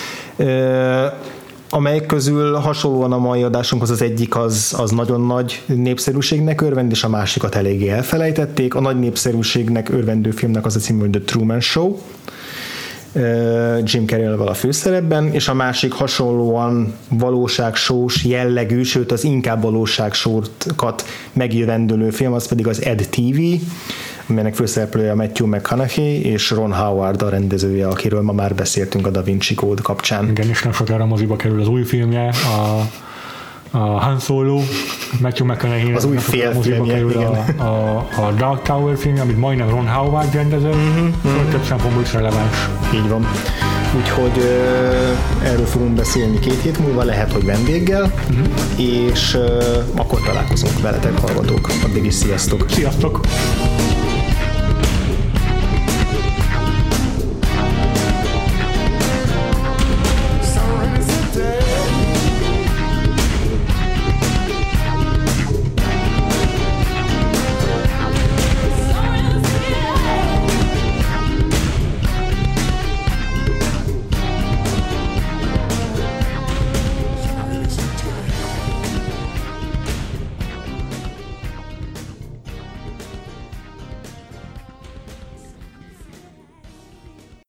amelyek közül hasonlóan a mai adásunkhoz az egyik az nagyon nagy népszerűségnek örvend, és a másikat eléggé elfelejtették. A nagy népszerűségnek örvendő filmnek az a cím, hogy The Truman Show, Jim Carrey-vel a főszerepben, és a másik hasonlóan valóságsós jellegű, sőt az inkább valóságsókat megjövendőlő film, az pedig az Ed TV, amelynek főszereplője Matthew McConaughey és Ron Howard a rendezője, akiről ma már beszéltünk a Da Vinci Code kapcsán. Igen, és nem sokára moziba kerül az új filmje, a Han Solo, Matthew McConaughey az új félfilmje, a Dark Tower film, amit majdnem Ron Howard rendezett, több szempontból is releváns. Így van. Úgyhogy erről fogunk beszélni 2 hét múlva, lehet, hogy vendéggel, és akkor találkozunk veletek, hallgatók. Addig is sziasztok! Sziasztok!